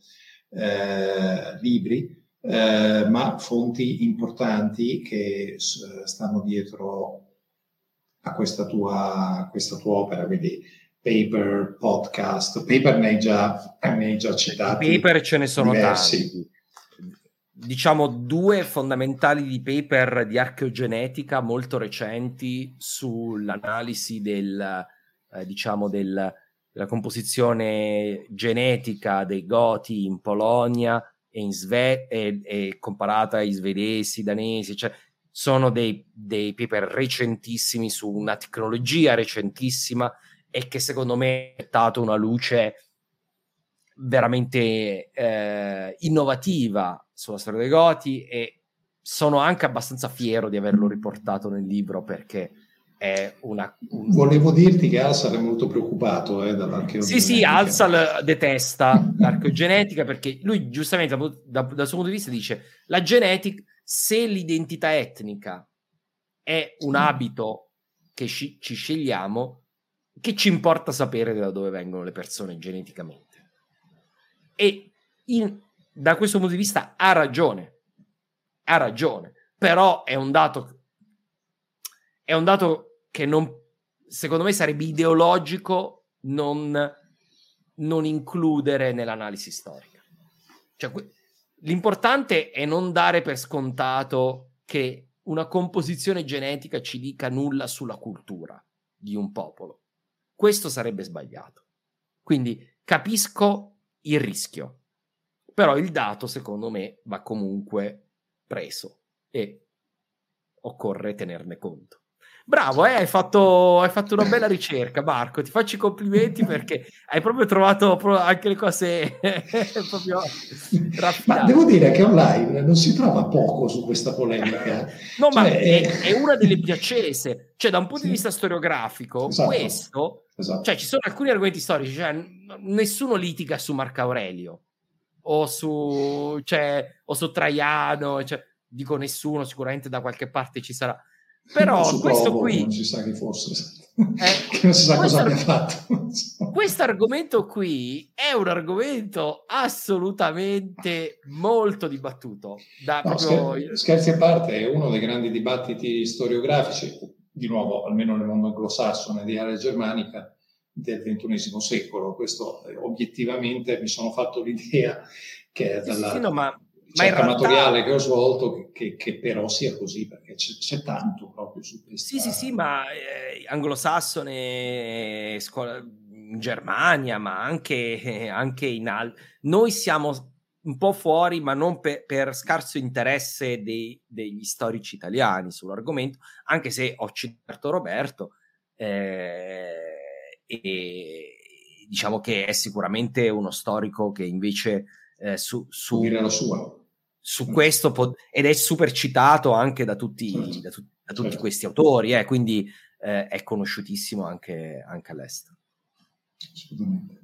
eh, libri, eh, ma fonti importanti che s- stanno dietro a questa tua, a questa tua opera, quindi paper, podcast. Paper ne hai già, ne hai già citati. Paper ce ne sono diversi. Tanti. Diciamo due fondamentali di paper di archeogenetica molto recenti sull'analisi del, eh, diciamo del, della composizione genetica dei Goti in Polonia e, in Sve- e, e comparata ai svedesi, danesi, cioè sono dei, dei paper recentissimi su una tecnologia recentissima, e che secondo me ha dato una luce veramente eh, innovativa sulla storia dei Goti, e sono anche abbastanza fiero di averlo riportato nel libro, perché è una... Un... Volevo dirti che Halsall è molto preoccupato eh, dall'archeogenetica. Sì, sì, Halsall detesta l'archeogenetica, perché lui giustamente da, dal suo punto di vista dice la genetica, se l'identità etnica è un abito che ci, ci scegliamo, che ci importa sapere da dove vengono le persone geneticamente? E in, da questo punto di vista ha ragione, ha ragione, però è un dato, è un dato che non, secondo me sarebbe ideologico non, non includere nell'analisi storica. Cioè, l'importante è non dare per scontato che una composizione genetica ci dica nulla sulla cultura di un popolo. Questo sarebbe sbagliato. Quindi capisco il rischio, però il dato secondo me va comunque preso e occorre tenerne conto. Bravo, eh, hai fatto, hai fatto una bella ricerca, Marco. Ti faccio i complimenti perché hai proprio trovato pro- anche le cose proprio raffinate. Ma devo dire che online non si trova poco su questa polemica. No, Cioè, ma è, è... è una delle più accese. Cioè, da un punto Sì. di vista storiografico, Esatto. questo... Esatto. Cioè, ci sono alcuni argomenti storici, cioè, n- nessuno litiga su Marco Aurelio o su, cioè, o su Traiano, cioè, dico nessuno, sicuramente da qualche parte ci sarà. Però su questo Provo, qui... non si sa chi fosse, Eh, che non si sa cosa questo, abbia fatto. questo argomento qui è un argomento assolutamente molto dibattuto. Da No, proprio... scher- scherzi a parte, è uno dei grandi dibattiti storiografici, di nuovo, almeno nel mondo anglosassone, di area germanica, del ventunesimo secolo. Questo eh, obiettivamente mi sono fatto l'idea che è Sì, dalla sì, no, ma, ma in ricerca realtà... amatoriale che ho svolto che, che, che però sia così, perché c'è, c'è tanto proprio su questo. Sì, sì, sì, ma eh, anglosassone, eh, scuola, in Germania, ma anche, eh, anche in altri... Noi siamo un po' fuori, ma non per, per scarso interesse dei, degli storici italiani sull'argomento, anche se ho citato Roberto, eh, e diciamo che è sicuramente uno storico che invece eh, su, su, può dire la sua. Su questo po- ed è super citato anche da tutti, certo. da, tu- da tutti certo. questi autori, eh, quindi eh, è conosciutissimo anche, anche all'estero. Assolutamente.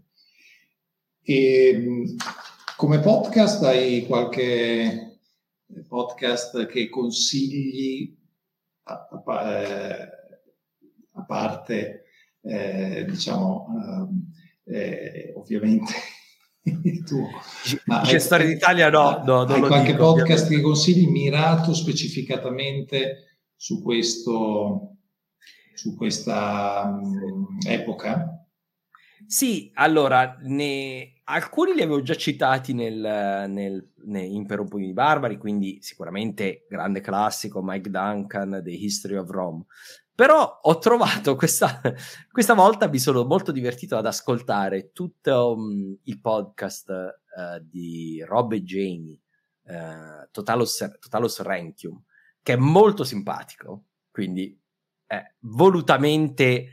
E come podcast hai qualche podcast che consigli a, a, a parte eh, diciamo eh, ovviamente tu ma c'è Storia d'Italia no, no non hai lo qualche dico, podcast ovviamente. che consigli mirato specificatamente su questo su questa um, epoca? Sì, allora, ne... alcuni li avevo già citati nel, nel, nel in Per un pugno di barbari, quindi sicuramente grande classico, Mike Duncan, The History of Rome. Però ho trovato questa, questa volta mi sono molto divertito ad ascoltare tutto um, il podcast uh, di Rob e Jamie, uh, Totalos, Totalos Rankium, che è molto simpatico, quindi è volutamente...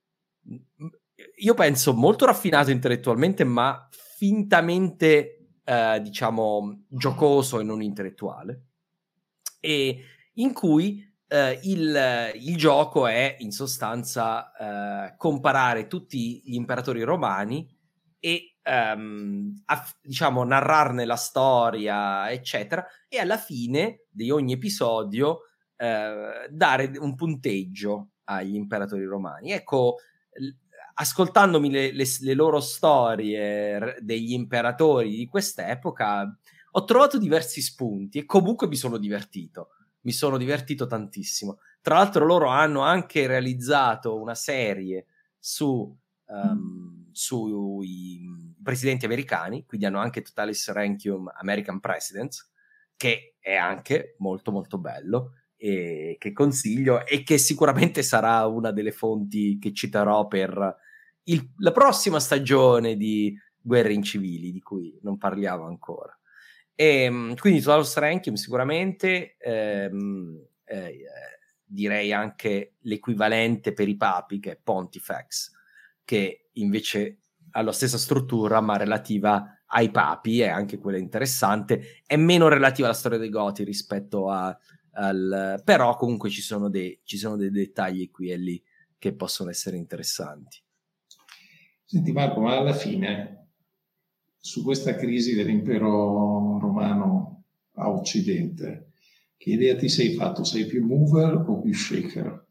io penso molto raffinato intellettualmente, ma fintamente, eh, diciamo, giocoso e non intellettuale, e in cui eh, il, il gioco è in sostanza eh, comparare tutti gli imperatori romani e um, a, diciamo narrarne la storia, eccetera, e alla fine di ogni episodio eh, dare un punteggio agli imperatori romani. Ecco, ascoltandomi le, le, le loro storie degli imperatori di quest'epoca, ho trovato diversi spunti e comunque mi sono divertito. Mi sono divertito tantissimo. Tra l'altro loro hanno anche realizzato una serie su um, sui presidenti americani, quindi hanno anche Totalis Rankium American Presidents, che è anche molto molto bello e che consiglio e che sicuramente sarà una delle fonti che citerò per il, la prossima stagione di Guerre incivili, di cui non parliamo ancora. E quindi Totalis Rankium sicuramente, ehm, eh, direi anche l'equivalente per i papi, che è Pontifex, che invece ha la stessa struttura ma relativa ai papi, è anche quella interessante, è meno relativa alla storia dei Goti rispetto a al, però comunque ci sono dei ci sono dei dettagli qui e lì che possono essere interessanti. Senti Marco, ma alla fine su questa crisi dell'impero romano a occidente, che idea ti sei fatto? Sei più mover o più shaker?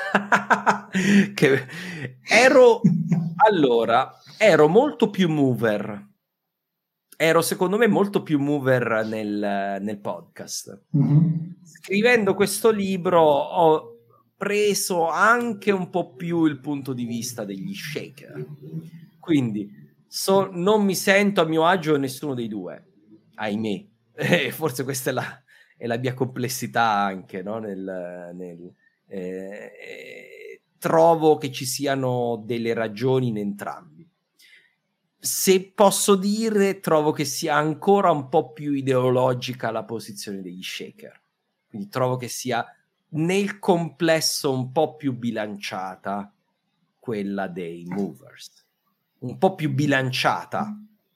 che ero allora ero molto più mover ero secondo me molto più mover nel, nel podcast. Mm-hmm. Scrivendo questo libro ho preso anche un po' più il punto di vista degli shaker, quindi so, non mi sento a mio agio in nessuno dei due, ahimè. Eh, forse questa è la, è la mia complessità anche, no? nel, nel eh, eh, trovo che ci siano delle ragioni in entrambi. Se posso dire, trovo che sia ancora un po' più ideologica la posizione degli shaker, quindi trovo che sia nel complesso un po' più bilanciata quella dei Movers, un po' più bilanciata,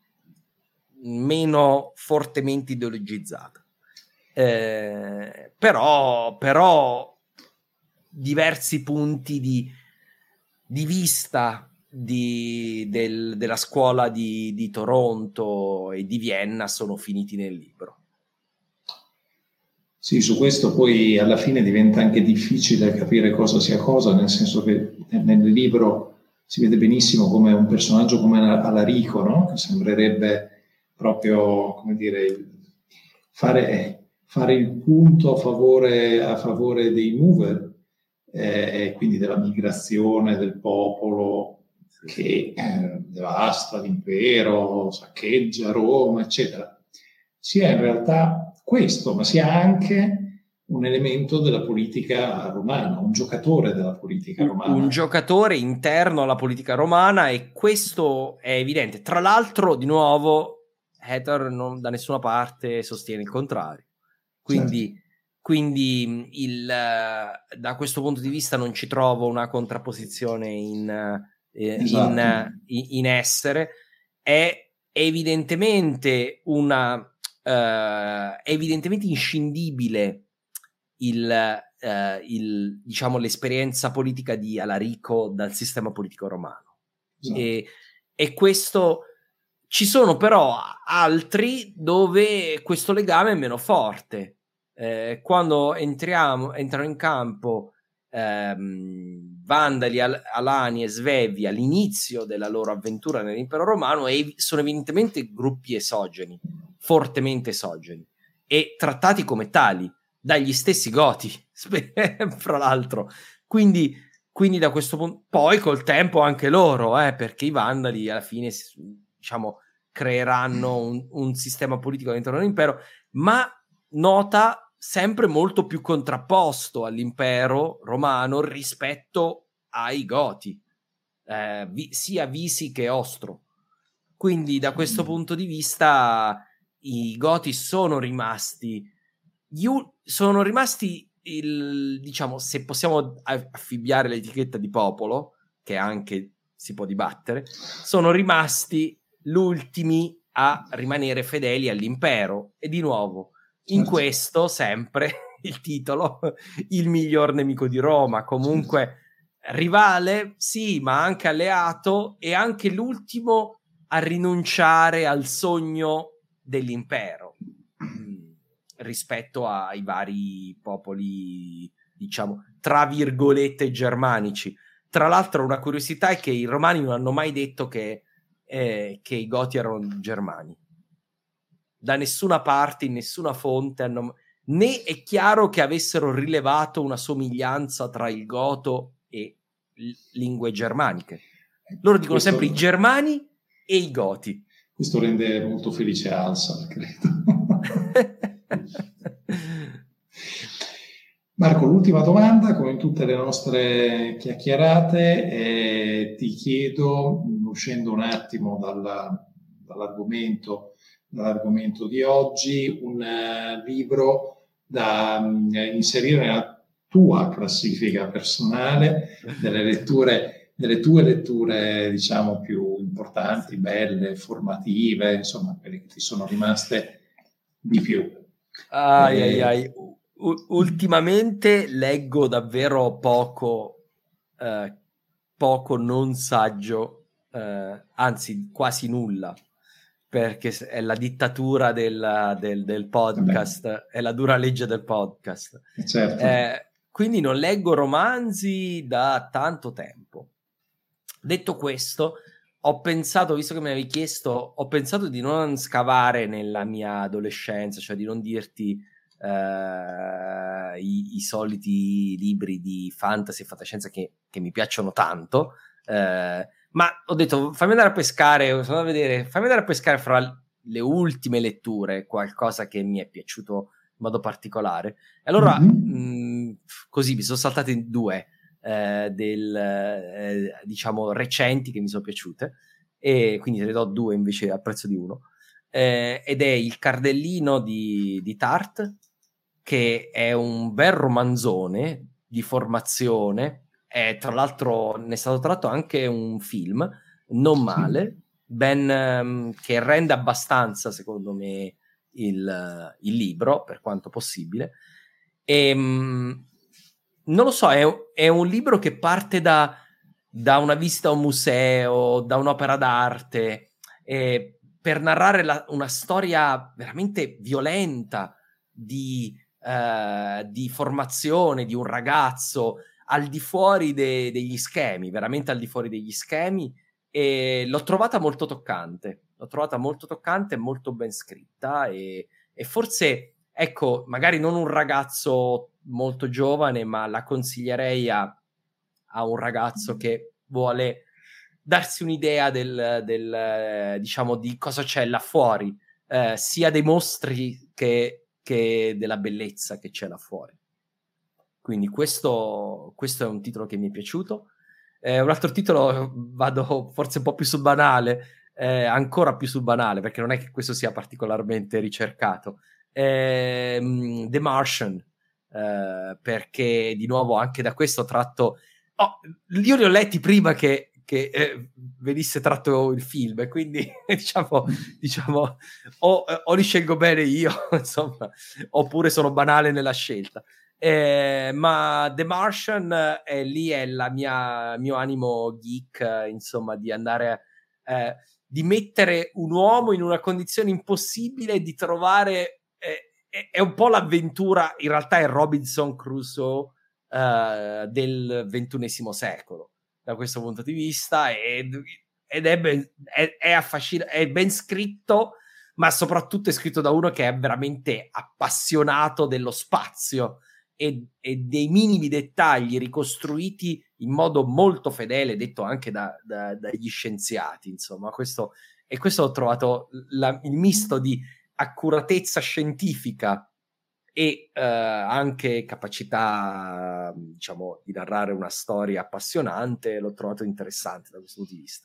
meno fortemente ideologizzata, eh, però, però diversi punti di, di vista di, del, della scuola di, di Toronto e di Vienna sono finiti nel libro. Sì, su questo poi alla fine diventa anche difficile capire cosa sia cosa, nel senso che nel libro si vede benissimo come un personaggio come Alarico, no? Che sembrerebbe proprio, come dire, fare, fare il punto a favore, a favore dei mover, eh, e quindi della migrazione del popolo che eh, devasta l'impero, saccheggia Roma, eccetera. Sia in realtà questo, ma sia anche un elemento della politica romana, un giocatore della politica romana. Un, un giocatore interno alla politica romana, e questo è evidente. Tra l'altro, di nuovo, Hathor non da nessuna parte sostiene il contrario. Quindi, certo. quindi il, da questo punto di vista non ci trovo una contrapposizione in, eh, esatto. in, in essere. È evidentemente una... Uh, è evidentemente inscindibile il, uh, il, diciamo, l'esperienza politica di Alarico dal sistema politico romano. Esatto. E, e questo, ci sono però altri dove questo legame è meno forte. Eh, quando entriamo, entrano in campo ehm, Vandali, Al- Alani e Svevi all'inizio della loro avventura nell'impero romano, e sono evidentemente gruppi esogeni, fortemente esogeni, e trattati come tali dagli stessi Goti, fra l'altro. Quindi, quindi da questo punto, poi col tempo anche loro, eh, perché i Vandali alla fine, diciamo, creeranno un, un sistema politico all'interno dell'impero, ma nota sempre molto più contrapposto all'impero romano rispetto ai Goti, eh, vi, sia Visi che Ostro. Quindi da questo punto di vista i Goti sono rimasti gli u- sono rimasti il, diciamo, se possiamo affibbiare l'etichetta di popolo, che anche si può dibattere, sono rimasti gli ultimi a rimanere fedeli all'impero. E di nuovo, in questo sempre il titolo, il miglior nemico di Roma, comunque rivale, sì, ma anche alleato, e anche l'ultimo a rinunciare al sogno dell'impero mh, rispetto ai vari popoli, diciamo, tra virgolette germanici. Tra l'altro una curiosità è che i romani non hanno mai detto che, eh, che i Goti erano germani. Da nessuna parte, in nessuna fonte, hanno... né è chiaro che avessero rilevato una somiglianza tra il goto e l- lingue germaniche. Loro dicono questo, sempre i germani e i Goti. Questo rende molto felice Alsa, credo. Marco, l'ultima domanda, come in tutte le nostre chiacchierate, eh, ti chiedo, uscendo un attimo dalla, dall'argomento, dall'argomento di oggi, un uh, libro da um, inserire nella tua classifica personale delle letture, delle tue letture, diciamo, più importanti, belle, formative, insomma, quelle che ti sono rimaste di più. Ai, eh, ai, ai. U- ultimamente leggo davvero poco, eh, poco non saggio, eh, anzi quasi nulla, perché è la dittatura del, del, del podcast, Vabbè. È la dura legge del podcast. Certo. Eh, quindi non leggo romanzi da tanto tempo. Detto questo, ho pensato, visto che mi avevi chiesto, ho pensato di non scavare nella mia adolescenza, cioè di non dirti uh, i, i soliti libri di fantasy e fantascienza che, che mi piacciono tanto, uh, ma ho detto fammi andare a pescare, sono a vedere, fammi andare a pescare fra le ultime letture qualcosa che mi è piaciuto in modo particolare. E allora mm-hmm. mh, così mi sono saltate due. Eh, del eh, diciamo recenti che mi sono piaciute, e quindi te ne do due invece al prezzo di uno, eh, ed è Il Cardellino di, di Tart che è un bel romanzone di formazione, e tra l'altro ne è stato tratto anche un film, non male, ben, um, che rende abbastanza, secondo me, il, il libro, per quanto possibile. E, um, non lo so, è, è un libro che parte da, da una visita a un museo, da un'opera d'arte, eh, per narrare la, una storia veramente violenta di, uh, di formazione di un ragazzo al di fuori de, degli schemi, veramente al di fuori degli schemi, e l'ho trovata molto toccante, l'ho trovata molto toccante, molto ben scritta, e, e forse, ecco, magari non un ragazzo molto giovane, ma la consiglierei a, a un ragazzo che vuole darsi un'idea del, del diciamo, di cosa c'è là fuori, eh, sia dei mostri che, che della bellezza che c'è là fuori. Quindi questo, questo è un titolo che mi è piaciuto. Eh, un altro titolo, vado forse un po' più sul banale, eh, ancora più sul banale, perché non è che questo sia particolarmente ricercato. Eh, The Martian, eh, perché di nuovo anche da questo tratto... Oh, io li ho letti prima che, che eh, venisse tratto il film, quindi diciamo, diciamo o, o li scelgo bene io, insomma, oppure sono banale nella scelta. Eh, ma The Martian è lì, è la mia mio animo geek, eh, insomma, di andare eh, di mettere un uomo in una condizione impossibile, di trovare eh, è, è un po' l'avventura, in realtà è Robinson Crusoe eh, del ventunesimo secolo da questo punto di vista, ed, ed è, ben, è, è affascinante, è ben scritto, ma soprattutto è scritto da uno che è veramente appassionato dello spazio e, e dei minimi dettagli ricostruiti in modo molto fedele, detto anche da, da, dagli scienziati, insomma. Questo, e questo ho trovato la, il misto di accuratezza scientifica e eh, anche capacità, diciamo, di narrare una storia appassionante, l'ho trovato interessante da questo punto di vista.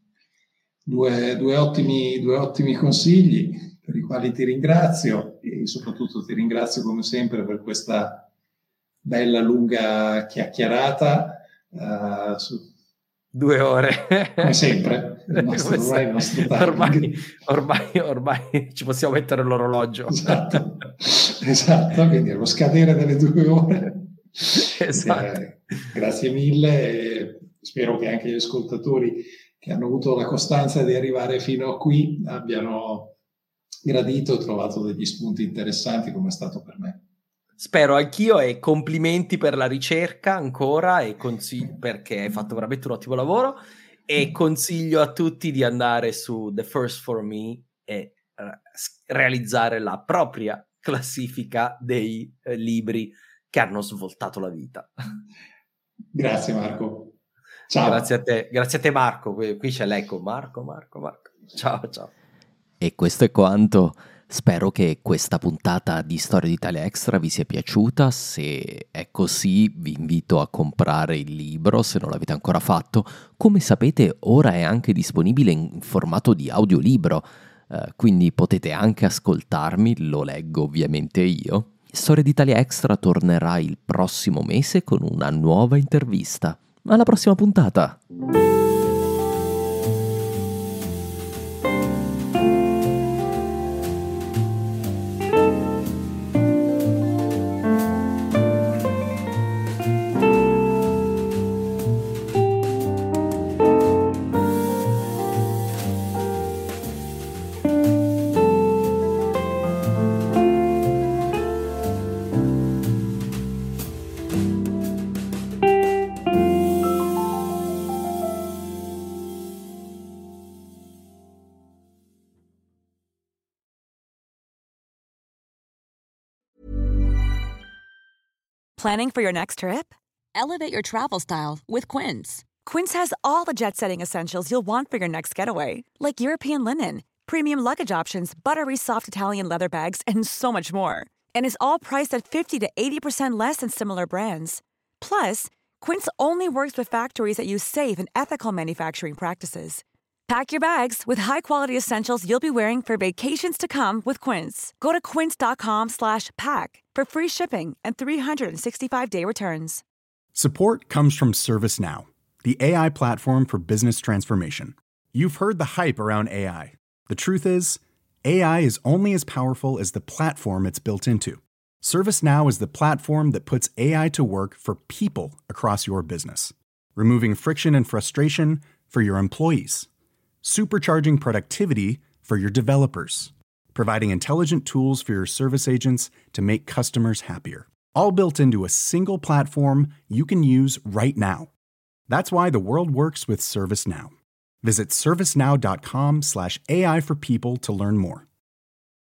Due, due, ottimi, due ottimi consigli per i quali ti ringrazio, e soprattutto ti ringrazio come sempre per questa bella lunga chiacchierata uh, su due ore come sempre il nostro, ormai, il nostro ormai, ormai, ormai ci possiamo mettere l'orologio. Esatto, esatto, quindi allo scadere delle due ore. Esatto. Eh, grazie mille, e spero che anche gli ascoltatori che hanno avuto la costanza di arrivare fino a qui abbiano gradito e trovato degli spunti interessanti, come è stato per me. Spero anch'io, e complimenti per la ricerca ancora, e consiglio, perché hai fatto veramente un ottimo lavoro, e consiglio a tutti di andare su The First For Me e uh, realizzare la propria classifica dei uh, libri che hanno svoltato la vita. Grazie Marco. Ciao. Grazie a te, grazie a te Marco, qui, qui c'è l'eco, Marco, Marco, Marco. Ciao, ciao. E questo è quanto. Spero che questa puntata di Storia d'Italia Extra vi sia piaciuta. Se è così, vi invito a comprare il libro se non l'avete ancora fatto. Come sapete, ora è anche disponibile in formato di audiolibro, eh, quindi potete anche ascoltarmi, lo leggo ovviamente io. Storia d'Italia Extra tornerà il prossimo mese con una nuova intervista. Alla prossima puntata! Planning for your next trip? Elevate your travel style with Quince. Quince has all the jet-setting essentials you'll want for your next getaway, like European linen, premium luggage options, buttery soft Italian leather bags, and so much more. And is all priced at fifty to eighty percent less than similar brands. Plus, Quince only works with factories that use safe and ethical manufacturing practices. Pack your bags with high-quality essentials you'll be wearing for vacations to come with Quince. Go to quince.com slash pack for free shipping and three sixty-five day returns. Support comes from ServiceNow, the A I platform for business transformation. You've heard the hype around A I. The truth is, A I is only as powerful as the platform it's built into. ServiceNow is the platform that puts A I to work for people across your business, removing friction and frustration for your employees, supercharging productivity for your developers, providing intelligent tools for your service agents to make customers happier, all built into a single platform you can use right now. That's why the world works with ServiceNow. Visit servicenow.com slash AI for people to learn more.